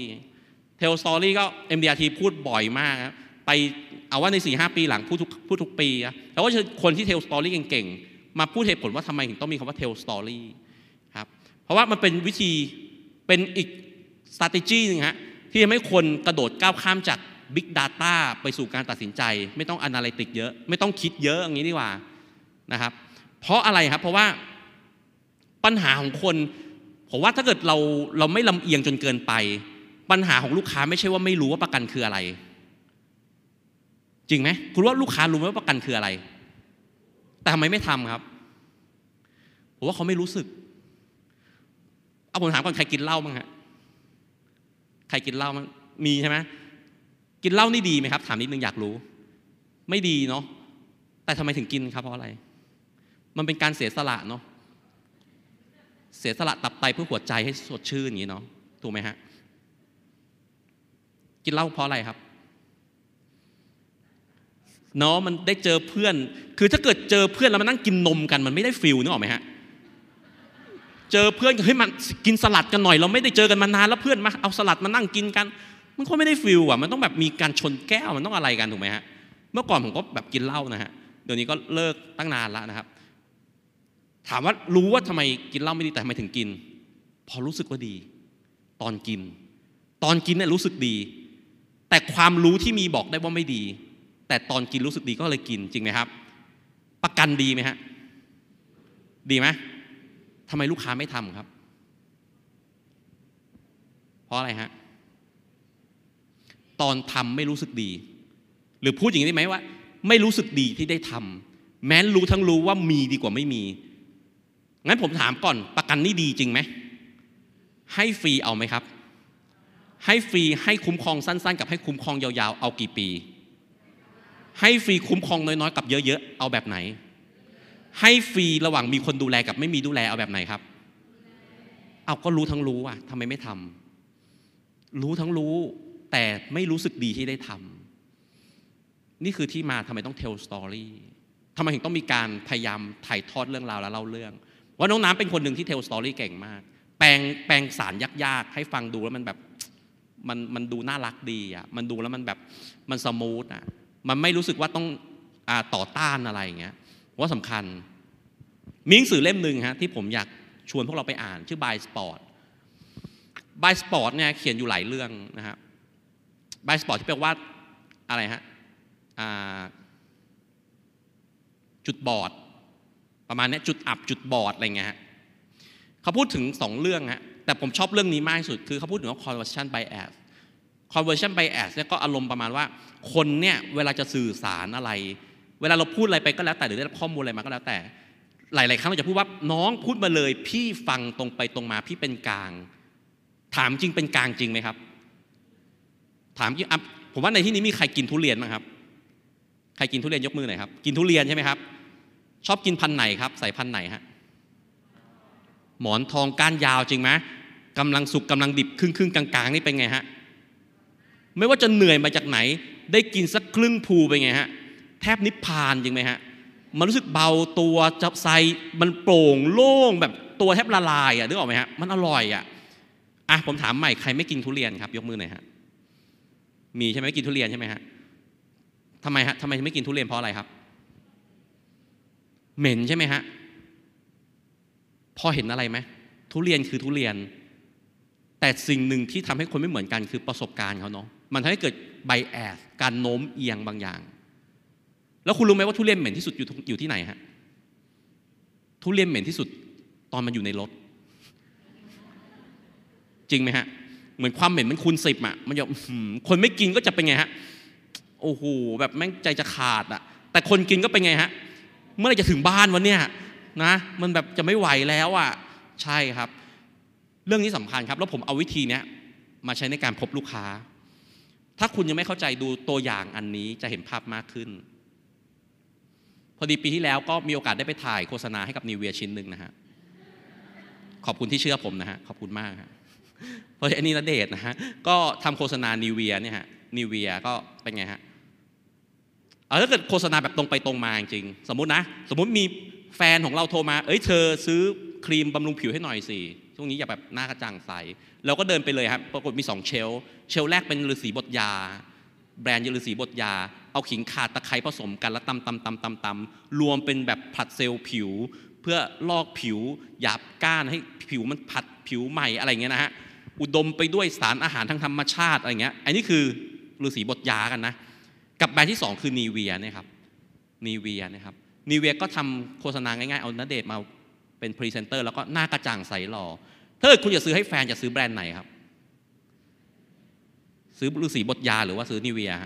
story ก็ MDRT พูดบ่อยมากไปเอาว่าใน 4-5 ปีหลังพูดทุกปีแล้วก็คนที่ tell story เก่งๆมาพูดเหตุผลว่าทำไมถึงต้องมีคำว่า tell story ครับเพราะว่ามันเป็นวิธีเป็นอีก strategy นึงฮะที่ทำให้คนกระโดดก้าวข้ามจาก Big Data ไปสู่การตัดสินใจไม่ต้อง Analytic เยอะไม่ต้องคิดเยอะอย่างนี้ดีกว่านะครับเพราะอะไรครับเพราะว่าปัญหาของคนผมว่าถ้าเกิดเราไม่ลำเอียงจนเกินไปปัญหาของลูกค้าไม่ใช่ว่าไม่รู้ว่าประกันคืออะไรจริงไหมคุณว่าลูกค้ารู้ไหมว่าประกันคืออะไรแต่ทำไมไม่ทำครับผมว่าเขาไม่รู้สึกเอาผมถามก่อนใครกินเหล้าบ้างฮะใครกินเหล้าบ้างมีใช่ไหมกินเหล้านี่ดีไหมครับถามนิดนึงอยากรู้ไม่ดีเนาะแต่ทำไมถึงกินครับเพราะอะไรมันเป็นการเสียสละเนาะเสียสละตับไตเพื่อหัวใจให้สดชื่นอย่างนี้เนาะถูกไหมฮะกินเหล้าเพราะอะไรครับเนาะมันได้เจอเพื่อนคือถ้าเกิดเจอเพื่อนแล้วมานั่งกินนมกันมันไม่ได้ฟิลนึกออกไหมฮะเจอเพื่อนเฮ้ยมันกินสลัดกันหน่อยเราไม่ได้เจอกันมานานแล้วเพื่อนมาเอาสลัดมานั่งกินกันมันก็ไม่ได้ฟิลอ่ะมันต้องแบบมีการชนแก้วมันต้องอะไรกันถูกไหมฮะเมื่อก่อนผมก็แบบกินเหล้านะฮะเดี๋ยวนี้ก็เลิกตั้งนานแล้วนะครับถามว่ารู้ว่าทำไมกินเหล้าไม่ดีแต่ทำไมถึงกินพอรู้สึกว่าดีตอนกินเนี่ยรู้สึกดีแต่ความรู้ที่มีบอกได้ว่าไม่ดีแต่ตอนกินรู้สึกดีก็เลยกินจริงไหมครับประกันดีไหมฮะดีไหมทำไมลูกค้าไม่ทำครับเพราะอะไรฮะตอนทำไม่รู้สึกดีหรือพูดอย่างนี้ได้ไหมว่าไม่รู้สึกดีที่ได้ทำแม้รู้ทั้งรู้ว่ามีดีกว่าไม่มีงั้นผมถามก่อนประกันนี่ดีจริงไหมให้ฟรีเอาไหมครับให้ฟรีให้คุ้มครองสั้นๆกับให้คุ้มครองยาวๆเอากี่ปีให้ฟรีคุ้มครองน้อยๆกับเยอะๆเอาแบบไหนให้ฟรีระหว่างมีคนดูแลกับไม่มีดูแลเอาแบบไหนครับเอาก็รู้ทั้งรู้อ่ะทำไมไม่ทำรู้ทั้งรู้แต่ไม่รู้สึกดีที่ได้ทำนี่คือที่มาทำไมต้อง tell story ทำไมถึงต้องมีการพยายามถ่ายทอดเรื่องราวและเล่าเรื่องว่าน้องน้ำเป็นคนหนึ่งที่ tell story เก่งมากแปลงสารยากๆให้ฟังดูแล้วมันแบบมันดูน่ารักดีอ่ะมันดูแล้วมันแบบมันสมูทอ่ะมันไม่รู้สึกว่าต้องต่อต้านอะไรอย่างเงี้ยว่าสำคัญมีหนังสือเล่มหนึ่งฮะที่ผมอยากชวนพวกเราไปอ่านชื่อ By Sport By Sport เนี่ยเขียนอยู่หลายเรื่องนะฮะ By Sport ที่แปลว่าอะไรฮะจุดบอดประมาณนี้จุดอับจุดบอดอะไรเงี้ยฮะเขาพูดถึง2เรื่องฮะแต่ผมชอบเรื่องนี้มากที่สุดคือเขาพูดถึงว่า conversion bias conversion bias เนี่ยก็อารมณ์ประมาณว่าคนเนี่ยเวลาจะสื่อสารอะไรเวลาเราพูดอะไรไปก็แล้วแต่หรือได้รับข้อมูลอะไรมาก็แล้วแต่หลายๆครั้งเราจะพูดว่าน้องพูดมาเลยพี่ฟังตรงไปตรงมาพี่เป็นกลางถามจริงเป็นกลางจริงไหมครับถามจริงผมว่าในที่นี้มีใครกินทุเรียนบ้างครับใครกินทุเรียนยกมือหน่อยครับกินทุเรียนใช่ไหมครับชอบกินพันธุ์ไหนครับสายพันธุ์ไหนฮะหมอนทองก้านยาวจริงไหมกำลังสุกกำลังดิบครึ่งกลางๆนี่เป็นไงฮะไม่ว่าจะเหนื่อยมาจากไหนได้กินสักครึ่งภูเป็นไงฮะแทบนิพพานจริงไหมฮะมันรู้สึกเบาตัวจับไซมันโปร่งโล่งแบบตัวแทบละลายนึกออกไหมฮะมันอร่อยผมถามใหม่ใครไม่กินทุเรียนครับยกมือหน่อยฮะมีใช่ไหมกินทุเรียนใช่ไหมฮะทำไมไม่กินทุเรียนเพราะอะไรครับเหม็นใช่ไหมฮะพอเห็นอะไรไหมทุเรียนคือทุเรียนแต่สิ่งหนึ่งที่ทำให้คนไม่เหมือนกันคือประสบการณ์เขาเนาะมันทำให้เกิดไบแอสการโน้มเอียงบางอย่างแล้วคุณรู้ไหมว่าทุเรียนเหม็นที่สุดอยู่ที่ไหนฮะทุเรียนเหม็นที่สุดตอนมันอยู่ในรถจริงไหมฮะเหมือนความเหม็นมันคูณ10มันจะคนไม่กินก็จะเป็นไงฮะโอ้โหแบบแม่งใจจะขาดแต่คนกินก็เป็นไงฮะเมื่อไหร่จะถึงบ้านวะเนี่ยนะมันแบบจะไม่ไหวแล้วใช่ครับเรื่องนี้สำคัญครับแล้วผมเอาวิธีนี้มาใช้ในการพบลูกค้าถ้าคุณยังไม่เข้าใจดูตัวอย่างอันนี้จะเห็นภาพมากขึ้นพอดีปีที่แล้วก็มีโอกาสได้ไปถ่ายโฆษณาให้กับนิวเวียชิ้นหนึ่งนะฮะขอบคุณที่เชื่อผมนะฮะขอบคุณมากฮะเพราะอันนี้ณเดชน์นะฮะก็ทำโฆษณานิวเวียเนี่ยฮะนิวเวียก็เป็นไงฮะถ้าเกิดโฆษณาแบบตรงไปตรงมาจริงสมมุติมีแฟนของเราโทรมาเธอซื้อครีมบำรุงผิวให้หน่อยสิช่วงนี้อย่าแบบหน้ากระจ่างใสเราก็เดินไปเลยครับปรากฏมี2เชลแรกเป็นฤาษีบทยาแบรนด์ฤาษีบทยาเอาขิงข่าตะไคร้ผสมกันแล้วตำรวมเป็นแบบผัดเซลล์ผิวเพื่อลอกผิวหยาบก้านให้ผิวมันผัดผิวใหม่อะไรเงี้ยนะฮะอุดมไปด้วยสารอาหารทางธรรมชาติอะไรเงี้ยอันนี้คือฤาษีบทยากันนะกับแบรนด์ที่2คือนีเวียนะครับนีเวียก็ทำโฆษณาง่ายๆเอาณเดชน์มาเป็นพรีเซนเตอร์แล้วก็หน้ากระจ่างใสหล่อถ้าเกิดคุณจะซื้อให้แฟนจะซื้อแบรนด์ไหนครับซื้อฤาษีบทยาหรือว่าซื้อนีเวีย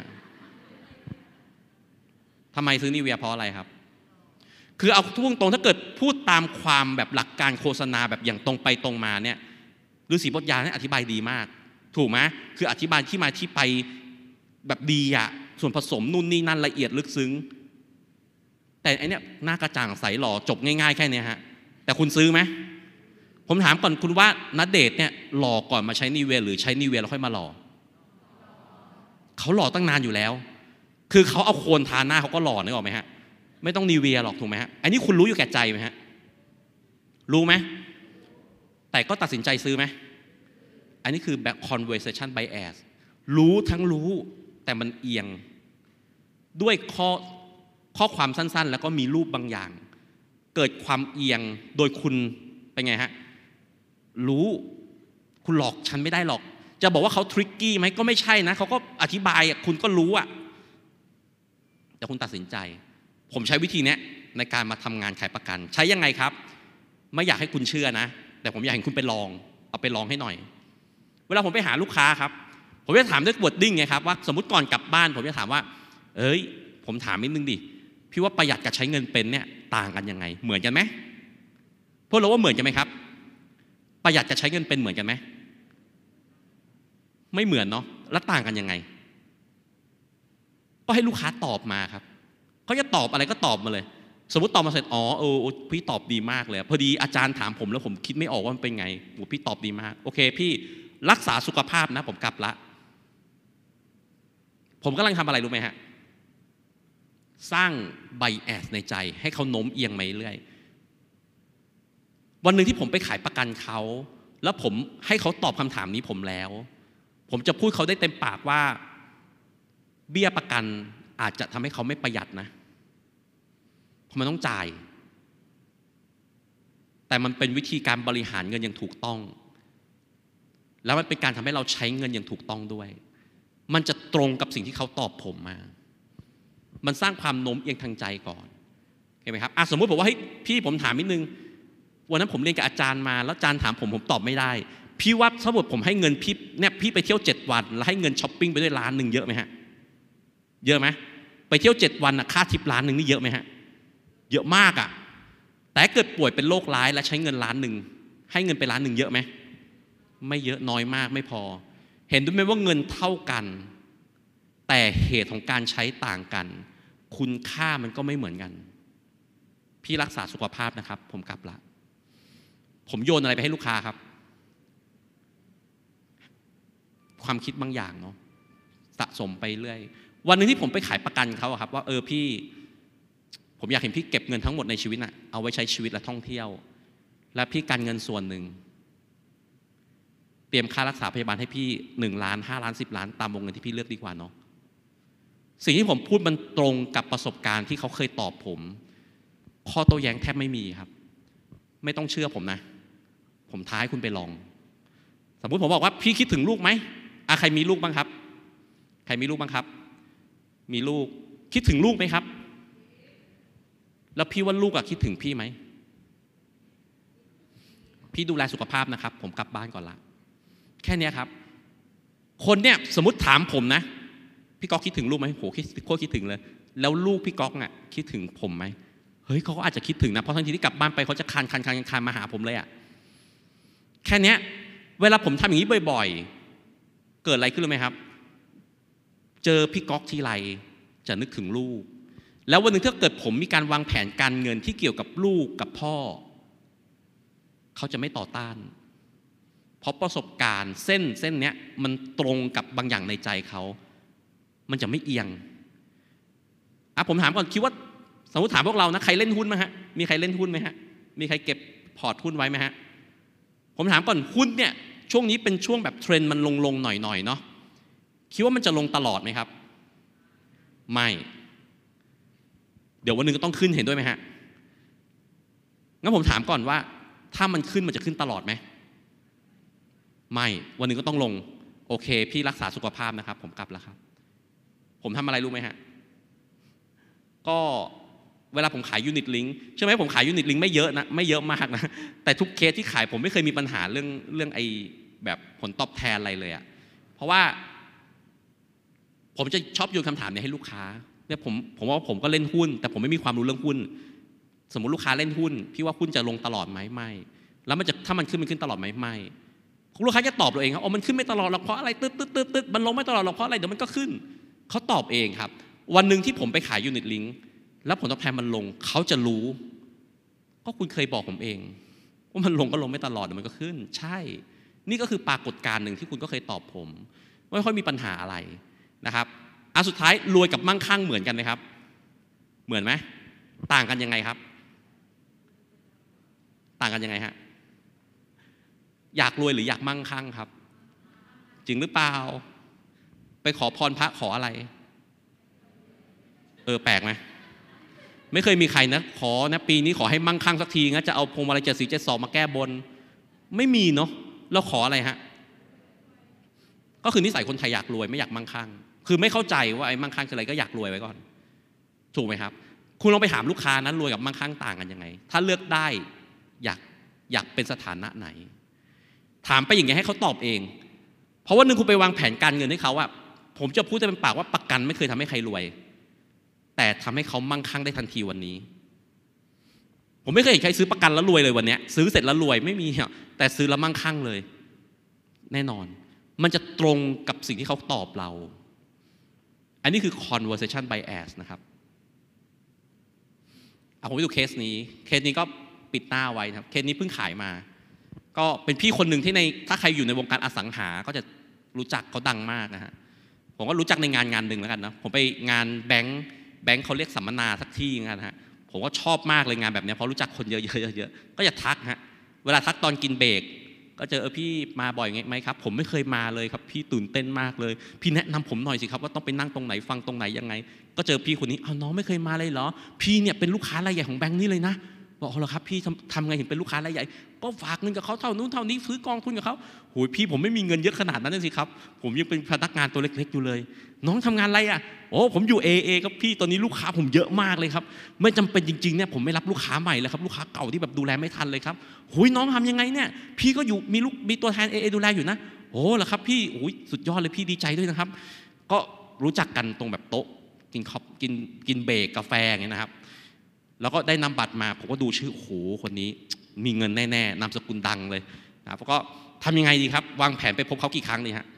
ทำไมซื้อนีเวียเพราะอะไรครับคือเอาทุ่งตรงถ้าเกิดพูดตามความแบบหลักการโฆษณาแบบอย่างตรงไปตรงมาเนี่ยฤาษีบทยาเนี่ยอธิบายดีมากถูกไหมคืออธิบายที่มาที่ไปแบบดีส่วนผสมนู่นนี่นั่นละเอียดลึกซึ้งแต่ไอเนี้ยหน้ากระจ่างใสหล่อจบง่ายๆแค่นี้ฮะแต่คุณซื้อไหมผมถามก่อนคุณว่าณเดชน์เนี่ยหล่อก่อนมาใช้นีเวียหรือใช้นีเวียแล้วค่อยมาหล่อเขาหล่อตั้งนานอยู่แล้วคือเขาเอาโคนทาหน้าเขาก็หล่อนึกออกไหมฮะไม่ต้องนีเวียหรอกถูกไหมฮะอันนี้คุณรู้อยู่แก่ใจไหมฮะรู้ไหมแต่ก็ตัดสินใจซื้อไหมอันนี้คือแบบ conversation bias รู้ทั้งรู้แต่มันเอียงด้วยข้อความสั้นๆแล้วก็มีรูปบางอย่างเกิดความเอียงโดยคุณเป็นไงฮะรู้คุณหลอกฉันไม่ได้หรอกจะบอกว่าเขาทริกกี้ไหมก็ไม่ใช่นะเขาก็อธิบายคุณก็รู้อะแต่คุณตัดสินใจผมใช้วิธีนี้ในการมาทำงานขายประกันใช้ยังไงครับไม่อยากให้คุณเชื่อนะแต่ผมอยากให้คุณไปลองเอาไปลองให้หน่อยเวลาผมไปหาลูกค้าครับผมจะถามด้วยวอร์ดดิ้งไงครับว่าสมมติก่อนกลับบ้านผมจะถามว่าผมถามนิดนึงดิพี่ว่าประหยัดกับใช้เงินเป็นเนี่ยต่างกันยังไงเหมือนกันไหมพวกเราว่าเหมือนกันไหมครับประหยัดกับใช้เงินเป็นเหมือนกันไหมไม่เหมือนเนาะแล้วต่างกันยังไงก็ให้ลูกค้าตอบมาครับเขาจะตอบอะไรก็ตอบมาเลยสมมติตอบมาเสร็จพี่ตอบดีมากเลยพอดีอาจารย์ถามผมแล้วผมคิดไม่ออกว่ามันเป็นไงพี่ตอบดีมากโอเคพี่รักษาสุขภาพนะผมกลับละผมกำลังทำอะไรรู้ไหมฮะสร้างไบแอสในใจให้เขาโน้มเอียงมาเรื่อยวันหนึ่งที่ผมไปขายประกันเขาแล้วผมให้เขาตอบคำถามนี้ผมแล้วผมจะพูดเขาได้เต็มปากว่าเบี้ยประกันอาจจะทำให้เขาไม่ประหยัดนะเพราะมันต้องจ่ายแต่มันเป็นวิธีการบริหารเงินอย่างถูกต้องแล้วมันเป็นการทำให้เราใช้เงินอย่างถูกต้องด้วยมันจะตรงกับสิ่งที่เขาตอบผมมามันสร้างความโน้มเอียงทางใจก่อนเห็นไหมครับสมมติบอกว่าเฮ้ยพี่ผมถามนิดนึงวันนั้นผมเรียนกับอาจารย์มาแล้วอาจารย์ถามผมตอบไม่ได้พี่ว่าสมมติผมให้เงินพี่ไปเที่ยว7 วันแล้วให้เงินช้อปปิ้งไปด้วย1 ล้านเยอะไหมฮะเยอะไหมไปเที่ยว7 วันค่าทิป1 ล้านนี่เยอะไหมฮะเยอะมากอ่ะแต่เกิดป่วยเป็นโรคร้ายและใช้เงิน1 ล้านให้เงินไป1 ล้านเยอะไหมไม่เยอะน้อยมากไม่พอเห็นด้วยไหมว่าเงินเท่ากันแต่เหตุของการใช้ต่างกันคุณค่ามันก็ไม่เหมือนกันพี่รักษาสุขภาพนะครับผมกลับละผมโยนอะไรไปให้ลูกค้าครับความคิดบางอย่างเนาะสะสมไปเรื่อยวันนึงที่ผมไปขายประกันเขาครับว่าพี่ผมอยากเห็นพี่เก็บเงินทั้งหมดในชีวิตน่ะเอาไว้ใช้ชีวิตและท่องเที่ยวและพี่กันเงินส่วนหนึ่งเตรียมค่ารักษาพยาบาลให้พี่1 ล้าน5 ล้าน10 ล้านตามวงเงินที่พี่เลือกดีกว่าเนาะสิ่งที่ผมพูดมันตรงกับประสบการณ์ที่เขาเคยตอบผมข้อโต้แย้งแทบไม่มีครับไม่ต้องเชื่อผมนะผมท้าให้คุณไปลองสมมติผมบอกว่าพี่คิดถึงลูกไหมใครมีลูกบ้างครับใครมีลูกบ้างครับมีลูกคิดถึงลูกไหมครับแล้วพี่ว่าลูกคิดถึงพี่ไหมพี่ดูแลสุขภาพนะครับผมกลับบ้านก่อนละแค่นี้ครับคนเนี่ยสมมติถามผมนะพี่ก๊อกคิดถึงลูกไหมโหโคตรคิดถึงเลยแล้วลูกพี่ก๊อกน่ะคิดถึงผมไหมเฮ้ยเขาก็อาจจะคิดถึงนะเพราะทันทีที่กลับบ้านไปเขาจะคานมาหาผมเลยแค่นี้เวลาผมทำอย่างนี้บ่อยๆเกิดอะไรขึ้นรู้ไหมครับเจอพี่ก๊อกทีไรจะนึกถึงลูกแล้ววันหนึ่งถ้าเกิดผมมีการวางแผนการเงินที่เกี่ยวกับลูกกับพ่อเขาจะไม่ต่อต้านเพราะประสบการณ์เส้นเนี้ยมันตรงกับบางอย่างในใจเขามันจะไม่เอียงผมถามก่อนคิดว่าสมมติถามพวกเรานะใครเล่นหุ้นไหมฮะมีใครเล่นหุ้นไหมฮะมีใครเก็บพอร์ตหุ้นไว้ไหมฮะผมถามก่อนหุ้นเนี่ยช่วงนี้เป็นช่วงแบบเทรนด์มันลงหน่อยเนาะคิดว่ามันจะลงตลอดไหมครับไม่เดี๋ยววันนึงก็ต้องขึ้นเห็นด้วยไหมฮะงั้นผมถามก่อนว่าถ้ามันขึ้นมันจะขึ้นตลอดไหมไม่วันนึงก็ต้องลงโอเคพี่รักษาสุขภาพนะครับผมกลับแล้วครับผมทำอะไรรู้ไหมฮะก็เวลาผมขายยูนิตลิงก์ใช่ไหมผมขายยูนิตลิงก์ไม่เยอะนะไม่เยอะมากนะแต่ทุกเคสที่ขายผมไม่เคยมีปัญหาเรื่องไอ้แบบผลตอบแทนอะไรเลยเพราะว่าผมจะชอบโยนคำถามนี้ให้ลูกค้าเนี่ยผมว่าผมก็เล่นหุ้นแต่ผมไม่มีความรู้เรื่องหุ้นสมมติลูกค้าเล่นหุ้นพี่ว่าหุ้นจะลงตลอดไหมไม่แล้วถ้ามันขึ้นตลอดไหมไม่ลูกค้าจะตอบตัวเองครับมันขึ้นไม่ตลอดหรอกเพราะอะไรตึ๊ดมันลงไม่ตลอดหรอกเพราะอะไรเดี๋ยวมันก็ขึ้นเขาตอบเองครับวันหนึ่งที่ผมไปขายยูนิตลิงก์แล้วผลตอบแทนมันลงเขาจะรู้ก็คุณเคยบอกผมเองว่ามันลงก็ลงไม่ตลอดเดี๋ยวมันก็ขึ้นใช่นี่ก็คือปรากฏการณ์หนึ่งที่คุณก็เคยตอบผมไม่ค่อยมีปัญหาอะไรนะครับสุดท้ายรวยกับมั่งคั่งเหมือนกันไหมครับเหมือนไหมต่างกันยังไงครับต่างกันยังไงฮะอยากรวยหรืออยากมั่งคั่งครับจริงหรือเปล่าไปขอพรพระขออะไรแปลกไหมไม่เคยมีใครนะขอนะปีนี้ขอให้มั่งคั่งสักทีนะจะเอาพวงมาลัย7 4 7 2มาแก้บนไม่มีเนาะเราขออะไรฮะก็คือนิสัยคนไทยอยากรวยไม่อยากมั่งคั่งคือไม่เข้าใจว่าไอ้มั่งคั่งคืออะไรก็อยากรวยไว้ก่อนถูกไหมครับคุณลองไปถามลูกค้านั้นรวยกับมั่งคั่งต่างกันยังไงถ้าเลือกได้อยากเป็นสถานะไหนถามไปอย่างเงี้ยให้เขาตอบเองเพราะว่านึงคุณไปวางแผนการเงินให้เขาว่าผมจะพูดจะเป็นปากว่าประกันไม่เคยทำให้ใครรวยแต่ทำให้เขามั่งคั่งได้ทันทีวันนี้ผมไม่เคยเห็นใครซื้อประกันแล้วรวยเลยวันนี้ซื้อเสร็จแล้วรวยไม่มีแต่ซื้อแล้วมั่งคั่งเลยแน่นอนมันจะตรงกับสิ่งที่เขาตอบเราอันนี้คือ conversation bias นะครับผมไปดูเคสนี้ก็ปิดหน้าไว้ครับเคสนี้เพิ่งขายมาก็เป็นพี่คนหนึ่งที่ถ้าใครอยู่ในวงการอสังหาก็จะรู้จักเขาดังมากนะฮะผมก็รู้จักในงานหนึ่งแล้วกันนะผมไปงานแบงค์เขาเรียกสัมมนาสักที่นะฮะผมก็ชอบมากเลยงานแบบนี้เพราะรู้จักคนเยอะๆก็จะทักฮะเวลาทักตอนกินเบรกก็เจอพี่มาบ่อยไหมครับผมไม่เคยมาเลยครับพี่ตื่นเต้นมากเลยพี่แนะนำผมหน่อยสิครับว่าต้องไปนั่งตรงไหนฟังตรงไหนยังไงก็เจอพี่คนนี้น้องไม่เคยมาเลยเหรอพี่เนี่ยเป็นลูกค้ารายใหญ่ของแบงค์นี่เลยนะบอกเหรอครับพี่ทำไงเห็นเป็นลูกค้ารายใหญ่ก็ฝากเงินกับเขาเท่านู้นเท่านี้ซื้อกองทุนกับเขาโหยพี่ผมไม่มีเงินเยอะขนาดนั้นสิครับผมยังเป็นพนักงานตัวเล็กๆอยู่เลยน้องทำงานอะไรอ่ะผมอยู่ AA ครับพี่ตอนนี้ลูกค้าผมเยอะมากเลยครับไม่จำเป็นจริงๆเนี่ยผมไม่รับลูกค้าใหม่เลยครับลูกค้าเก่าที่แบบดูแลไม่ทันเลยครับโหยน้องทำยังไงเนี่ยพี่ก็อยู่มีตัวแทน AA ดูแลอยู่นะเหรอครับพี่โอ้ยสุดยอดเลยพี่ดีใจด้วยนะครับก็รู้จักกันตรงแบบโต๊ะกินเบรกกาแฟอย่างเงี้ยนะครับแล้วก็ได้นำบัตรมาผมก็ดูชื่อโอ้โหคนนี้มีเงินแน่ๆนามสกุลดังเลยนะก็ทำยังไงดีครับวางแผนไปพบเขากี่ครั้งดีฮะ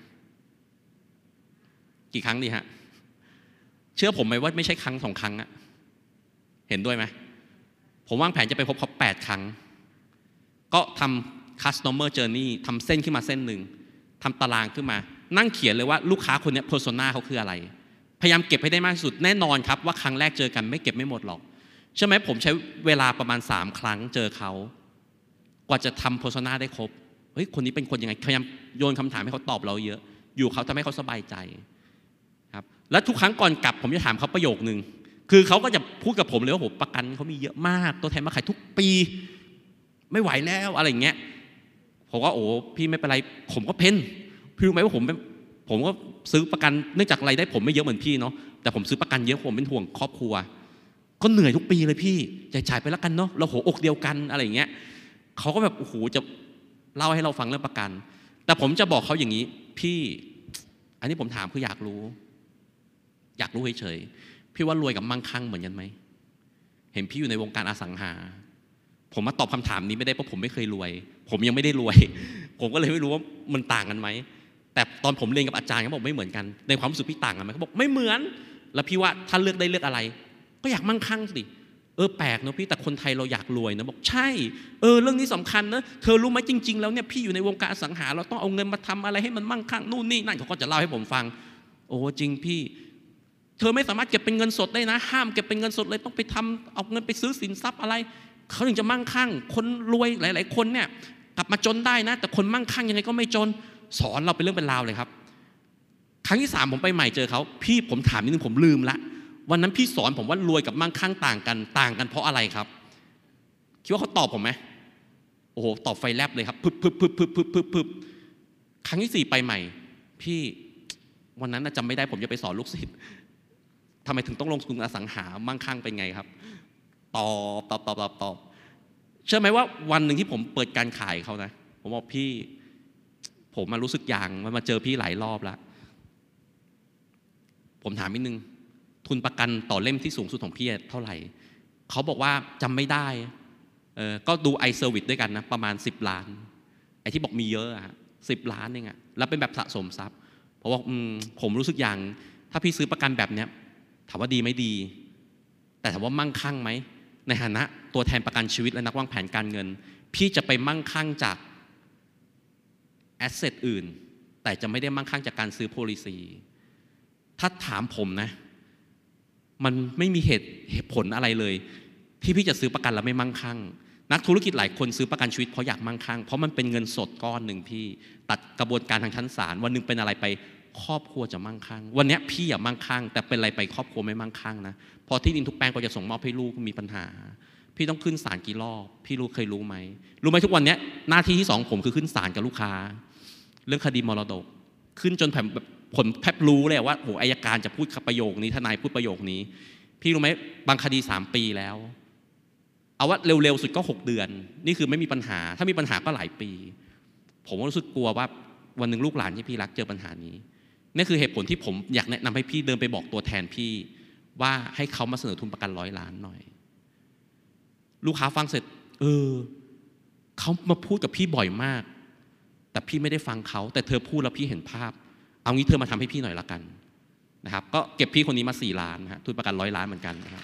กี่ครั้งดีฮะเชื่อผมไหมว่าไม่ใช่ครั้ง2 ครั้งอะเห็นด้วยไหมผมวางแผนจะไปพบเขา8 ครั้งก็ทำ customer journey ทำเส้นขึ้นมาเส้นหนึ่งทำตารางขึ้นมานั่งเขียนเลยว่าลูกค้าคนนี้ persona เขาคืออะไรพยายามเก็บให้ได้มากที่สุดแน่นอนครับว่าครั้งแรกเจอกันไม่เก็บไม่หมดหรอกใช่ไหมผมใช้เวลาประมาณ3 ครั้งเจอเขากว่าจะทำ persona ได้ครบเฮ้ยคนนี้เป็นคนยังไงพยายามโยนคำถามให้เขาตอบเราเยอะอยู่เขาทำให้เขาสบายใจครับและทุกครั้งก่อนกลับผมจะถามเขาประโยคนึงคือเขาก็จะพูดกับผมเลยว่าโหประกันเขามีเยอะมากตัวแทนมาขายทุกปีไม่ไหวแล้วอะไรอย่างเงี้ยผมก็พี่ไม่เป็นไรผมก็พี่รู้ไหมว่าผมก็ซื้อประกันเนื่องจากรายได้ผมไม่เยอะเหมือนพี่เนาะแต่ผมซื้อประกันเยอะผมเป็นห่วงครอบครัวก็เหนื่อยทุกปีเลยพี่จ่ายไปแล้วกันเนาะเราหัวอกเดียวกันอะไรอย่างเงี้ยเขาก็แบบโอ้โหจะเล่าให้เราฟังเรื่องประกันแต่ผมจะบอกเขาอย่างนี้พี่อันนี้ผมถามคืออยากรู้เฉยๆพี่ว่ารวยกับมั่งคั่งเหมือนกันไหมเห็นพี่อยู่ในวงการอสังหาผมมาตอบคำถามนี้ไม่ได้เพราะผมไม่เคยรวยผมยังไม่ได้รวยผมก็เลยไม่รู้ว่ามันต่างกันไหมแต่ตอนผมเรียนกับอาจารย์เขาบอกไม่เหมือนกันในความรู้สึกพี่ต่างกันไหมเขาบอกไม่เหมือนแล้วพี่ว่าถ้าเลือกได้เลือกอะไรก็อยากมั่งคั่งสิแปลกเนาะพี่แต่คนไทยเราอยากรวยนะบอกใช่เรื่องนี้สำคัญนะเธอรู้ไหมจริงๆแล้วเนี่ยพี่อยู่ในวงการอสังหาเราต้องเอาเงินมาทำอะไรให้มันมั่งคั่งนู่นนี่นั่นเขาก็จะเล่าให้ผมฟังจริงพี่เธอไม่สามารถเก็บเป็นเงินสดได้นะห้ามเก็บเป็นเงินสดเลยต้องไปทำเอาเงินไปซื้อสินทรัพย์อะไรเขาถึงจะมั่งคั่งคนรวยหลายๆคนเนี่ยกลับมาจนได้นะแต่คนมั่งคั่งยังไงก็ไม่จนสอนเราเป็นเรื่องเป็นราวเลยครับครั้งที่3ผมไปใหม่เจอเขาพี่ผมถามนิดนึงผมลืมละวันนั้นพี่สอนผมว่ารวยกับมั่งคั่งต่างกันเพราะอะไรครับคิดว่าเขาตอบผมไหมตอบไฟแลบเลยครับพึบครั้งที่4ไปใหม่พี่วันนั้นจำไม่ได้ผมจะไปสอนลูกศิษย์ทำไมถึงต้องลงทุนอสังหามั่งคั่งเป็นไงครับตอบเชื่อไหมว่าวันหนึ่งที่ผมเปิดการขายเขานะผมบอกพี่ผมมารู้สึกอย่างมันมาเจอพี่หลายรอบแล้วผมถามนิดนึงทุนประกันต่อเล่มที่สูงสุดของพี่เท่าไหร่เขาบอกว่าจำไม่ได้ก็ดูไอเซอร์วิสด้วยกันนะประมาณ10 ล้านไอที่บอกมีเยอะ10 ล้านเองแล้วเป็นแบบสะสมทรัพย์เพราะว่าผมรู้สึกอย่างถ้าพี่ซื้อประกันแบบเนี้ยถามว่าดีไม่ดีแต่ถามว่ามั่งคั่งไหมในฐานะตัวแทนประกันชีวิตและนักวางแผนการเงินพี่จะไปมั่งคั่งจากแอสเซทอื่นแต่จะไม่ได้มั่งคั่งจากการซื้อโพลิซีถ้าถามผมนะมันไม่มีเหตุผลอะไรเลยที่พี่จะซื้อประกันแล้วไม่มั่งคั่งนักธุรกิจหลายคนซื้อประกันชีวิตเพราะอยากมั่งคั่งเพราะมันเป็นเงินสดก้อนหนึ่งพี่ตัดกระบวนการทางชั้นศาลวันนึงเป็นอะไรไปครอบครัวจะมั่งคั่งวันนี้พี่อยากมั่งคั่งแต่เป็นอะไรไปครอบครัวไม่มั่งคั่งนะพอที่ดินทุกแปลงก็จะส่งมอบให้ลูกมีปัญหาพี่ต้องขึ้นศาลกี่รอบพี่เคยรู้ไหมทุกวันนี้หน้าที่ที่2ผมคือขึ้นศาลกับลูกค้าเรื่องคดีมรดกขึ้นจนแบบผมแทบรู้เลยว่าโหอัยการจะพูดประโยคนี้ทนายพูดประโยคนี้พี่รู้ไหมบางคดี3 ปีแล้วเอาว่าเร็วๆสุดก็6 เดือนนี่คือไม่มีปัญหาถ้ามีปัญหาก็หลายปีผมรู้สึกกลัวว่าวันหนึ่งลูกหลานที่พี่รักเจอปัญหานี้นี่คือเหตุผลที่ผมอยากแนะนำให้พี่เดินไปบอกตัวแทนพี่ว่าให้เขามาเสนอทุนประกัน100 ล้านหน่อยลูกค้าฟังเสร็จเขามาพูดกับพี่บ่อยมากแต่พี่ไม่ได้ฟังเขาแต่เธอพูดแล้วพี่เห็นภาพเอางี้เธอมาทำให้พี่หน่อยละกันนะครับก็เก็บพี่คนนี้มา4 ล้านนะฮะทุนประกัน100 ล้านเหมือนกันนะครับ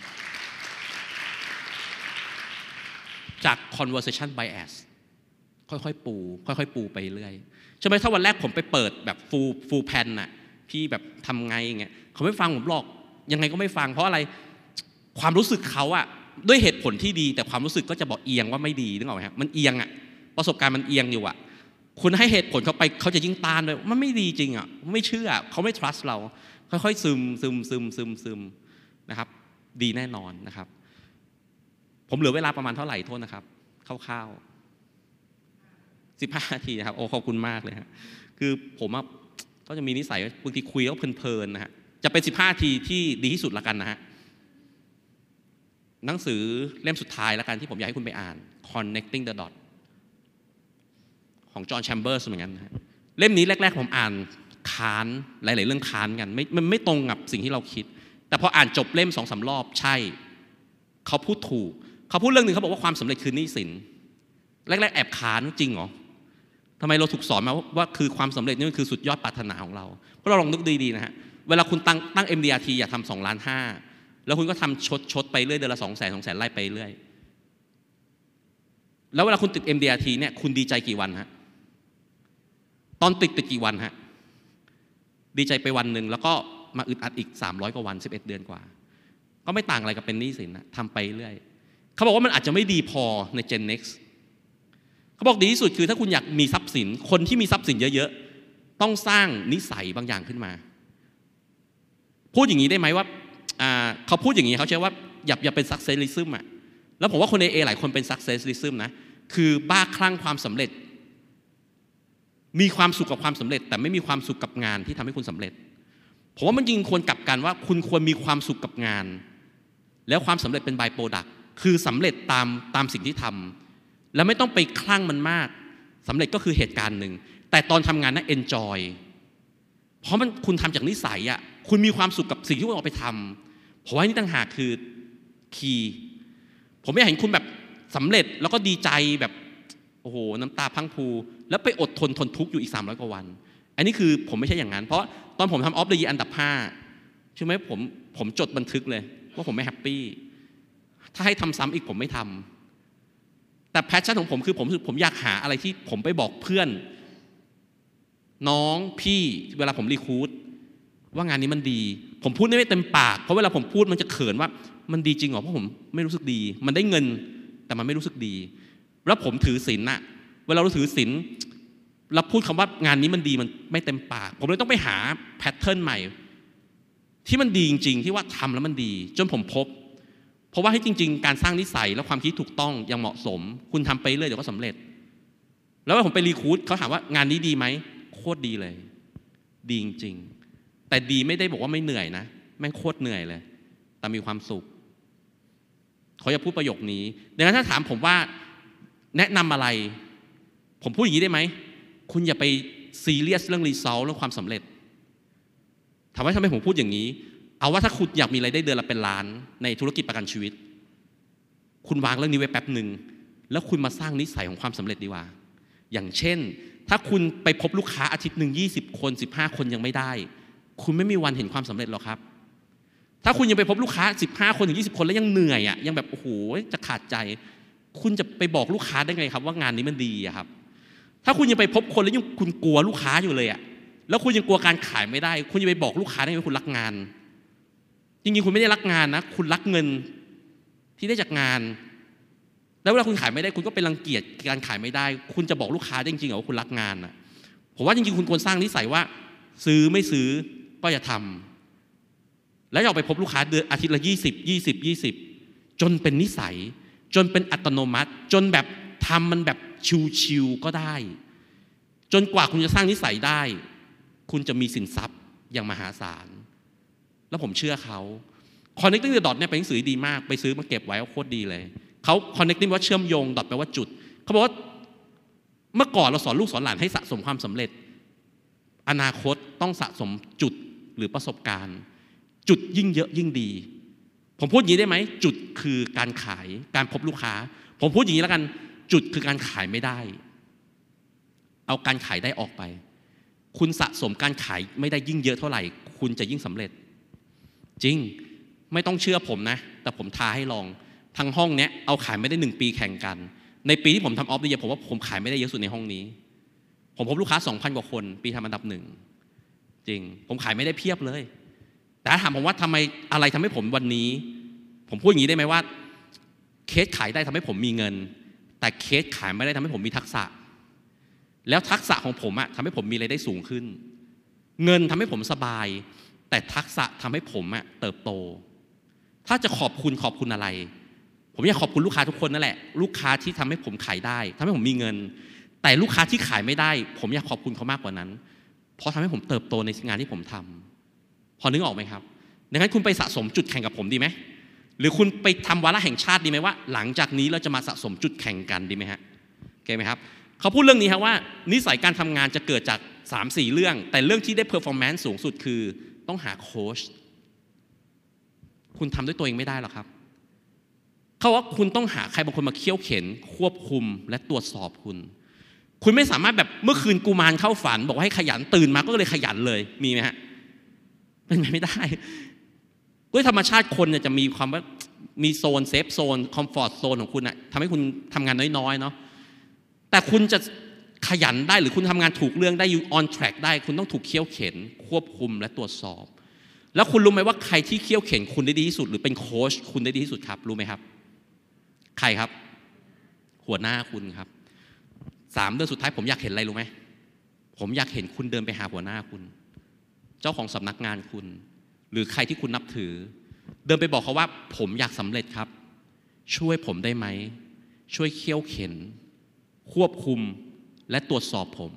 จาก conversation bias ค่อยๆปูไปเรื่อยใช่ไหมถ้าวันแรกผมไปเปิดแบบ full pan น่ะพี่แบบทำไงอย่างเงี้ยเขาไม่ฟังผมหรอกยังไงก็ไม่ฟังเพราะอะไรความรู้สึกเขาอะด้วยเหตุผลที่ดีแต่ความรู้สึกก็จะบอกเอียงว่าไม่ดีนึกออกไหมครับมันเอียงอะประสบการณ์มันเอียงอยู่อะคุณให้เหตุผลเขาไปเขาจะยิ่งต้านเลยมันไม่ดีจริงอะไม่เชื่อเขาไม่ trust เราค่อยๆซึมนะครับดีแน่นอนนะครับผมเหลือเวลาประมาณเท่าไหร่โทษนะครับคร่าวๆ15 นาทีนะครับโอ้ขอบคุณมากเลยฮะคือผมก็จะมีนิสัยบางทีคุยแล้วเพลินๆนะฮะจะเป็น15 นาทีที่ดีที่สุดละกันนะฮะหนังสือเล่มสุดท้ายละกันที่ผมอยากให้คุณไปอ่าน Connecting the Dots ของจอห์นแชมเบอร์สเหมือนกันนะเล่มนี้แรกๆผมอ่านค้านหลายๆเรื่องค้านกันมันไม่ตรงกับสิ่งที่เราคิดแต่พออ่านจบเล่ม 2-3 รอบใช่เขาพูดถูกเขาพูดเรื่องนึงเขาบอกว่าความสำเร็จคือหนี้สินแรกๆแอบค้านจริงเหรอทำไมเราถูกสอนมาว่าคือความสำเร็จนี่มันคือสุดยอดปรารถนาของเราเพราะเราลองนึกดีๆนะฮะเวลาคุณตั้ง MDRT อย่าทำ2.5 ล้านแล้วคุณก็ทำชดไปเรื่อยเดือนละ200,000 ไล่ไปเรื่อยแล้วเวลาคุณติด MDRT เนี่ยคุณดีใจกี่วันฮะตอนติดกี่วันฮะดีใจไปวันหนึ่งแล้วก็มาอึดอัดอีก300 กว่าวัน11 เดือนกว่าก็ไม่ต่างอะไรกับเป็นหนี้สินนะทำไปเรื่อยเขาบอกว่ามันอาจจะไม่ดีพอใน Gen Next เขาบอกดีที่สุดคือถ้าคุณอยากมีทรัพย์สินคนที่มีทรัพย์สินเยอะๆต้องสร้างนิสัยบางอย่างขึ้นมาพูดอย่างนี้ได้ไหมว่าเขาพูดอย่างนี้เขาใช้ว่าอย่าเป็น successism อ่ะแล้วผมว่าคนใน A หลายคนเป็น successism นะคือบ้าคลั่งความสำเร็จมีความสุขกับความสำเร็จแต่ไม่มีความสุขกับงานที่ทำให้คุณสำเร็จผมว่ามันจริงควรกลับกันว่าคุณควรมีความสุขกับงานแล้วความสำเร็จเป็น by product คือสำเร็จตามสิ่งที่ทำแล้วไม่ต้องไปคลั่งมันมากสำเร็จก็คือเหตุการณ์หนึ่งแต่ตอนทำงานนะ enjoy เพราะมันคุณทำจากนิสัยอ่ะคุณมีความสุขกับสิ่งที่คุณออกไปทำผมว่านี่ต่างหากคือคีย์ผมไม่เห็นคุณแบบสำเร็จแล้วก็ดีใจแบบโอ้โหน้ำตาพังพูแล้วไปอดทนทุกข์อยู่อีก300 กว่าวันอันนี้คือผมไม่ใช่อย่างนั้นเพราะตอนผมทำออฟเดอะยีอันดับ5ใช่ไหมผมจดบันทึกเลยว่าผมไม่แฮปปี้ถ้าให้ทำซ้ำอีกผมไม่ทำแต่แพชชั่นของผมคือผมอยากหาอะไรที่ผมไปบอกเพื่อนน้องพี่เวลาผมรีครูทว่างานนี้มันดีผมพูดไม่เต็มปากเพราะเวลาผมพูดมันจะเขินว่ามันดีจริงเหรอเพราะผมไม่รู้สึกดีมันได้เงินแต่มันไม่รู้สึกดีแล้วผมถือศีลน่ะเวลาเราถือศีลเราพูดคำว่างานนี้มันดีมันไม่เต็มปากผมเลยต้องไปหาแพทเทิร์นใหม่ที่มันดีจริงๆที่ว่าทำแล้วมันดีจนผมพบเพราะว่าให้จริงๆการสร้างนิสัยและความคิดถูกต้องอย่างเหมาะสมคุณทำไปเรื่อยเดี๋ยวก็สำเร็จแล้วเวลาผมไปรีครูทเขาถามว่างานนี้ดีไหมโคตรดีเลยดีจริงๆแต่ดีไม่ได้บอกว่าไม่เหนื่อยนะแม่งโคตรเหนื่อยเลยแต่มีความสุขเขาจะพูดประโยคนี้ดังนั้นถ้าถามผมว่าแนะนำอะไรผมพูดอย่างนี้ได้ไหมคุณอย่าไปซีเรียสเรื่องรีซัลต์เรื่องความสำเร็จถามว่าทำไมผมพูดอย่างนี้เอาว่าถ้าคุณอยากมีรายได้เดือนละเป็นล้านในธุรกิจประกันชีวิตคุณวางเรื่องนี้ไว้แป๊บหนึ่งแล้วคุณมาสร้างนิสัยของความสำเร็จดีกว่าอย่างเช่นถ้าคุณไปพบลูกค้าอาทิตย์หนึ่ง20 คน15 คนยังไม่ได้คุณไม่มีวันเห็นความสำเร็จหรอกครับถ้าคุณยังไปพบลูกค้า15 คนถึง20 คนแล้วยังเหนื่อยอ่ะยังแบบโอ้โหจะขาดใจคุณจะไปบอกลูกค้าได้ไงครับว่างานนี้มันดีอะครับถ้าคุณยังไปพบคนแล้วยังคุณกลัวลูกค้าอยู่เลยอ่ะแล้วคุณยังกลัวการขายไม่ได้คุณจะไปบอกลูกค้าได้ไงว่าคุณรักงานจริงๆคุณไม่ได้รักงานนะคุณรักเงินที่ได้จากงานแล้วเวลาคุณขายไม่ได้คุณก็ไปรังเกียจการขายไม่ได้คุณจะบอกลูกค้าได้จริงๆเหรอว่าคุณรักงานอ่ะผมว่าจริงๆคุณควรสร้างนิสัยว่าซื้อไม่ซื้อก็อย่าทำแล้วอย่าไปพบลูกค้าเดือนอาทิตย์ละ20 จนเป็นนิสัยจนเป็นอัตโนมัติจนแบบทำมันแบบชิวๆก็ได้จนกว่าคุณจะสร้างนิสัยได้คุณจะมีสินทรัพย์อย่างมหาศาลแล้วผมเชื่อเขา Connecting the Dot เนี่ยเป็นหนังสือดีมากไปซื้อมาเก็บไว้โคตรดีเลยเขา Connecting ว่าเชื่อมโยง Dot แปลว่าจุดเขาบอกว่าเมื่อก่อนเราสอนลูกสอนหลานให้สะสมความสำเร็จอนาคตต้องสะสมจุดหรือประสบการณ์จุดยิ่งเยอะยิ่งดีผมพูดอย่างนี้ได้ไหมจุดคือการขายการพบลูกค้าผมพูดอย่างนี้แล้วกันจุดคือการขายไม่ได้เอาการขายได้ออกไปคุณสะสมการขายไม่ได้ยิ่งเยอะเท่าไหร่คุณจะยิ่งสำเร็จจริงไม่ต้องเชื่อผมนะแต่ผมท้าให้ลองทั้งห้องเนี้ยเอาขายไม่ได้1 ปีแข่งกันในปีที่ผมทำออฟเดอะเยียร์ผมว่าผมขายไม่ได้เยอะสุดในห้องนี้ผมพบลูกค้า 2,000 กว่าคนปีทำอันดับ1จริงผมขายไม่ได้เพียบเลยแต่ถามผมว่าทำไมอะไรทำให้ผมวันนี้ผมพูดอย่างนี้ได้ไหมว่าเคสขายได้ทำให้ผมมีเงินแต่เคสขายไม่ได้ทำให้ผมมีทักษะแล้วทักษะของผมอะทำให้ผมมีรายได้สูงขึ้นเงินทำให้ผมสบายแต่ทักษะทำให้ผมอะเติบโตถ้าจะขอบคุณอะไรผมอยากขอบคุณลูกค้าทุกคนนั่นแหละลูกค้าที่ทำให้ผมขายได้ทำให้ผมมีเงินแต่ลูกค้าที่ขายไม่ได้ผมอยากขอบคุณเขามากกว่านั้นเพราะทำให้ผมเติบโตในงานที่ผมทำพอนึกออกไหมครับดังนั้นคุณไปสะสมจุดแข่งกับผมดีไหมหรือคุณไปทำวาระแห่งชาติดีไหมว่าหลังจากนี้เราจะมาสะสมจุดแข่งกันดีไหมฮะโอเคไหมครับเขาพูดเรื่องนี้ครับว่านิสัยการทำงานจะเกิดจาก 3-4 เรื่องแต่เรื่องที่ได้ performance สูงสุดคือต้องหาโค้ชคุณทำด้วยตัวเองไม่ได้หรอกครับเขาว่าคุณต้องหาใครบางคนมาเคี่ยวเข็นควบคุมและตรวจสอบคุณไม่สามารถแบบเมื่อคืนกุมารเข้าฝันบอกว่าให้ขยันตื่นมาก็เลยขยันเลยมีไหมฮะเป็นไปไม่ได้ด้วยธรรมชาติคนเนี่ยจะมีความว่ามีโซนเซฟโซนคอมฟอร์ตโซนของคุณอะทำให้คุณทำงานน้อยๆเนาะแต่คุณจะขยันได้หรือคุณทำงานถูกเรื่องได้อยู่ on track ได้คุณต้องถูกเคี่ยวเข็นควบคุมและตรวจสอบแล้วคุณรู้ไหมว่าใครที่เคี่ยวเข็นคุณได้ดีที่สุดหรือเป็นโค้ชคุณได้ดีที่สุดครับรู้ไหมครับใครครับหัวหน้าคุณครับ3 เดือนสุดท้ายผมอยากเห็นอะไรรู้ไหมผมอยากเห็นคุณเดินไปหาหัวหน้าคุณเจ้าของสำนักงานคุณหรือใครที่คุณนับถือเดินไปบอกเขาว่าผมอยากสำเร็จครับช่วยผมได้ไหมช่วยเคี่ยวเข็นควบคุมและตรวจสอบผม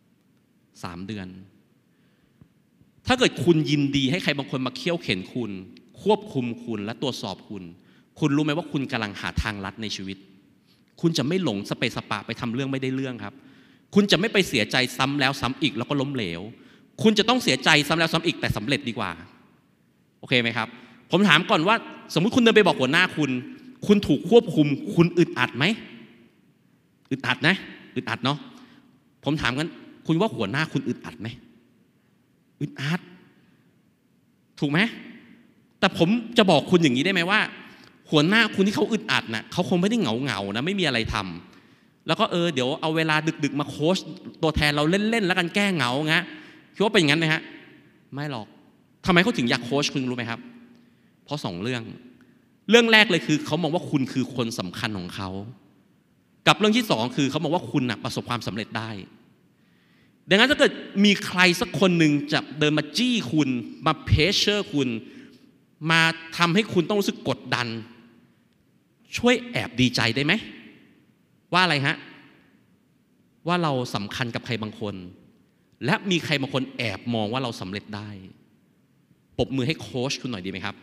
3 เดือนถ้าเกิดคุณยินดีให้ใครบางคนมาเคี่ยวเข็นคุณควบคุมคุณและตรวจสอบคุณรู้ไหมว่าคุณกำลังหาทางลัดในชีวิตคุณจะไม่หลงสเปซสปะไปทำเรื่องไม่ได้เรื่องครับคุณจะไม่ไปเสียใจซ้ำแล้วซ้ำอีกแล้วก็ล้มเหลวคุณจะต้องเสียใจซ้ำแล้วซ้ำอีกแต่สำเร็จดีกว่าโอเคไหมครับผมถามก่อนว่าสมมุติคุณเดินไปบอกหัวหน้าคุณถูกควบคุมคุณอึดอัดไหมอึดอัดนะอึดอัดเนาะผมถามกันคุณว่าหัวหน้าคุณอึดอัดไหมอึดอัดถูกไหมแต่ผมจะบอกคุณอย่างนี้ได้ไหมว่าหัวหน้าคุณที่เขาอึดอัดนะเขาคงไม่ได้เหงานะไม่มีอะไรทำแล้วก็เดี๋ยวเอาเวลาดึกๆมาโค้ชตัวแทนเราเล่นๆแล้วกันแก้เหงาไงคิดว่าเป็นอย่างนั้นไหมฮะไม่หรอกทำไมเขาถึงอยากโค้ชคุณรู้ไหมครับเพราะ2 เรื่องแรกเลยคือเขามองว่าคุณคือคนสำคัญของเขากับเรื่องที่2คือเขามองว่าคุณประสบความสำเร็จได้ดังนั้นถ้าเกิดมีใครสักคนหนึ่งจะเดินมาจี้คุณมาเพชเชอร์คุณมาทำให้คุณต้องรู้สึกกดดันช่วยแอบดีใจได้ไหมว่าอะไรฮะว่าเราสำคัญกับใครบางคนและมีใครบางคนแอบมองว่าเราสำเร็จได้ปรบมือให้โค้ชคุณหน่อยดีไหมครับ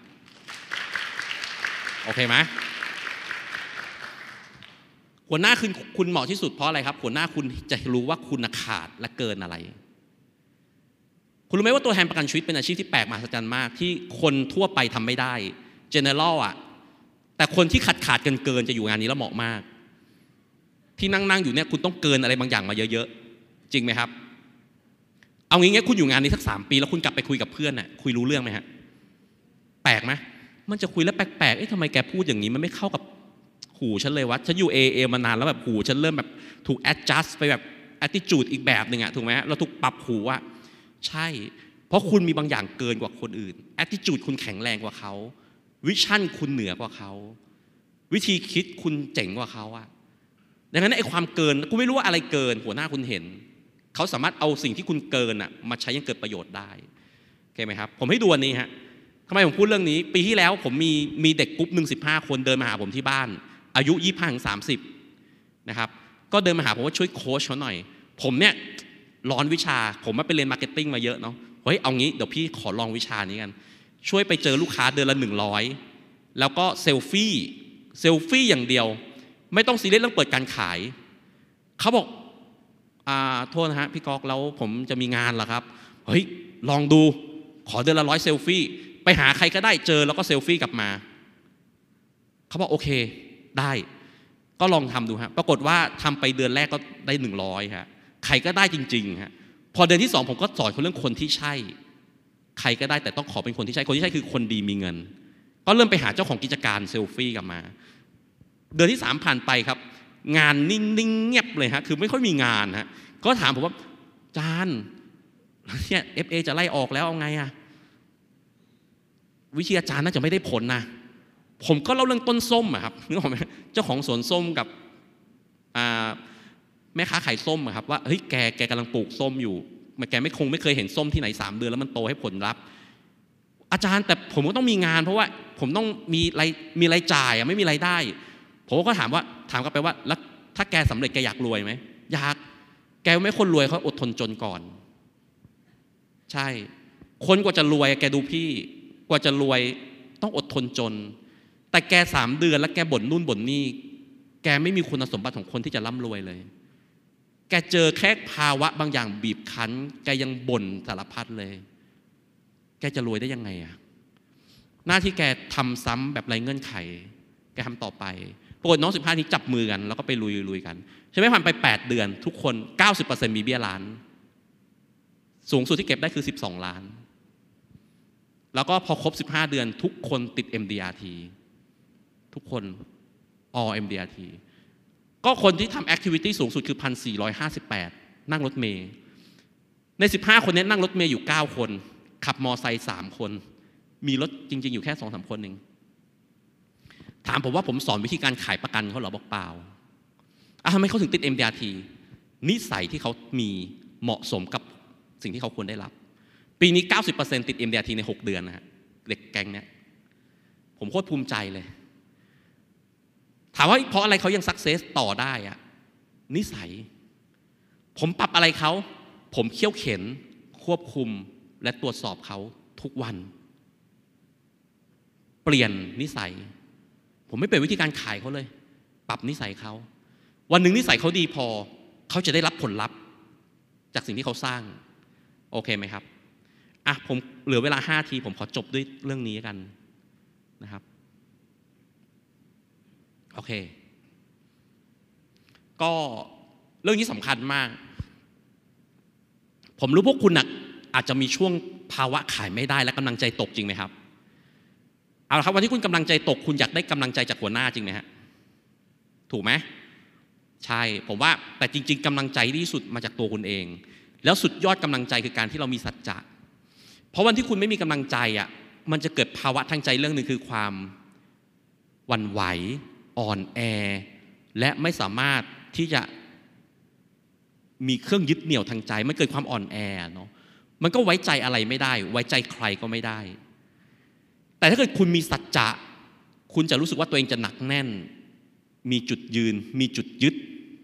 โอเคไหมหัวหน้าคุณเหมาะที่สุดเพราะอะไรครับหัวหน้าคุณจะรู้ว่าคุณขาดและเกินอะไรคุณรู้ไหมว่าตัวแทนประกันชีวิตเป็นอาชีพที่แปลกมหัศจรรย์มากที่คนทั่วไปทำไม่ได้ general แต่คนที่ขาดเกินจะอยู่งานนี้แล้วเหมาะมากที่นั่งอยู่เนี่ยคุณต้องเกินอะไรบางอย่างมาเยอะๆจริงไหมครับเอางี้คุณอยู่งานนี้สัก3 ปีแล้วคุณกลับไปคุยกับเพื่อนคุยรู้เรื่องไหมฮะแปลกไหมมันจะคุยแล้วแปลกๆทำไมแกพูดอย่างนี้มันไม่เข้ากับหูฉันเลยวะฉันอยู่ AA มานานแล้วแบบหูฉันเริ่มแบบถูก adjust ไปแบบ attitude อีกแบบหนึ่งถูกไหมเราถูกปรับหูใช่เพราะคุณมีบางอย่างเกินกว่าคนอื่น attitude คุณแข็งแรงกว่าเขาวิชั่นคุณเหนือกว่าเขาวิธีคิดคุณเจ๋งกว่าเขาดังนั้นไอ้ความเกินกูไม่รู้ว่าอะไรเกินหัวหน้าคุณเห็นเขาสามารถเอาสิ่งที่คุณเกินมาใช้ยังเกิดประโยชน์ได้โอเคไหมครับผมให้ดูอันนี้ฮะทำไมผมพูดเรื่องนี้ปีที่แล้วผมมีเด็กกลุ่มหนึ่ง15 คนเดินมาหาผมที่บ้านอายุ 25-30 นะครับก็เดินมาหาผมว่าช่วยโค้ชเขาหน่อยผมเนี่ยร้อนวิชาผมมาไปเรียนมาร์เก็ตติ้งมาเยอะเนาะเฮ้ยเอางี้เดี๋ยวพี่ขอลองวิชานี้กันช่วยไปเจอลูกค้าเดือนละ100แล้วก็เซลฟี่อย่างเดียวไม่ต้องซีเรียสเรื่องเปิดการขายเขาบอกโทษนะฮะพี่ก๊อกแล้วผมจะมีงานเหรอครับเฮ้ยลองดูขอเดือนละ100เซลฟี่ไปหาใครก็ได้เจอแล้วก็เซลฟี่กลับมาเขาบอกโอเคได้ก็ลองทำดูฮะปรากฏว่าทำไปเดือนแรกก็ได้100ฮะใครก็ได้จริงๆฮะพอเดือนที่2ผมก็สอนเขาเรื่องคนที่ใช่ใครก็ได้แต่ต้องขอเป็นคนที่ใช่คนที่ใช่คือคนดีมีเงินก็เริ่มไปหาเจ้าของกิจการเซลฟี่กลับมาเดือนที่3ผ่านไปครับงานนิ่งๆเงียบเลยฮะคือไม่ค่อยมีงานฮะก็ถามผมว่าจานเนี่ย FA จะไล่ออกแล้วเอาไงอะวิธีอาจารย์น่าจะไม่ได้ผลนะผมก็เล่าเรื่องต้นส้มอะครับนึกออกไหมเจ้าของสวนส้มกับแม่ค้าขายส้มอะครับว่าเฮ้ยแกกำลังปลูกส้มอยู่แกไม่เคยเห็นส้มที่ไหน3 เดือนแล้วมันโตให้ผลลัพธ์อาจารย์แต่ผมก็ต้องมีงานเพราะว่าผมต้องมีรายจ่ายไม่มีรายได้ผมก็ถามกลับไปว่าแล้วถ้าแกสำเร็จแกอยากรวยไหมอยากแกไม่คนรวยเขาอดทนจนก่อนใช่คนกว่าจะรวยแกดูพี่กว่าจะรวยต้องอดทนจนแต่แก3 เดือนแล้วแกบ่นนู่นบ่นนี่แกไม่มีคุณสมบัติของคนที่จะร่ำรวยเลยแกเจอแค่ภาวะบางอย่างบีบคั้นแกยังบ่นสารพัดเลยแกจะรวยได้ยังไงอะหน้าที่แกทำซ้ำแบบไร้เงื่อนไขแกทำต่อไปปรากฏน้อง15นี้จับมือกันแล้วก็ไปลุยกันใช่ไหมผ่านไป8 เดือนทุกคน 90% มีเบี้ยล้านสูงสุดที่เก็บได้คือ12 ล้านแล้วก็พอครบ15 เดือนทุกคนติด MDRT ทุกคนMDRT ก็คนที่ทำแอคทิวิตี้สูงสุดคือ 1,458 นั่งรถเมล์ใน15 คนนี้นั่งรถเมล์อยู่9 คนขับมอไซค์3 คนมีรถจริงๆอยู่แค่ 2-3 คนเองถามผมว่าผมสอนวิธีการขายประกันเขาเหรอบอกเปล่าทำไมเขาถึงติด MDRT นิสัยที่เขามีเหมาะสมกับสิ่งที่เขาควรได้รับปีนี้ 90% ติด MDRT ใน6 เดือนนะฮะเด็กแก๊งเนี้ยผมโคตรภูมิใจเลยถามว่าเพราะอะไรเขายังซักเซสต่อได้อะนิสัยผมปรับอะไรเขาผมเคี่ยวเข็นควบคุมและตรวจสอบเขาทุกวันเปลี่ยนนิสัยผมไม่เปลี่ยนวิธีการขายเขาเลยปรับนิสัยเขาวันหนึ่งนิสัยเขาดีพอเขาจะได้รับผลลัพธ์จากสิ่งที่เขาสร้างโอเคไหมครับผมเหลือเวลา5 ทีผมขอจบด้วยเรื่องนี้กันนะครับโอเคก็เรื่องนี้สำคัญมากผมรู้พวกคุณอาจจะมีช่วงภาวะขายไม่ได้และกำลังใจตกจริงไหมครับเอาละครับวันที่คุณกำลังใจตกคุณอยากได้กำลังใจจากหัวหน้าจริงไหมฮะถูกไหมใช่ผมว่าแต่จริงๆกำลังใจที่สุดมาจากตัวคุณเองแล้วสุดยอดกำลังใจคือการที่เรามีสัจจะเพราะวันที่คุณไม่มีกำลังใจมันจะเกิดภาวะทางใจเรื่องนึงคือความหวั่นไหวอ่อนแอและไม่สามารถที่จะมีเครื่องยึดเหนี่ยวทางใจมันเกิดความอ่อนแอเนาะมันก็ไว้ใจอะไรไม่ได้ไว้ใจใครก็ไม่ได้แต่ถ้าเกิดคุณมีสัจจะคุณจะรู้สึกว่าตัวเองจะหนักแน่นมีจุดยืนมีจุดยึด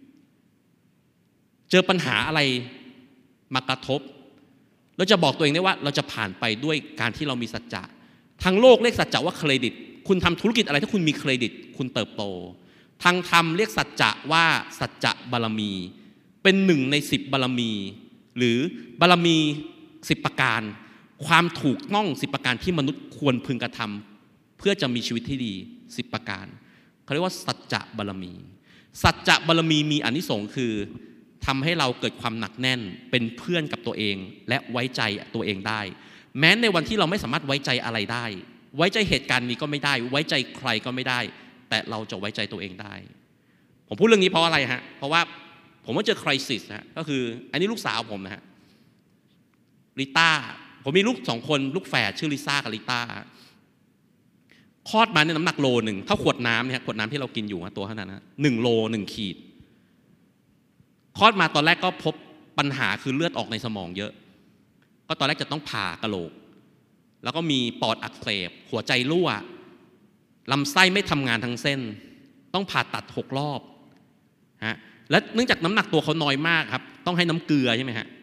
เจอปัญหาอะไรมากระทบเราจะบอกตัวเองได้ว่าเราจะผ่านไปด้วยการที่เรามีสัจจะทางโลกเรียกสัจจะว่าเครดิตคุณทำธุรกิจอะไรถ้าคุณมีเครดิตคุณเติบโตทางธรรมเรียกสัจจะว่าสัจจะบารมีเป็น1 ใน 10 บารมีหรือบารมี10 ประการความถูกต้อง10 ประการที่มนุษย์ควรพึงกระทำเพื่อจะมีชีวิตที่ดี10 ประการเขาเรียกว่าสัจจะบารมีสัจจะบารมีมีอานิสงส์คือทำให้เราเกิดความหนักแน่นเป็นเพื่อนกับตัวเองและไว้ใจตัวเองได้แม้ในวันที่เราไม่สามารถไว้ใจอะไรได้ไว้ใจเหตุการณ์นี้ก็ไม่ได้ไว้ใจใครก็ไม่ได้แต่เราจะไว้ใจตัวเองได้ผมพูดเรื่องนี้เพราะอะไรฮะเพราะว่าผมว่าเจอคริสิสก็คืออันนี้ลูกสาวผมนะฮะลิต้าผมมีลูก2 คนลูกแฝดชื่อลิซ่ากับลิต้าคลอดมาเนี่ยน้ำหนัก1 โลเท่าขวดน้ำเนี่ยขวดน้ำที่เรากินอยู่ตัวเท่านั้นนะ1 โล 1 ขีดคลอดมาตอนแรกก็พบปัญหาคือเลือดออกในสมองเยอะก็ตอนแรกจะต้องผ่ากะโหลกแล้วก็มีปอดอักเสบหัวใจรั่วลำไส้ไม่ทำงานทั้งเส้นต้องผ่าตัด6 รอบฮะและเนื่องจากน้ำหนักตัวเขาน้อยมากครับต้องให้น้ำเกลือใช่ไหมฮะ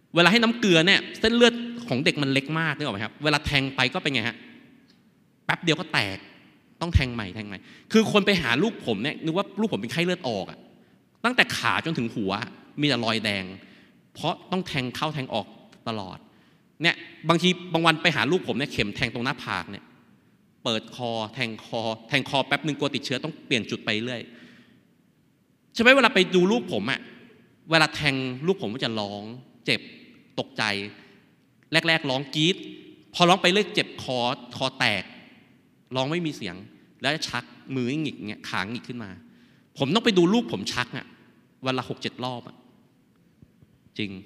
เวลาให้น้ำเกลือเนี่ยเส้นเลือดของเด็กมันเล็กมากนึกออกไหมครับเวลาแทงไปก็เป็นไงฮะแป๊บเดียวก็แตกต้องแทงใหม่คือคนไปหาลูกผมเนี่ยนึกว่าลูกผมเป็นไข้เลือดออกอะตั้งแต่ขาจนถึงหัวมีแต่รอยแดงเพราะต้องแทงเข้าแทงออกตลอดเนี่ยบางวันไปหาลูกผมเนี่ยเข็มแทงตรงหน้าผากเนี่ยเปิดคอแทงคอแป๊บนึงกลัวติดเชื้อต้องเปลี่ยนจุดไปเรื่อยใช่ไหมเวลาไปดูลูกผมอะเวลาแทงลูกผมก็จะร้องเจ็บตกใจแรกร้องกรี๊ดพอร้องไปเรื่อยเจ็บคอแตกร้องไม่มีเสียงแล้วชักมือหงิกเงี้ยขาหงิกขึ้นมาผมต้องไปดูลูกผมชักอะวันละ 6-7 รอบอะจริง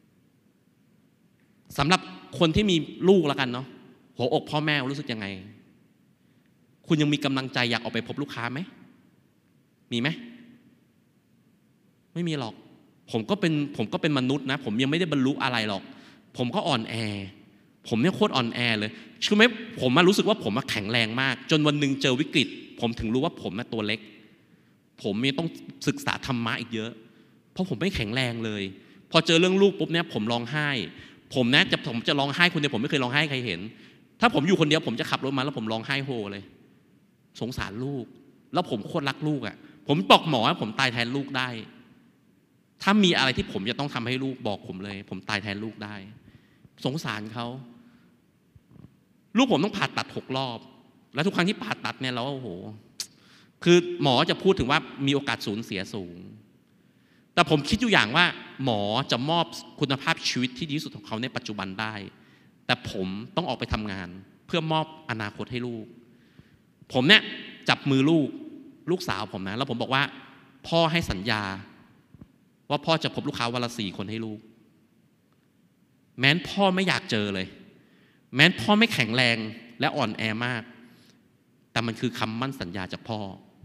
สำหรับคนที่มีลูกแล้วกันเนาะหัวอกพ่อแม่รู้สึกยังไงคุณยังมีกำลังใจอยากออกไปพบลูกค้าไหมมีไหมไม่มีหรอกผมก็เป็นมนุษย์นะผมยังไม่ได้บรรลุอะไรหรอกผมก็อ่อนแอผมเนี่ยโคตรอ่อนแอเลยใช่ไหมผมรู้สึกว่าผมแข็งแรงมากจนวันหนึ่งเจอวิกฤตผมถึงรู้ว่าผมตัวเล็กผมยังต้องศึกษาธรรมะอีกเยอะเพราะผมไม่แข็งแรงเลยพอเจอเรื่องลูกปุ๊บเนี่ยผมร้องไห้ผมจะร้องไห้คนเดียวผมไม่เคยร้องไห้ใครเห็นถ้าผมอยู่คนเดียวผมจะขับรถมาแล้วผมร้องไห้โฮเลยสงสารลูกแล้วผมโคตรรักลูกอ่ะผมบอกหมอว่าผมตายแทนลูกได้ถ้ามีอะไรที่ผมจะต้องทำให้ลูกบอกผมเลยผมตายแทนลูกได้สงสารเขาลูกผมต้องผ่าตัด6 รอบแล้วทุกครั้งที่ผ่าตัดเนี่ยเราโอ้โหคือหมอจะพูดถึงว่ามีโอกาสสูญเสียสูงแต่ผมคิดอยู่อย่างว่าหมอจะมอบคุณภาพชีวิตที่ดีที่สุดของเขาในปัจจุบันได้แต่ผมต้องออกไปทำงานเพื่อมอบอนาคตให้ลูกผมเนี่ยจับมือลูกสาวผมนะแล้วผมบอกว่าพ่อให้สัญญาว่าพ่อจะพบลูกค้าวันละ 4 คนให้ลูกแม้นพ่อไม่อยากเจอเลยแม้นพ่อไม่แข็งแรงและอ่อนแอมากแต่มันคือคำมั่นสัญญาจากพ่อ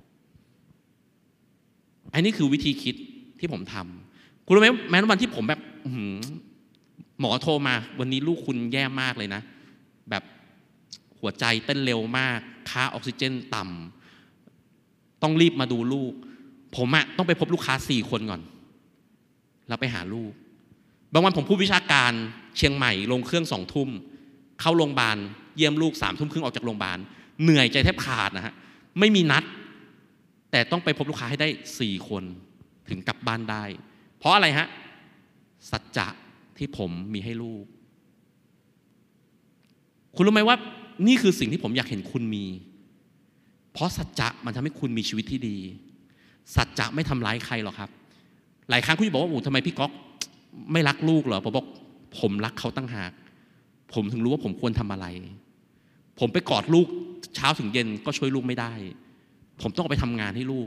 อันนี้คือวิธีคิดที่ผมทำคุณรู้ไหมแม้วันที่ผมแบบหมอโทรมาวันนี้ลูกคุณแย่มากเลยนะแบบหัวใจเต้นเร็วมากค่าออกซิเจนต่ำต้องรีบมาดูลูกผมต้องไปพบลูกค้า4 คนก่อนแล้วไปหาลูกบางวันผมพูดวิชาการเชียงใหม่ลงเครื่อง2 ทุ่มเข้าโรงพยาบาลเยี่ยมลูก3 ทุ่มครึ่งออกจากโรงพยาบาลเหนื่อยใจแทบขาดนะฮะไม่มีนัดแต่ต้องไปพบลูกค้าให้ได้4 คนถึงกลับบ้านได้เพราะอะไรฮะสัจจะที่ผมมีให้ลูกคุณรู้ไหมว่านี่คือสิ่งที่ผมอยากเห็นคุณมีเพราะสัจจะมันทำให้คุณมีชีวิตที่ดีสัจจะไม่ทำร้ายใครหรอกครับหลายครั้งคุณจะบอกว่าโอ้ทำไมพี่ก๊อกไม่รักลูกเหรอผมบอกผมรักเขาตั้งหากผมถึงรู้ว่าผมควรทำอะไรผมไปกอดลูกเช้าถึงเย็นก็ช่วยลูกไม่ได้ผมต้องไปทำงานให้ลูก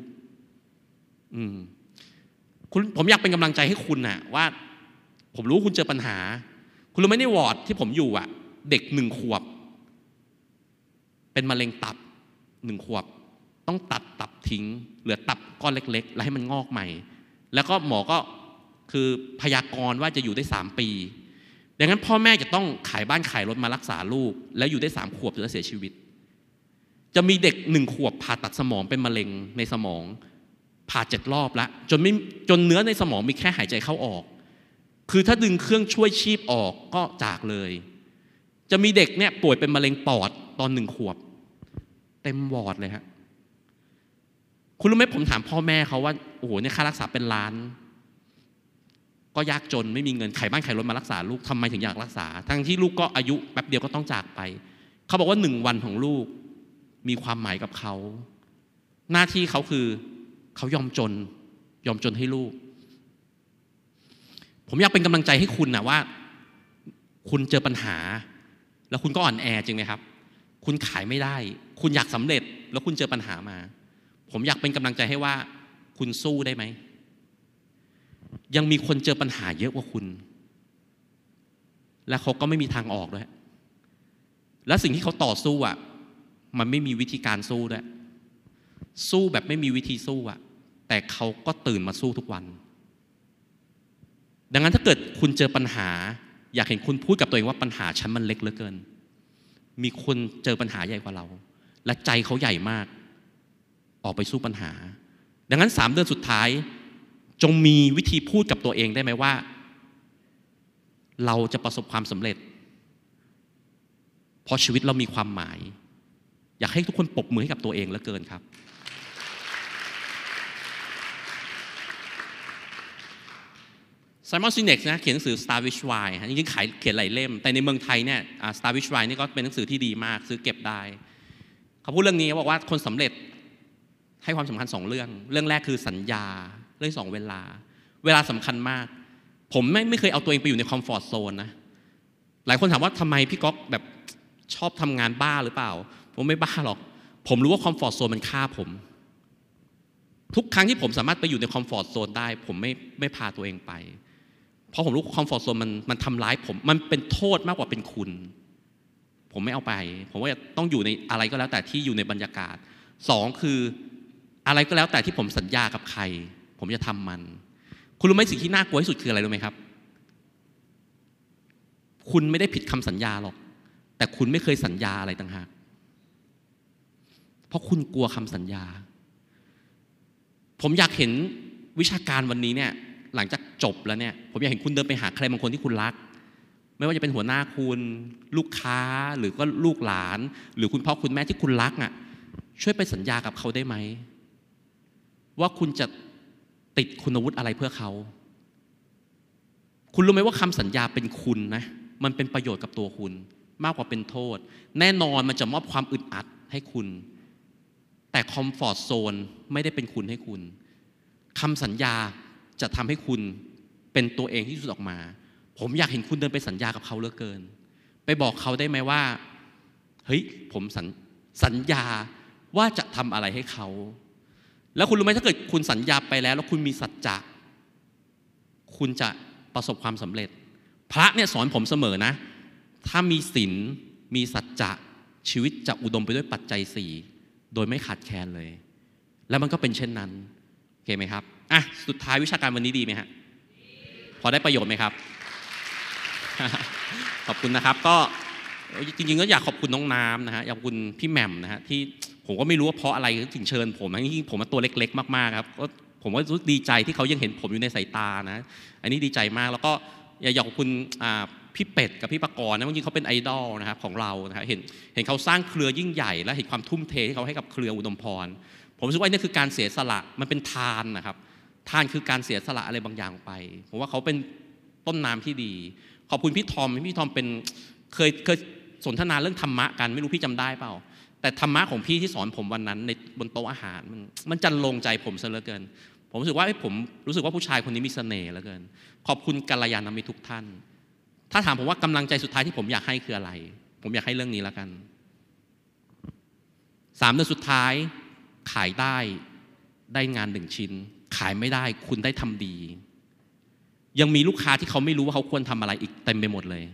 ผมอยากเป็นกำลังใจให้คุณนะว่าผมรู้คุณเจอปัญหาคุณรู้ไหมในวอร์ดที่ผมอยู่เด็ก1 ขวบเป็นมะเร็งตับ1 ขวบต้องตัดตับทิ้งเหลือตับก้อนเล็กๆแล้วให้มันงอกใหม่แล้วก็หมอก็คือพยากรณ์ว่าจะอยู่ได้3 ปีดังนั้นพ่อแม่จะต้องขายบ้านขายรถมารักษาลูกแล้วอยู่ได้3 ขวบจนจะเสียชีวิตจะมีเด็ก1 ขวบผ่าตัดสมองเป็นมะเร็งในสมองผ่า7 รอบแล้วจนเนื้อในสมองมีแค่หายใจเข้าออกคือถ้าดึงเครื่องช่วยชีพออกก็จากเลยจะมีเด็กเนี่ยป่วยเป็นมะเร็งปอดตอน1 ขวบเต็มวอร์ดเลยฮะคุณรู้ไหมผมถามพ่อแม่เขาว่าโอ้โหเนี่ยค่ารักษาเป็นล้านก็ยากจนไม่มีเงินขายบ้านขายรถมารักษาลูกทำไมถึงอยากรักษาทั้งที่ลูกก็อายุแป๊บเดียวก็ต้องจากไปเขาบอกว่า1 วันของลูกมีความหมายกับเขาหน้าที่เขาคือเขายอมจนให้ลูกผมอยากเป็นกำลังใจให้คุณนะว่าคุณเจอปัญหาแล้วคุณก็อ่อนแอจริงไหมครับคุณขายไม่ได้คุณอยากสำเร็จแล้วคุณเจอปัญหามาผมอยากเป็นกำลังใจให้ว่าคุณสู้ได้ไหมยังมีคนเจอปัญหาเยอะกว่าคุณและเขาก็ไม่มีทางออกด้วยและสิ่งที่เขาต่อสู้มันไม่มีวิธีการสู้ด้วยสู้แบบไม่มีวิธีสู้แต่เขาก็ตื่นมาสู้ทุกวันดังนั้นถ้าเกิดคุณเจอปัญหาอยากเห็นคุณพูดกับตัวเองว่าปัญหาฉันมันเล็กเหลือเกินมีคนเจอปัญหาใหญ่กว่าเราและใจเขาใหญ่มากออกไปสู้ปัญหาดังนั้น3 เดือนสุดท้ายจงมีวิธีพูดกับตัวเองได้ไหมว่าเราจะประสบความสำเร็จเพราะชีวิตเรามีความหมายอยากให้ทุกคนปรบมือให้กับตัวเองเหลือเกินครับไซมอนซิเน็กนะเขียนหนังสือ Star Witch Why จริงๆเขียนหลายเล่มแต่ในเมืองไทยเนี่ย Star Witch Why นี่ก็เป็นหนังสือที่ดีมากซื้อเก็บได้เขาพูดเรื่องนี้เขาบอกว่าคนสำเร็จให้ความสำคัญ2เรื่องแรกคือสัญญาเรื่อง2เวลาสำคัญมากผมไม่เคยเอาตัวเองไปอยู่ในคอมฟอร์ตโซนนะหลายคนถามว่าทำไมพี่ก๊อกแบบชอบทำงานบ้าหรือเปล่าผมไม่บ้าหรอกผมรู้ว่าคอมฟอร์ตโซนมันฆ่าผมทุกครั้งที่ผมสามารถไปอยู่ในคอมฟอร์ตโซนได้ผมไม่พาตัวเองไปเพราะผมรู้คอมฟอร์ตโซนมันทำร้ายผมมันเป็นโทษมากกว่าเป็นคุณผมไม่เอาไปผมว่าต้องอยู่ในอะไรก็แล้วแต่ที่อยู่ในบรรยากาศ2คืออะไรก็แล้วแต่ที่ผมสัญญากับใครผมจะทำมันคุณรู้ไหมสิ่งที่น่ากลัวที่สุดคืออะไรรู้ไหมครับคุณไม่ได้ผิดคำสัญญาหรอกแต่คุณไม่เคยสัญญาอะไรต่างหากเพราะคุณกลัวคำสัญญาผมอยากเห็นวิชาการวันนี้เนี่ยหลังจากจบแล้วเนี่ยผมอยากเห็นคุณเดินไปหาใครบางคนที่คุณรักไม่ว่าจะเป็นหัวหน้าคุณลูกค้าหรือก็ลูกหลานหรือคุณพ่อคุณแม่ที่คุณรักอ่ะช่วยไปสัญญากับเขาได้ไหมว่าคุณจะติดคุณวุฒิอะไรเพื่อเขาคุณรู้ไหมว่าคำสัญญาเป็นคุณนะมันเป็นประโยชน์กับตัวคุณมากกว่าเป็นโทษแน่นอนมันจะมอบความอึดอัดให้คุณแต่คอมฟอร์ตโซนไม่ได้เป็นคุณให้คุณคำสัญญาจะทำให้คุณเป็นตัวเองที่สุดออกมาผมอยากเห็นคุณเดินไปสัญญากับเขาเหลือเกินไปบอกเขาได้ไหมว่าเฮ้ยผมสัญญาว่าจะทำอะไรให้เขาแล้วคุณรู้ไหมถ้าเกิดคุณสัญญาไปแล้วคุณมีสัจจะคุณจะประสบความสำเร็จพระเนี่ยสอนผมเสมอนะถ้ามีศีลมีสัจจะชีวิตจะอุดมไปด้วยปัจจัย4โดยไม่ขาดแคลนเลยแล้วมันก็เป็นเช่นนั้นโอเคไหมครับอ่ะสุดท้ายวิชาการวันนี้ดีไหมฮะพอได้ประโยชน์ไหมครับ ขอบคุณนะครับก็จริงๆก็อยากขอบคุณน้องน้ำนะฮะอยากขอบคุณพี่แหม่มนะฮะที่ผมก็ไม่รู้ว่าเพราะอะไรถึงเชิญผมจริงๆผมตัวเล็กๆมากๆครับก็ผมก็รู้สึกดีใจที่เขายังเห็นผมอยู่ในสายตานะอันนี้ดีใจมากแล้วก็อยากขอบคุณพี่เป็ดกับพี่ปกรณ์นะจริงๆเขาเป็นไอดอลนะครับของเรานะฮะเห็นเขาสร้างเครือยิ่งใหญ่และเห็นความทุ่มเทที่เขาให้กับเครืออุดมพรผมรู้สึกว่านี่คือการเสียสละมันเป็นทานนะครับทานคือการเสียสละอะไรบางอย่างไปผมว่าเขาเป็นต้นน้ำที่ดีขอบคุณพี่ทอมเป็นเคยสนทนาเรื่องธรรมะกันไม่รู้พี่จำได้เปล่าแต่ธรรมะของพี่ที่สอนผมวันนั้นในบนโต๊ะอาหารมันจันลงใจผมซะเหลือเกินผมรู้สึกว่าผู้ชายคนนี้มีเสน่ห์เหลือเกินขอบคุณกัลยาณมิตรทุกท่านถ้าถามผมว่ากำลังใจสุดท้ายที่ผมอยากให้คืออะไรผมอยากให้เรื่องนี้แล้วกัน3 เดือนสุดท้ายขายได้งาน1 ชิ้นขายไม่ได้คุณได้ทำดียังมีลูกค้าที่เขาไม่รู้ว่าเขาควรทำอะไรอีกเต็มไปหมดเลย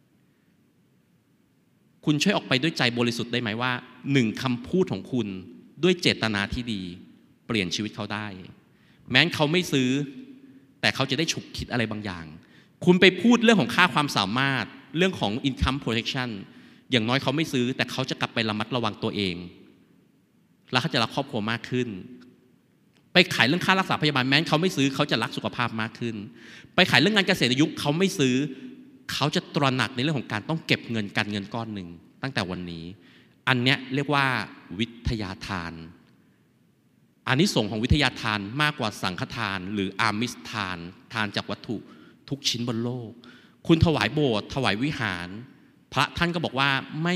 คุณช่วยออกไปด้วยใจบริสุทธิ์ได้ไหมว่า1 คำพูดของคุณด้วยเจตนาที่ดีเปลี่ยนชีวิตเขาได้แม้เขาไม่ซื้อแต่เขาจะได้ฉุกคิดอะไรบางอย่างคุณไปพูดเรื่องของค่าความสามารถเรื่องของ income protection อย่างน้อยเขาไม่ซื้อแต่เขาจะกลับไประมัดระวังตัวเองแล้วเขาจะรักครอบครัวมากขึ้นไปขายเรื่องค่ารักษาพยาบาลแม้เขาไม่ซื้อเขาจะรักสุขภาพมากขึ้นไปขายเรื่องงานเกษตรยุคเขาไม่ซื้อเขาจะตระหนักในเรื่องของการต้องเก็บเงินการเงินก้อนหนึ่งตั้งแต่วันนี้อันเนี้ยเรียกว่าวิทยาทานอานิสงส์ของวิทยาทานมากกว่าสังฆทานหรืออามิสทานทานจากวัตถุทุกชิ้นบนโลกคุณถวายโบสถ์ถวายวิหารพระท่านก็บอกว่าไม่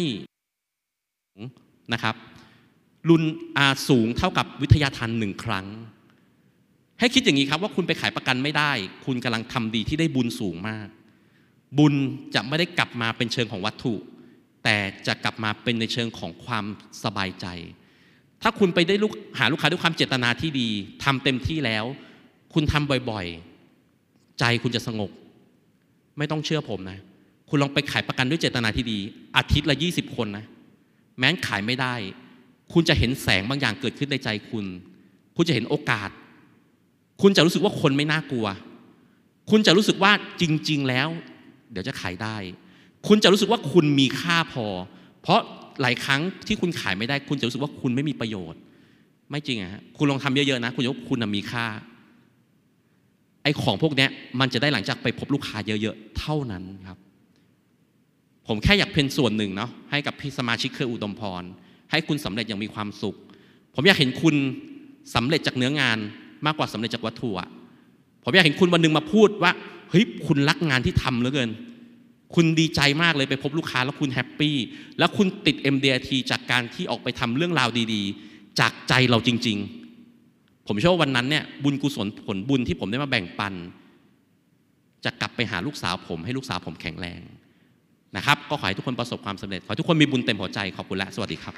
นะครับรุนสูงเท่ากับวิทยาทาน1 ครั้งให้คิดอย่างนี้ครับว่าคุณไปขายประกันไม่ได้คุณกำลังทำดีที่ได้บุญสูงมากบุญจะไม่ได้กลับมาเป็นเชิงของวัตถุแต่จะกลับมาเป็นในเชิงของความสบายใจถ้าคุณไปได้หาลูกค้าด้วยความเจตนาที่ดีทำเต็มที่แล้วคุณทำบ่อยๆใจคุณจะสงบไม่ต้องเชื่อผมนะคุณลองไปขายประกันด้วยเจตนาที่ดีอาทิตย์ละ20 คนนะแม้นขายไม่ได้คุณจะเห็นแสงบางอย่างเกิดขึ้นในใจคุณจะเห็นโอกาสคุณจะรู้สึกว่าคนไม่น่ากลัวคุณจะรู้สึกว่าจริงๆแล้วเดี๋ยวจะขายได้คุณจะรู้สึกว่าคุณมีค่าพอเพราะหลายครั้งที่คุณขายไม่ได้คุณจะรู้สึกว่าคุณไม่มีประโยชน์ไม่จริงอะฮะคุณลองทำเยอะๆนะคุณจะว่าคุณมีค่าไอ้ของพวกนี้มันจะได้หลังจากไปพบลูกค้าเยอะๆเท่านั้นครับผมแค่อยากเป็นส่วนหนึ่งเนาะให้กับพี่สมาชิกเครืออุดมพรให้คุณสำเร็จอย่างมีความสุขผมอยากเห็นคุณสำเร็จจากเนื้องานมากกว่าสำเร็จจากวัตถุอะผมอยากเห็นคุณวันนึงมาพูดว่าเฮ้ยคุณรักงานที่ทำเหลือเกินคุณดีใจมากเลยไปพบลูกค้าแล้วคุณแฮปปี้แล้วคุณติด MDRT จากการที่ออกไปทำเรื่องราวดีๆจากใจเราจริงๆผมเชื่อว่าวันนั้นเนี่ยบุญกุศลผลบุญที่ผมได้มาแบ่งปันจะกลับไปหาลูกสาวผมให้ลูกสาวผมแข็งแรงนะครับก็ขอให้ทุกคนประสบความสำเร็จขอให้ทุกคนมีบุญเต็มหัวใจขอบคุณและสวัสดีครับ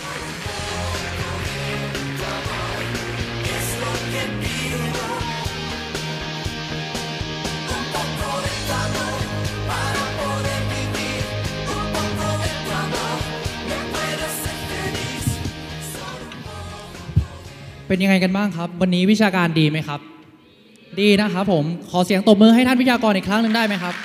เป็นยังไงกันบ้างครับวันนี้วิชาการดีไหมครับดีนะครับผมขอเสียงตบมือให้ท่านวิทยากรอีกครั้งหนึ่งได้ไหมครับ